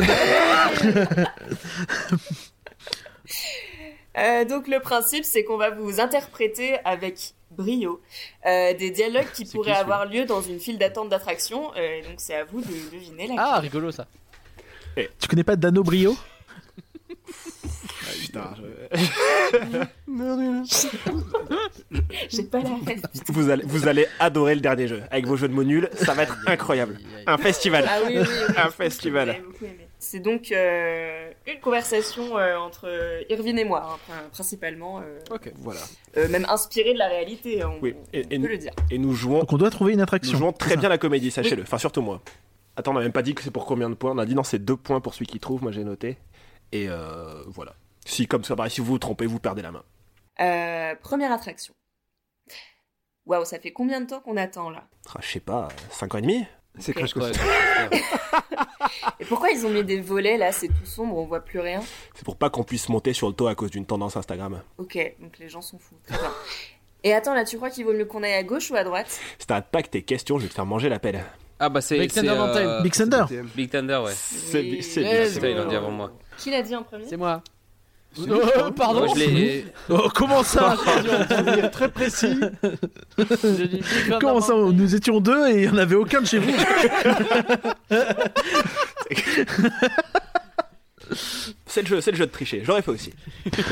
Euh, donc le principe, c'est qu'on va vous interpréter avec brio euh, des dialogues qui C'est pourraient qui, avoir lieu dans une file d'attente d'attraction. Euh, donc c'est à vous de deviner laquelle. Ah, rigolo ça. Tu connais pas Dano Brio? Putain, je- J'ai pas la ref. vous, allez, vous allez adorer le dernier jeu. Avec vos jeux de mots nuls, ça va être incroyable. Un festival. Ah oui, oui, oui. Un je pense festival. que vous avez beaucoup aimé. C'est donc euh, une conversation euh, entre Irvine et moi, hein, prin- principalement, euh, Ok, voilà. euh, même inspirée de la réalité, on, Oui, et- on et peut nous- le dire. Et nous jouons, Donc on doit trouver une nous attraction. jouons C'est très ça. bien la comédie, sachez-le. Enfin, surtout moi. Attends, on n'a même pas dit que c'est pour combien de points. On a dit non, c'est deux points pour celui qui trouve. Moi, j'ai noté. Et euh, voilà. Si, comme ça, pareil, si vous vous trompez, vous perdez la main. Euh, première attraction. Waouh, ça fait combien de temps qu'on attend là? Ah, je sais pas, cinq ans et demi. C'est Crash Ouais, Coaster. Et pourquoi ils ont mis des volets là? C'est tout sombre, on voit plus rien. C'est pour pas qu'on puisse monter sur le toit à cause d'une tendance Instagram. Ok, donc les gens sont fous. Très bien. Et attends, là, tu crois qu'il vaut mieux qu'on aille à gauche ou à droite? Si t'arrêtes pas que tes questions, je vais te faire manger la pelle. Ah bah c'est Big c'est, Thunder Mountain. euh, Big Thunder. Big Thunder, ouais. C'est Oui. c'est Eh, bien. c'est C'est ça, ils bon. l'ont dit avant moi. Qui l'a dit en premier? C'est moi. C'est Oh, juste un- pardon. Moi, je l'ai. Oh, comment ça? Souvenir très précis. J'ai dit Big Thunder Comment ça? Mountain. Nous étions deux et il n'y en avait aucun de chez vous. C'est le jeu, c'est le jeu de tricher. J'aurais fait aussi.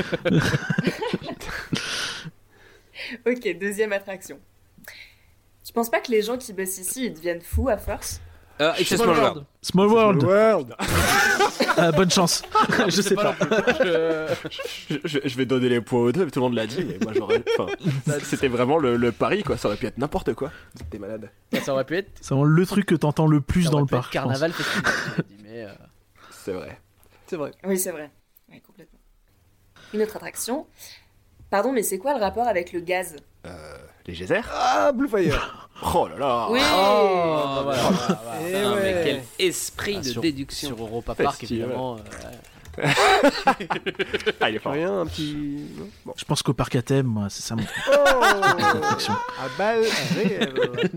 Ok, deuxième attraction. Tu penses pas que les gens qui bossent ici, ils deviennent fous à force? Euh, It's a Small World. Small World. World. Ah, bonne chance. Je sais pas. Je- Je, je- je vais donner les points aux deux, tout le monde l'a dit, mais moi j'aurais. Enfin, c'était vraiment le, le pari, quoi. Ça aurait pu être n'importe quoi. T'es malade. Ça aurait pu être. C'est vraiment le truc que t'entends le plus ça dans aurait le pu être parc. je pense. Carnaval festival. je dis, mais, euh, C'est vrai. C'est vrai. Oui, c'est vrai. Oui, complètement. Une autre attraction. Pardon, mais c'est quoi le rapport avec le gaz? Euh, les geysers. Ah, Blue Fire. Oh là là. Oui. Oh, voilà, voilà, voilà. Eh Putain, mais ouais. quel esprit Ah, de sur- déduction. Sur Europa Park, Festival. évidemment. euh, ouais. Ah, il est fort. Rien, un petit. Non bon. Je pense qu'au parc à thème, moi, c'est ça mon truc. Oh Attraction. À balle réelle.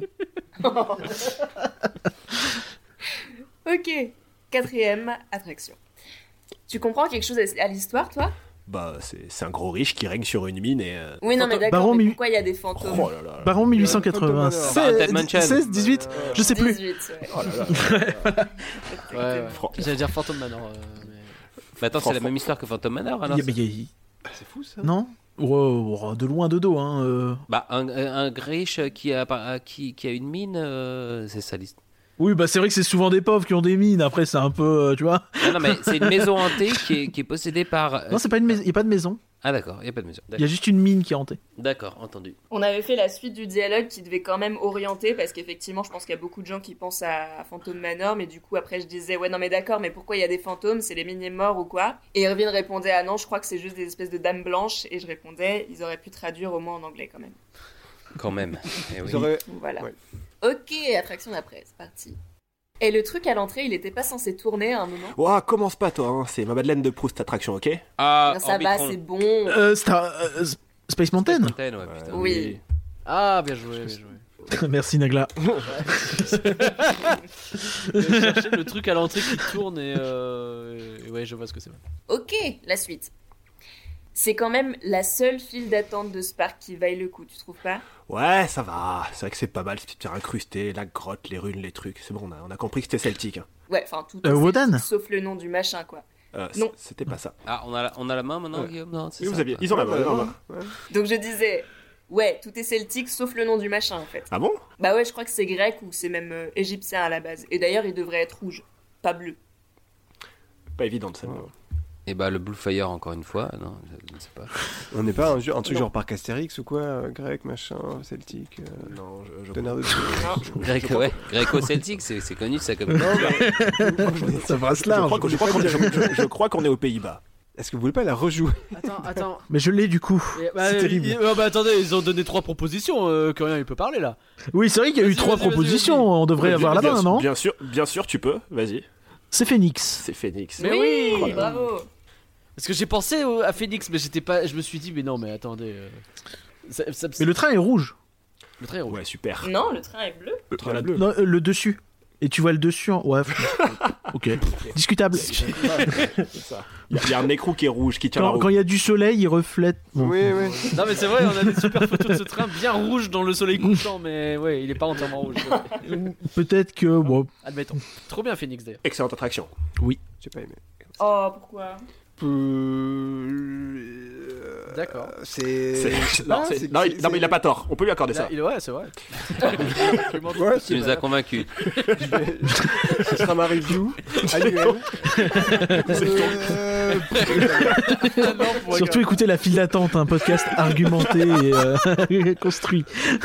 Ok, quatrième attraction. Tu comprends quelque chose à l'histoire, toi? Bah, c'est c'est un gros riche qui règne sur une mine et. euh, Oui, non, mais d'accord, Baron mais Mi- pourquoi il y a des fantômes? Oh là là. là. Baron mille huit cent quatre-vingt-seize, Haunted Mansion. seize, dix-huit, je sais plus. dix-huit, ouais. Oh là là. Ouais, ouais. Fran- J'allais dire Phantom Manor. euh, mais- Mais attends, c'est la même histoire que Phantom Manor, alors Il y a- mais il y a- C'est fou ça. Non Oh, oh, de loin, de dos. Hein. euh. Bah, un, un riche qui a, qui, qui a une mine, euh, c'est ça l'histoire. Oui, bah c'est vrai que c'est souvent des pauvres qui ont des mines. Après, c'est un peu, euh, tu vois. Non, non, mais c'est une maison hantée qui est, qui est possédée par. euh, Non, c'est pas une maison. Il y a pas de maison. Ah d'accord, il y a pas de maison. Il y a D'accord, juste une mine qui est hantée. D'accord, entendu. On avait fait la suite du dialogue qui devait quand même orienter, parce qu'effectivement, je pense qu'il y a beaucoup de gens qui pensent à Phantom Manor, mais du coup, après, je disais, ouais, non, mais d'accord, mais pourquoi il y a des fantômes? C'est les miniers morts ou quoi? Et Irvine répondait, ah non, je crois que c'est juste des espèces de dames blanches, et je répondais, ils auraient pu traduire au moins en anglais quand même. Quand même. Eh oui. Ils auraient- Voilà. Ouais. Ok, attraction d'après, c'est parti. Et le truc à l'entrée, il était pas censé tourner à un moment? Ouah, commence pas toi, hein. C'est ma Madeleine de Proust attraction, ok? Ah, Ça va, Orbitron. c'est bon. Euh, Star... euh, Space Mountain. Mountain, ouais, putain. Oui. Ah, bien joué, bien joué. Merci Nagla. J'ai cherché le truc à l'entrée qui tourne et, euh... et ouais, je vois ce que c'est. Ok, la suite. C'est quand même la seule file d'attente de ce parc qui vaille le coup, tu trouves pas? Ouais, ça va. C'est vrai que c'est pas mal, cette petite incrustée, la grotte, les runes, les trucs. C'est bon, on a, on a compris que c'était celtique. Hein. Ouais, enfin tout Euh, est Wodan celtique, sauf le nom du machin, quoi. Euh, c- Non. C'était pas ça. Ah, on a, la, on a la main maintenant, Ouais. Guillaume? Non, c'est Oui, ça. vous aviez. Ils ont la main. ils ont la main. Donc je disais, ouais, tout est celtique sauf le nom du machin, en fait. Ah bon? Bah ouais, je crois que c'est grec ou c'est même euh, égyptien à la base. Et d'ailleurs, il devrait être rouge, pas bleu. Pas évident de ça. Et bah, le Blue Fire, encore une fois. Non, je, je ne sais pas. On n'est pas un, jeu- un truc Non. genre parc Astérix ou quoi, euh, grec, machin, celtique, euh, Non, je. je... tonnerre de Gréco, ouais. Gréco-celtique, c'est, c'est connu ça comme. Ça brasse Je large. crois, que- je crois qu'on est, je- je- je crois qu'on est aux Pays-Bas. Est-ce que vous voulez pas la rejouer? Attends, attends. Mais je l'ai du coup. Et- bah, C'est euh, terrible. il- euh, bah, attendez, ils ont donné trois propositions, euh, que rien il peut parler là. Oui, c'est vrai qu'il y a eu Vas-y, trois vas-y, vas-y, propositions. vas-y. On devrait avoir la Bien main, sûr- non? Bien sûr, bien sûr, tu peux. Vas-y. C'est Phoenix. C'est Phoenix. Mais oui, oui, bravo. Parce que j'ai pensé au- à Phoenix, mais j'étais pas. Je me suis dit, mais non, mais attendez. euh, ça- ça- Mais le train est rouge. le train est rouge. Ouais, super. Non, le train est bleu. Le train est bleu. Non, euh, le dessus. Et tu vois le dessus en... Ouais. Ok. Discutable. C'est ça. Il y, a- il y a un écrou qui est rouge, qui tient la Quand roue. quand il y a du soleil, il reflète. Bon. Oui, oui. Non, mais c'est vrai, on a des super photos de ce train bien rouge dans le soleil couchant, mais ouais, il est pas entièrement rouge. Peut-être que... Bon. Admettons. Trop bien, Phoenix d'ailleurs. Excellente attraction. J'ai pas aimé. Oh, pourquoi? Euh, D'accord. C'est. C'est- je sais Non, pas, c'est- c'est- non, il, c'est- non, mais il a pas tort. On peut lui accorder ça. Là, il- ouais, c'est vrai. Ouais, Tu nous as convaincus. je vais- Ce sera ma review annuelle. Euh, Surtout écouter La File d'attente, un podcast argumenté et euh, construit.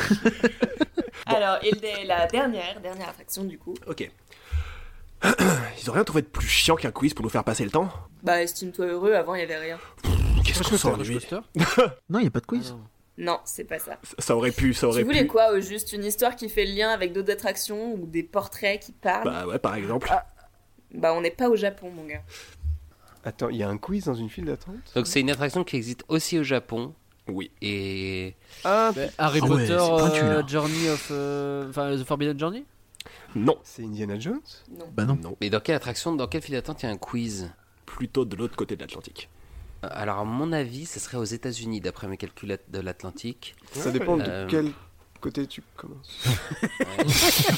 Alors, et le- la dernière, dernière attraction du coup. Ok. Ils ont rien trouvé de plus chiant qu'un quiz pour nous faire passer le temps. Bah, estime-toi heureux, avant il y avait rien. Qu'est-ce qu'on s'ennuie. Rochecoaster Non, il n'y a pas de quiz. Ah, non. Non, c'est pas ça. Ça aurait pu, ça Tu aurait voulais pu. quoi? Au juste une histoire qui fait le lien avec d'autres attractions ou des portraits qui parlent? Bah ouais, par exemple. Bah, on n'est pas au Japon, mon gars. Attends, il y a un quiz dans une file d'attente? Donc, c'est une attraction qui existe aussi au Japon. Oui. Et. Ah, Bah, Harry Ah ouais, Potter, c'est pointu, euh, là. Journey of. euh, Enfin, The Forbidden Journey. Non. c'est Indiana Jones? Non. Bah non. Mais dans quelle attraction, dans quelle file d'attente il y a un quiz? Plutôt de l'autre côté de l'Atlantique. Alors, à mon avis, ce serait aux États-Unis, d'après mes calculs de l'Atlantique. Ça dépend de Euh, quel côté tu commences. Ouais.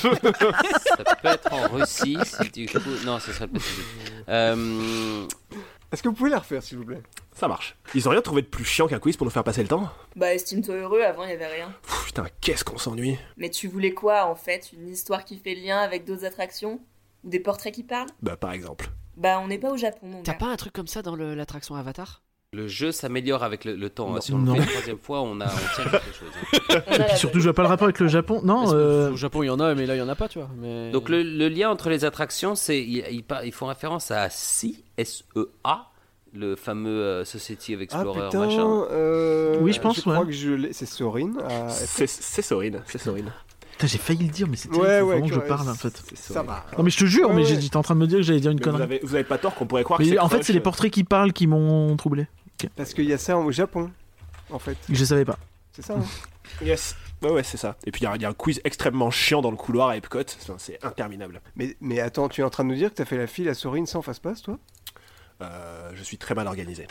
Ça peut être en Russie, si du coup. Non, ce serait le Pacifique. Euh, Est-ce que vous pouvez la refaire, s'il vous plaît? Ça marche. Ils ont rien trouvé de plus chiant qu'un quiz pour nous faire passer le temps. Bah, estime-toi heureux, avant il y avait rien. Pff, putain, qu'est-ce qu'on s'ennuie. Mais tu voulais quoi en fait? Une histoire qui fait le lien avec d'autres attractions? Ou des portraits qui parlent? Bah par exemple. Bah, on n'est pas au Japon, mon T'as gars. pas un truc comme ça dans le- l'attraction Avatar? le jeu s'améliore avec le, le temps. Non. Si on Non. le fait une troisième fois, on, a, on tient quelque chose. hein. On a la- Surtout, je vois pas le rapport avec le Japon. Non, Parce que euh, Au Japon, il y en a, mais là, il y en a pas, tu vois. Mais... Donc le, le lien entre les attractions, c'est ils, ils, par- ils font référence à S E A, S E A, le fameux euh, Society of Ah Explorer putain, machin. euh, Oui, je pense, Je crois ouais. que je l'ai. C'est Sorin. à- C'est c'est Sorine, c'est Sorine. putain, j'ai failli le dire, mais c'était Ouais, ouais, vraiment que je ouais, parle en fait. C'est Ça Sorine. va. Non, mais je te jure, Ouais, mais ouais. j'ai- j'étais en train de me dire que j'allais dire une Mais vous connerie. avez, vous avez pas tort qu'on pourrait croire que Mais c'est en fait, Crush, c'est les euh, portraits qui parlent qui m'ont troublé. Parce qu'il y a ça au Japon, en fait. Je savais pas. C'est ça, hein? Yes. Ouais, ouais, c'est ça. Et puis il y, a- il y a un quiz extrêmement chiant dans le couloir à Epcot. Enfin, c'est interminable. mais, mais attends, tu es en train de nous dire que t'as fait la file à Sorin sans fast-pass, toi? Euh, je suis très mal organisé.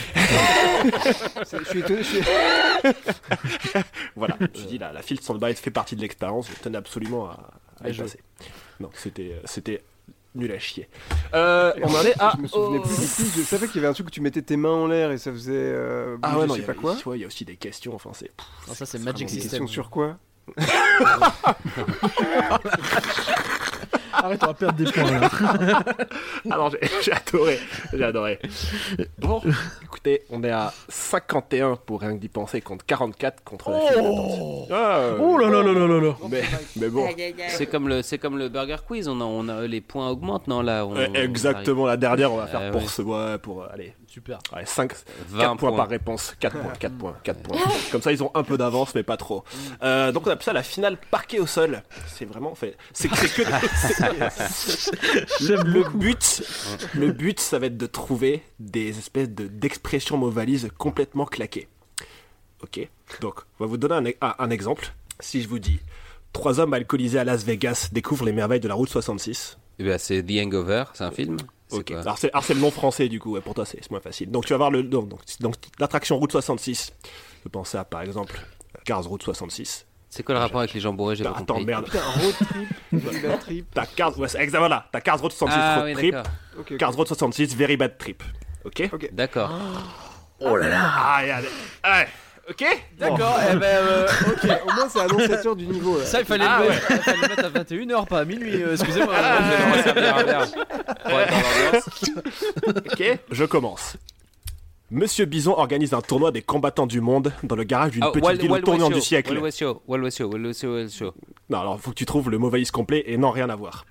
C'est- Je suis étonné. je suis- Voilà. Je dis, la, la file sans fait partie de l'expérience. Je tenais absolument à, à y Bien passer. Donc c'était, c'était nul à chier. Euh, on en est à. Je me souvenais Oh. plus du quiz. Je savais qu'il y avait un truc où tu mettais tes mains en l'air et ça faisait. Euh, Ah bouger ouais, non, je il sais y, a, pas quoi. tu vois, il y a aussi des questions. Enfin, c'est. pff, Non, ça, c'est vraiment Magic des Des System. questions sur quoi? Arrête, on va perdre des points là. Alors j'ai, j'ai adoré, j'ai adoré. Bon, écoutez, on est à cinquante et un pour rien que d'y penser contre quarante-quatre contre la file d'attente. Ah, euh, Oh là là là là là là. mais, mais bon, Aïe, aïe, aïe. C'est comme le, c'est comme le Burger Quiz. On a, on a les points augmentent, non là. On, euh, on exactement la dernière, on va faire Euh, pour ouais. ce, ouais, pour euh, allez, Super. ouais, cinq, vingt quatre points points. par réponse, quatre points, quatre points, quatre points. Comme ça, ils ont un peu d'avance, mais pas trop. Euh, donc on appelle ça la finale parquet au sol. C'est vraiment fait. C'est, c'est que c'est- J'aime le beaucoup. but. Le but, ça va être de trouver des espèces de d'expressions mots valises complètement claquées. Ok. Donc, on va vous donner un, e- un- un exemple. Si je vous dis trois hommes alcoolisés à Las Vegas découvrent les merveilles de la route soixante-six. Eh ben, c'est The Hangover, c'est un film. C'est Ok. quoi Alors c'est, alors c'est le nom français du coup. Ouais, pour toi, c'est, c'est moins facile. Donc tu vas voir le donc, donc, donc, l'attraction route soixante-six. Je pense à par exemple Cars route soixante-six. C'est quoi le rapport avec les gens bourrés? J'ai pas Attends, compris. merde. Putain, un road trip, une bad trip. T'as Cars, ouais, c'est exact, voilà. T'as Cars route soixante-six Ah road oui, trip. d'accord. Ok, ok. Cars route soixante-six very bad trip. Ok. Ok. D'accord. Oh là là. Ah, allez, allez. Ok. D'accord, eh ben, euh, Ok, au moins c'est annonciateur du niveau là. ça il fallait, Ah, le ouais. mettre, il fallait le mettre à vingt et une heures, pas à minuit, euh, excusez-moi. Ah, je vais me resservir un verre pour être dans l'ambiance. Ok, je commence. Monsieur Bison organise un tournoi des combattants du monde dans le garage d'une Ah, petite Wild- ville au Wild tournant West du Show, siècle. Wild West Show, Wild West Show, Wild West Show, Wild West Show. Non, alors faut que tu trouves le mot valise complet et non, rien à voir.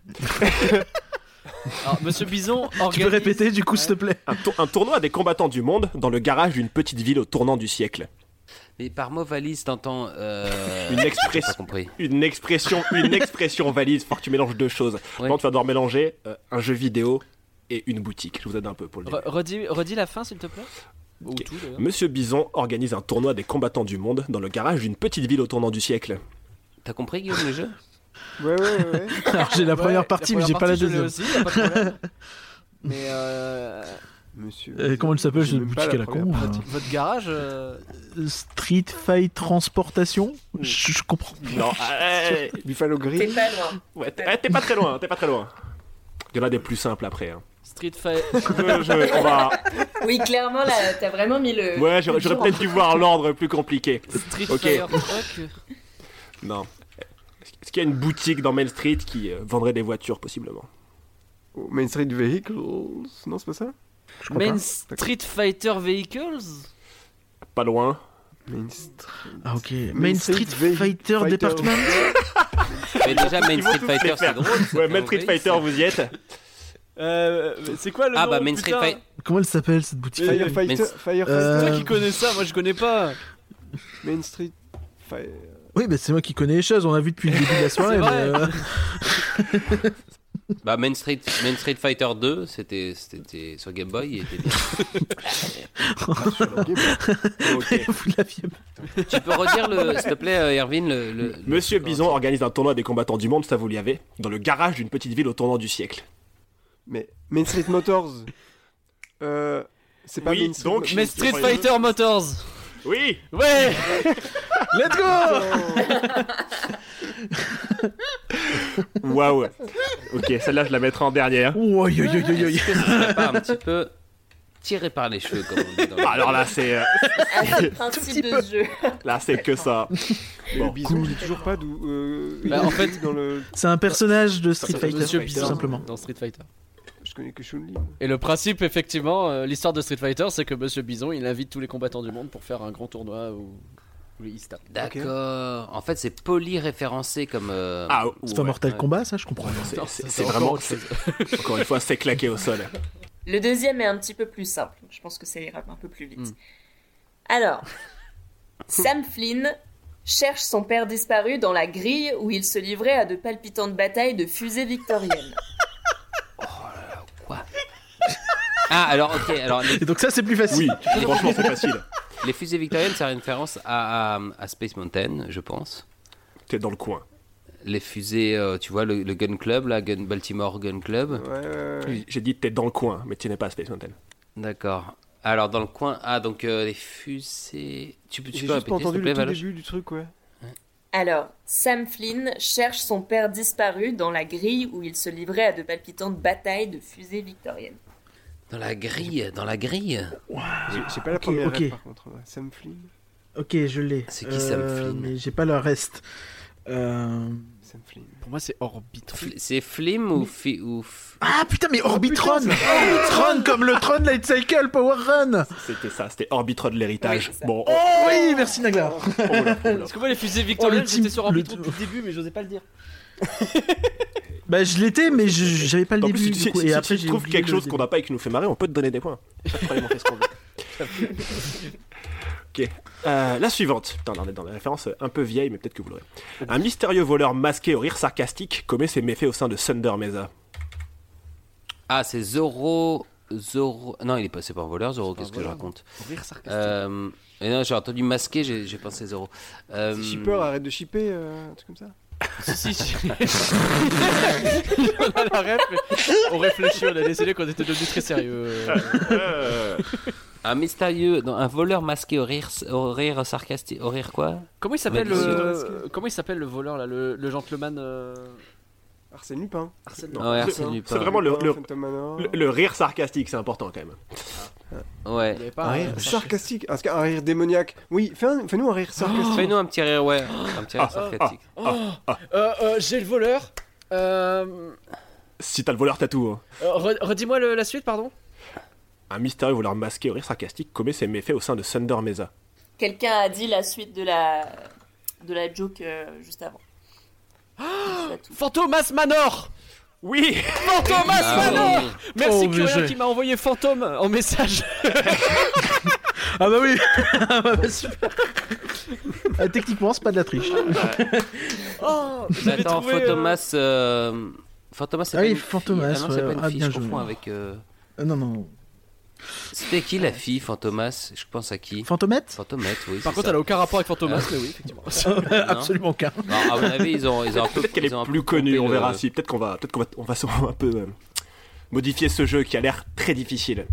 Alors, Monsieur Bison Tu peux organise... répéter du coup, s'il te plaît? Un, tour- un tournoi des combattants du monde dans le garage d'une petite ville au tournant du siècle. Mais par mot valise, t'entends. Euh... Une J'ai pas expression, compris. une expression, une expression valise. Faut que tu mélanges deux choses. Ouais. Quand tu vas devoir mélanger euh, un jeu vidéo et une boutique. Je vous aide un peu pour le dire. Re- redis, redis la fin s'il te plaît. Ou tout d'ailleurs. Monsieur Bison organise un tournoi des combattants du monde dans le garage d'une petite ville au tournant du siècle. T'as compris, Guillaume, le jeu? Ouais, ouais, ouais. ouais. Alors, j'ai la première Ouais, partie, la mais j'ai première pas la partie, je l'ai deuxième. aussi, y a pas de problème. Mais euh, Monsieur. Euh, comment elle s'appelle, J'ai cette même boutique pas à la première con, partie. euh. votre garage, euh, Street Fight Transportation. Je, je comprends. Non, euh, Buffalo T'es Grill. pas loin. ouais, t'es, eh, t'es pas très loin, t'es pas très loin. Il y en a des plus simples après. Hein. Street Fight. Je- je- on va... Oui, clairement, là, t'as vraiment mis le. Ouais, j'aurais, j'aurais peut-être dû voir l'ordre plus compliqué. Street Ok. Fire Truck. Non. Est-ce qu'il y a une boutique dans Main Street qui euh, vendrait des voitures, possiblement? Oh, Main Street Vehicles. Non, c'est pas ça? Je crois Main pas. Street Fighter Vehicles. Pas loin. Main Street. Ah ok. Main Main Street Street Ve- Fighter Fighter. Department. Mais déjà, Main Ils vont Street tous Fighter, les faire. c'est drôle. c'est Ouais, pas Main Street vrai, Fighter, c'est- vous y êtes? Euh, c'est quoi le Ah nom bah, Main Street putain Fighter. Comment elle s'appelle cette boutique? Firefighter. Main- Firefighter. Euh, C'est toi qui connais ça, moi je connais pas. Main Street. Fire. Oui, bah c'est moi qui connais les choses. On a vu depuis le début de la soirée. C'est mais, vrai. euh, Bah, Main Street, Main Street Fighter deux, c'était, c'était sur Game Boy, il était bien. Ok. vous l'aviez Tu peux redire, le, s'il te plaît, euh, Erwin, le. le- Monsieur le- Bison organise un tournoi des combattants du monde, ça vous l'y avez, dans le garage d'une petite ville au tournant du siècle. Mais Main Street Motors. Euh. C'est pas Oui, Main Street donc- Mais Street Fighter Motors. Oui. Ouais. Let's go. Waouh. Ok, celle-là, je la mettrai en dernière. Oh, aïe, aïe, aïe, aïe, aïe. Est-ce que ce serait pas un petit peu tiré par les cheveux, comme on dit dans le. Alors là, c'est, euh, Ah, c'est le principe de ce jeu. là, c'est que ça. Le Bon. bison, je dis toujours pas d'où. Euh, Bah, il en est fait- dans le. C'est un personnage de Street C'est Fighter, Monsieur tout Bison simplement. dans Street Fighter. Je connais que Chun-Li. Et le principe, effectivement, euh, l'histoire de Street Fighter, c'est que Monsieur Bison, il invite tous les combattants du monde pour faire un grand tournoi où, où ils se tapent. D'accord. En fait, c'est poly-référencé comme. euh, Ah, C'est pas ouais. Mortal ouais. Kombat, ça, je comprends. C'est, Non, c'est- ça, c'est c'est vraiment, encore autre c'est- encore une fois, c'est claqué au sol. Le deuxième est un petit peu plus simple. Je pense que ça ira un peu plus vite. Hmm. Alors, Sam Flynn cherche son père disparu dans la grille où il se livrait à de palpitantes batailles de fusées victoriennes. Quoi Ah, alors, ok. Alors, les, Et donc ça, c'est plus facile. Oui, franchement, c'est facile. les fusées victoriennes, c'est une référence à, à, à Space Mountain, je pense. T'es dans le coin. Les fusées, euh, tu vois, le, le Gun Club, la Gun, Baltimore Gun Club. Ouais, ouais, ouais. J'ai dit t'es dans le coin, mais tu n'es pas à Space Mountain. D'accord. Alors, dans le coin. Ah, donc euh, les fusées. Tu peux, tu J'ai peux juste pas répéter, s'il entendu te plaît, le tout Valoche début du truc, ouais. Alors, Sam Flynn cherche son père disparu dans la grille où il se livrait à de palpitantes batailles de fusées victoriennes. Dans la grille, dans la grille. J'ai j'ai pas la Ok, première ok. rêve, par contre. ouais. Sam Flynn. Ok, je l'ai. C'est qui, Sam Flynn Mais j'ai pas le reste. Euh... Sam Flynn. Pour moi, c'est Orbitron. Fl- C'est Flim ou fi- ou f- Ah putain, mais Orbitron Orbitron comme le Tron Light Cycle Power Run. C'était ça, c'était Orbitron de l'héritage. Oui, ça. Bon, Oh oui, merci Nagla. oh, oh là, oh là. Parce que moi, les fusées victoriennes, Oh, le team- j'étais sur Orbitron le- depuis le début, mais j'osais pas le dire. Bah je l'étais, mais je- j'avais pas le En début. plus, si, du coup, si- et si après tu j'ai trouves oublié quelque le chose début. qu'on n'a pas et qui nous fait marrer, on peut te donner des points. Pas de problème, on fait ce qu'on veut. Ok. Euh, la suivante. Putain, on est dans des références un peu vieilles, mais peut-être que vous l'aurez. Un mystérieux voleur masqué au rire sarcastique commet ses méfaits au sein de Thunder Mesa. Ah, c'est Zoro. Zoro. Non, il est pas, c'est pas un voleur, Zoro. Qu'est-ce que je voleur, raconte Rire sarcastique. euh... Et non, j'ai entendu masqué, j'ai, j'ai pensé Zoro. Euh... Si shipper arrête de shipper, euh, un truc comme ça. Si, si, si. On a la ref, mais on réfléchit, on a décidé qu'on était devenus très sérieux. Euh, Un mystérieux, non, un voleur masqué au rire, au rire sarcastique, au rire quoi? Comment il s'appelle Malicieux. le... Comment il s'appelle le voleur là, le, le gentleman euh... Arsène Lupin. Arsène Non, Ah ouais, c'est- Arsène Lupin. c'est vraiment le, le, Phantom Manor. le- le rire sarcastique, c'est important quand même. Ouais. Il y avait pas Un rire sarcastique. Un, un rire démoniaque. Oui, fais un- fais-nous un rire sarcastique. Fais-nous un petit rire, ouais. Un petit rire Ah, sarcastique. Oh, euh, euh, j'ai le voleur. Euh... Si t'as le voleur tatou. Hein. euh, re- Redis-moi le- la suite, pardon. Un mystérieux voleur masqué au rire sarcastique commet ses méfaits au sein de Thunder Mesa. Quelqu'un a dit la suite de la, de la joke euh, juste avant. C'est tout. Fantomas Manor. Oui. Fantomas Ah, Manor. oui. Merci Oh, Curien mais qui m'a envoyé fantôme en message. Ah bah oui. Ah bah super. Ah, techniquement, c'est pas de la triche. Oh, Mais j'avais attends, trouvé, euh, Fantomas. Euh... Fantomas, c'est Ah pas oui, une Fantomas, fille. Ah non, ouais, c'est pas une ah, fille, bien je joué. confonds avec. euh, Euh, non, non. C'était qui la fille, Fantomas? Je pense à qui? Fantomette. Fantomette, oui. Par c'est contre, ça. elle a aucun rapport avec Fantomas, mais oui, effectivement. Absolument aucun. Non, à mon avis, ils ont, ils ont un peu. Peut-être qu'elle ils ont un est peu plus connue, pompé on le- verra si. Peut-être qu'on va, peut-être qu'on va, on va se- un peu euh, modifier ce jeu qui a l'air très difficile.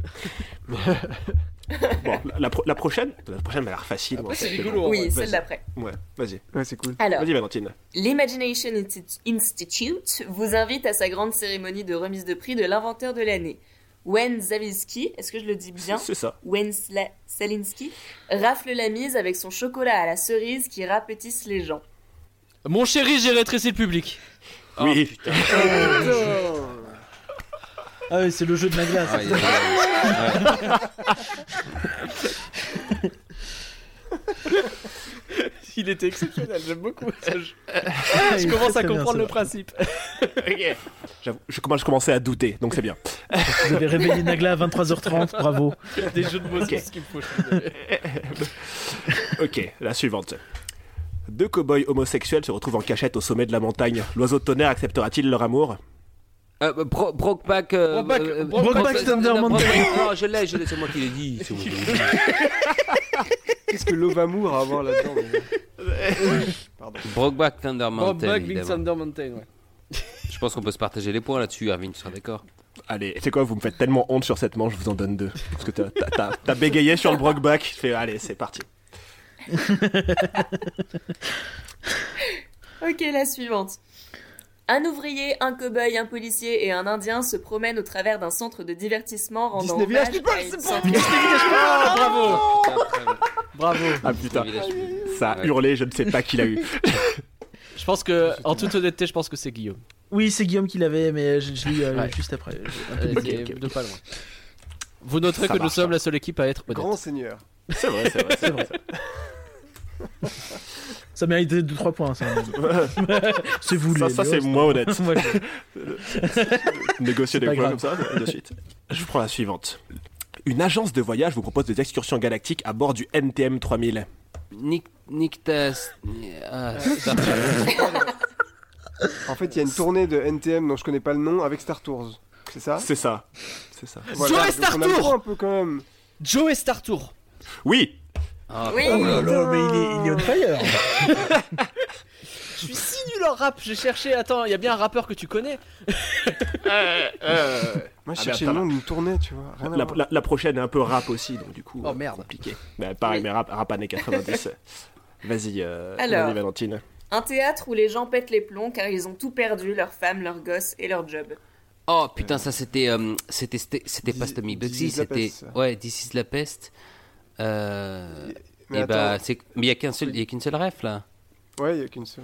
Bon, la, la pro- la prochaine, la prochaine m'a l'air facile. Après, moi, c'est fait. rigolo, Oui, vas-y. celle d'après. Ouais, vas-y. Ouais, c'est cool. Alors, Vas-y, Valentine. l'Imagination Insti- Institute vous invite à sa grande cérémonie de remise de prix de l'inventeur de l'année. Wen Zawilski, est-ce que je le dis bien? C'est ça. Wen Sla- Salinsky rafle la mise avec son chocolat à la cerise qui rapetisse les gens. Mon chéri, j'ai rétréci le public. Oui. putain. Ah oui, c'est le jeu de Nagla. ça. Ah, il y a- ouais. Il était exceptionnel, j'aime beaucoup ce jeu. Ah, Je il est commence très, à très bien, comprendre le c'est principe. Ok. J'avoue, je commence, je commençais à douter, donc c'est bien. vrai. Vous avez réveillé Nagla à vingt-trois heures trente, bravo. Des jeux de mots, c'est ce qu'il me faut. je suis désolé. Ok, la suivante. Deux cow-boys homosexuels se retrouvent en cachette au sommet de la montagne. L'oiseau de tonnerre acceptera-t-il leur amour? Euh, Bro- Brokeback. euh, Brokeback- euh, Brokeback Thunder non, Mountain. Brokeback- Non, je l'ai, je l'ai, c'est moi qui l'ai dit. C'est moi qui l'ai dit. Qu'est-ce que Love Amour a à voir là-dedans déjà Pardon. Brokeback Thunder Mountain. Brokeback Big évidemment. Thunder Mountain, ouais. Je pense qu'on peut se partager les points là-dessus, Erwin, tu seras d'accord? Allez, c'est quoi, vous me faites tellement honte sur cette manche, je vous en donne deux. Parce que t'as, t'as- t'as- t'as bégayé sur le Brokeback, je fais allez, c'est parti. Ok, la suivante. Un ouvrier, un cow-boy, un policier et un indien se promènent au travers d'un centre de divertissement rendant Disney hommage Village People, à une c'est centaine- Ah, bravo. Putain, très bien. Bravo. Ah putain, Village People. ça a Ouais. hurlé, je ne sais pas qui l'a eu. Je pense que, en toute honnêteté, je pense que c'est Guillaume. Oui, c'est Guillaume qui l'avait, mais je, je l'ai eu euh, Ouais. juste après. Euh, Ok, c'est ok. De pas loin. Vous noterez Ça que nous marche, sommes ça. la seule équipe à être honnête. Grand seigneur. C'est vrai, c'est vrai, c'est vrai. Ça méritait deux trois points, ça. C'est vous Ça, les ça les c'est hosts. moins honnête. Moi, je- Négocier C'est pas des points grave. comme ça, de suite. Je prends la suivante. Une agence de voyage vous propose des excursions galactiques à bord du N T M trois mille. Nick, Nick Tas. Ah, Star Trek. En fait, il y a une tournée de N T M dont je connais pas le nom avec Star Tours. C'est ça C'est ça. C'est ça. Joe et donc Star on a le Tour droit un peu quand même. Joe et Star Tour. Oui. Ah, Oui. Oh là là, mais il est, il est on fire. Je suis si nul en rap, j'ai cherché. Attends, il y a bien un rappeur que tu connais. Moi, je Ah, cherchais mais le attends, nom d'une tournée, tu vois. Rien à La, voir. la- la prochaine est un peu rap aussi, donc du coup. Oh, euh, merde. Compliqué. Bah, pareil, Oui. mais rap, rap années quatre-vingt-dix. Vas-y, euh, Alors. vas-y, Valentine. Un théâtre où les gens pètent les plombs car ils ont tout perdu, leurs femmes, leurs gosses et leur job. Oh putain, ça c'était. euh, c'était c'était c'était pas This- Stomach This Bugsy, is la c'était. peste. Ouais, This is la peste. Euh. Mais Et bah, attends. c'est. Mais il y a qu'un seul, il y a qu'une seule ref là. Ouais, il y a qu'une seule.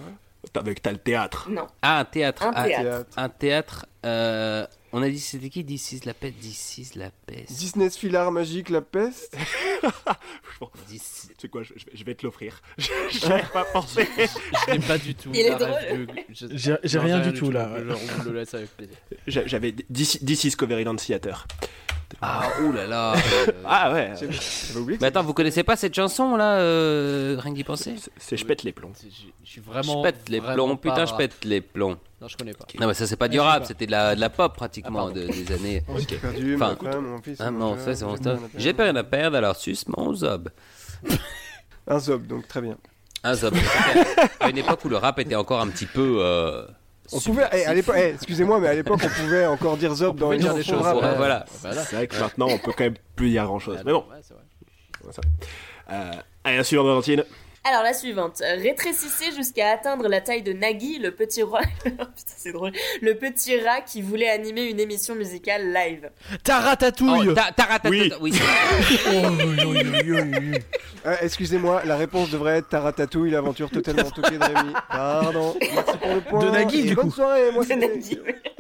T'as, avec, t'as le théâtre. Non. Ah, un théâtre. Un Ah, théâtre. un théâtre. euh, on a dit c'était qui This is la peste. This is la peste. Disney Filar Magique, la peste. This- Tu sais quoi, je, je vais- je vais te l'offrir. Je n'avais pas pensé. Je l'ai pas du tout. Il est la drôle. rêve de- je- J'ai- j'ai non, rien du tout, là. Je, je- je le laisse avec plaisir. J'a- J'avais This This is Coveryland Theater. Ah, ouh là là. euh, Ah ouais. J'avais j'avais oublié. que Mais attends, vous connaissez pas cette chanson là euh, Rien que d'y penser C'est- C'est je pète les plombs. C'est- Je je suis vraiment. Je pète les vraiment plombs, pas putain, je rap. pète les plombs. Non, je connais pas. Non, mais ça, c'est pas du Ah, je sais rap, pas. c'était de la, de la pop pratiquement Ah, de- des années. Oh, j'ai perdu Enfin, ma femme, mon fils. Ah mon non, frère, ça c'est mon j'ai stuff. rien à J'ai pas perdre. rien à perdre, alors suce mon zob. Un zob, donc très bien. Un zob. À une époque où le rap était encore un petit peu. euh, On pouvait, eh, à l'époque, eh, excusez-moi, mais à l'époque, on pouvait encore dire zob dans pouvait les dire des chansons choses, rap. ouais. hein. Voilà. Voilà. C'est vrai que maintenant, on peut quand même plus dire grand chose. Mais bon, Ouais, c'est vrai. ça. Euh, allez, la suivante, Valentine. Alors la suivante, rétrécissez jusqu'à atteindre la taille de Nagui, le petit roi. Putain, c'est drôle. Le petit rat qui voulait animer une émission musicale live. Taratatouille. Oh, ta- taratata- Oui. oui, c'est- Euh, excusez-moi, la réponse devrait être Taratatouille, l'aventure totalement toquée de Rémi. Pardon, merci pour le point. De Nagui, Et du bonne coup. soirée, moi De c'est Nagui.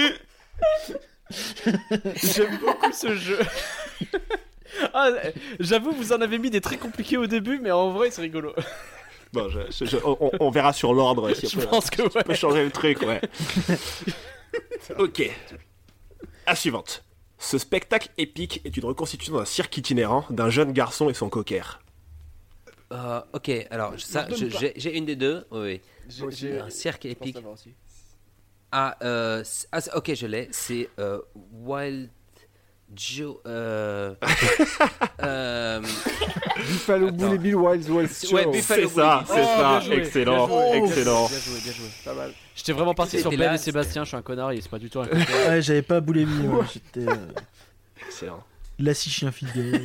J'aime beaucoup ce jeu. Ah, j'avoue, vous en avez mis des très compliqués au début, mais en vrai, c'est rigolo. Bon, je, je- je- on, on verra sur l'ordre si Je on peut, pense que on peut ouais. changer le truc, ouais. Ok. La suivante. Ce spectacle épique est une reconstitution d'un cirque itinérant d'un jeune garçon et son cocker. Euh, ok, alors ça, je- j'ai j'ai une des deux. Oui, Moi aussi. oui. Un cirque épique. Ah, euh, c'est- ah, c'est- ok, je l'ai. C'est euh, Wild Joe. Euh, euh, Buffalo Attends. Bully Bill Wild Wild Show. Ouais, Buffalo C'est ça, Bully. c'est Oh, ça. bien joué, Excellent, bien joué. excellent. Bien joué, bien joué. Pas mal. J'étais vraiment parti sur C'était Ben là, et Sébastien, je suis un connard, il c'est pas du tout un Ouais, j'avais pas boulémie, ouais, j'étais euh, Excellent. lassi chien fidèle.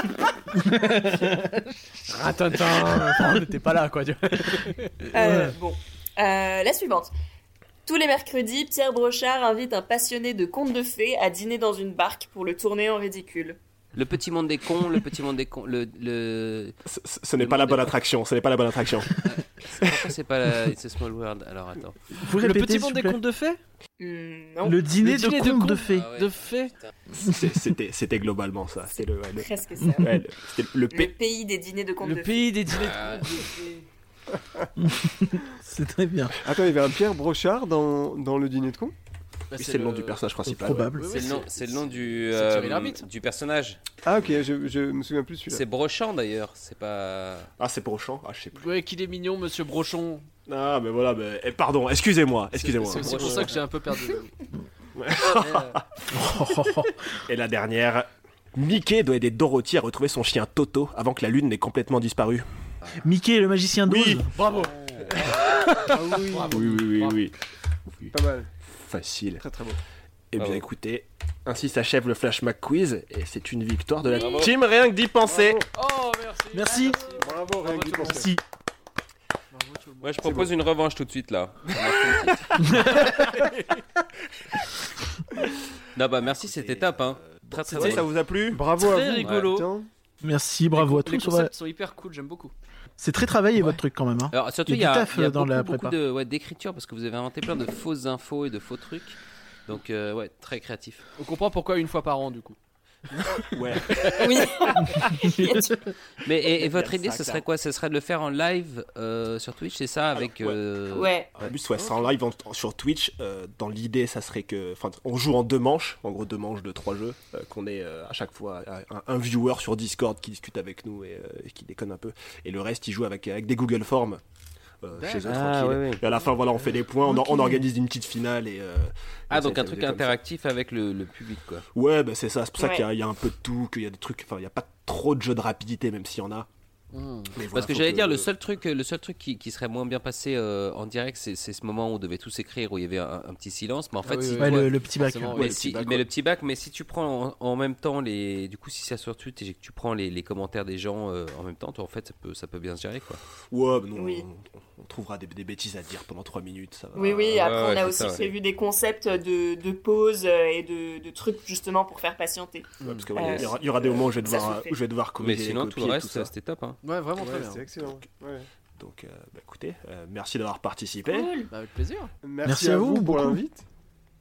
Ratintin. On n'était pas là, quoi. tu vois. Euh, bon. Euh, la suivante. Tous les mercredis, Pierre Brochard invite un passionné de contes de fées à dîner dans une barque pour le tourner en ridicule. Le petit monde des cons, le petit monde des cons, le, le... Ce, ce- ce n'est pas la bonne attraction, ce n'est pas la bonne attraction. Pourquoi c'est pas la It's a Small World? Alors attends. Vous pouvez Le répéter, petit s'il monde vous des plaît contes de fées. Hmm, non, Le dîner Le de dîner de contes de contes. fées. Ah ouais. De fées. C'est- C'était, c'était globalement ça. C'était le, ouais, le, presque ça. ouais, le- c'était le Le P. pays des dîners de contes Le de pays des dîners Ah. de contes de fées. C'est très bien. Attends, il y avait un Pierre Brochard dans, dans le dîner de con. Bah, C'est le nom du personnage principal. ouais. Probable. Oui, C'est oui, le nom, c'est- c'est le nom du, c'est euh, Thierry Lhermitte. du personnage. Ah ok, je, je me souviens plus celui-là. C'est Brochant d'ailleurs, c'est pas. Ah, c'est Brochant. Ah, je sais plus. Ouais, qu'il est mignon, monsieur Brochon. Ah, mais voilà, mais, eh, pardon, excusez-moi, excusez-moi. C'est aussi pour ça que j'ai un peu perdu. Ouais. Euh, Et la dernière. Mickey doit aider Dorothy à retrouver son chien Toto avant que la lune n'ait complètement disparu. Mickey, le magicien d'Oz. Oui. Bravo. Ah oui, oui, oui, Bravo. oui. Pas mal, Facile. très très beau. Eh bien, Bravo. écoutez, ainsi s'achève le Flash Mac Quiz et c'est une victoire de la team, rien que d'y penser. Oh, merci. Merci. Bravo, Bravo rien que d'y tout le monde. penser. Merci. Bravo, tout le monde. Moi je propose une revanche tout de suite là. Non bah merci, c'était top hein. Très très Ouais, bien. ça vous a plu? Bravo Très à vous. rigolo. Putain. Merci, bravo à Les tous. ouais. concepts sont hyper cool, j'aime beaucoup. C'est très travaillé votre truc quand même. Hein. Alors surtout Il il y y a a, du taf, il y a dans beaucoup, la beaucoup prépa. de ouais, d'écriture parce que vous avez inventé plein de fausses infos et de faux trucs. Donc euh, ouais, très créatif. On comprend pourquoi une fois par an, du coup. Ouais. Oui. Mais et, et Il y a votre ça, idée ce serait quoi? Ce serait de le faire en live euh, sur Twitch, c'est ça avec ouais. euh, Ouais. En plus, ouais, c'est en live en- sur Twitch. euh, dans l'idée, ça serait que. Enfin, on joue en deux manches, en gros deux manches de trois jeux. euh, qu'on ait euh, à chaque fois un, un viewer sur Discord qui discute avec nous et, euh, et qui déconne un peu. Et le reste, il joue avec, avec des Google Forms. euh, chez eux, Ah, tranquille. ouais, ouais. Et à la fin, voilà, on fait des points, on, Ok. on organise une petite finale et. euh, Ah et donc ça- un ça truc faisait comme ça. interactif avec le, le public quoi. Ouais, bah c'est ça. C'est pour ça Ouais. qu'il y, a- il y a un peu de tout, qu'il y a des trucs. Enfin, il n'y a pas trop de jeux de rapidité, même s'il y en a. Mais Parce voilà, que faut j'allais dire le seul truc, le seul truc qui, qui serait moins bien passé euh, en direct, c'est, c'est ce moment où on devait tous écrire, où il y avait un, un petit silence. Mais en fait, Ah oui, si oui, Ouais, toi- le, le petit bac. forcément, mais, ouais, le si, petit bac, mais ouais. le petit bac, mais si tu prends en, en même temps les, du coup si c'est sur Twitter et que tu prends les, les commentaires des gens euh, en même temps, toi, en fait ça peut, ça peut bien se gérer quoi. Ouais, mais non, Oui. on, on trouvera des, des bêtises à dire pendant trois minutes. Ça va. Oui, oui, ouais, après ouais, on a c'est aussi ça, ouais. prévu des concepts de, de pauses et de, de trucs justement pour faire patienter. Ouais, parce que ouais, Euh, il y, aura- il y aura des moments où je vais ça devoir, se fait. où je vais devoir Mais corriger, sinon tout copier, le reste ça. c'était top hein. Ouais, vraiment Ouais, très bien. c'est excellent. Ouais. Donc, euh, bah, écoutez, euh, merci d'avoir participé. Cool, bah, avec plaisir. Merci, Merci à à vous vous, pour beaucoup. l'invite.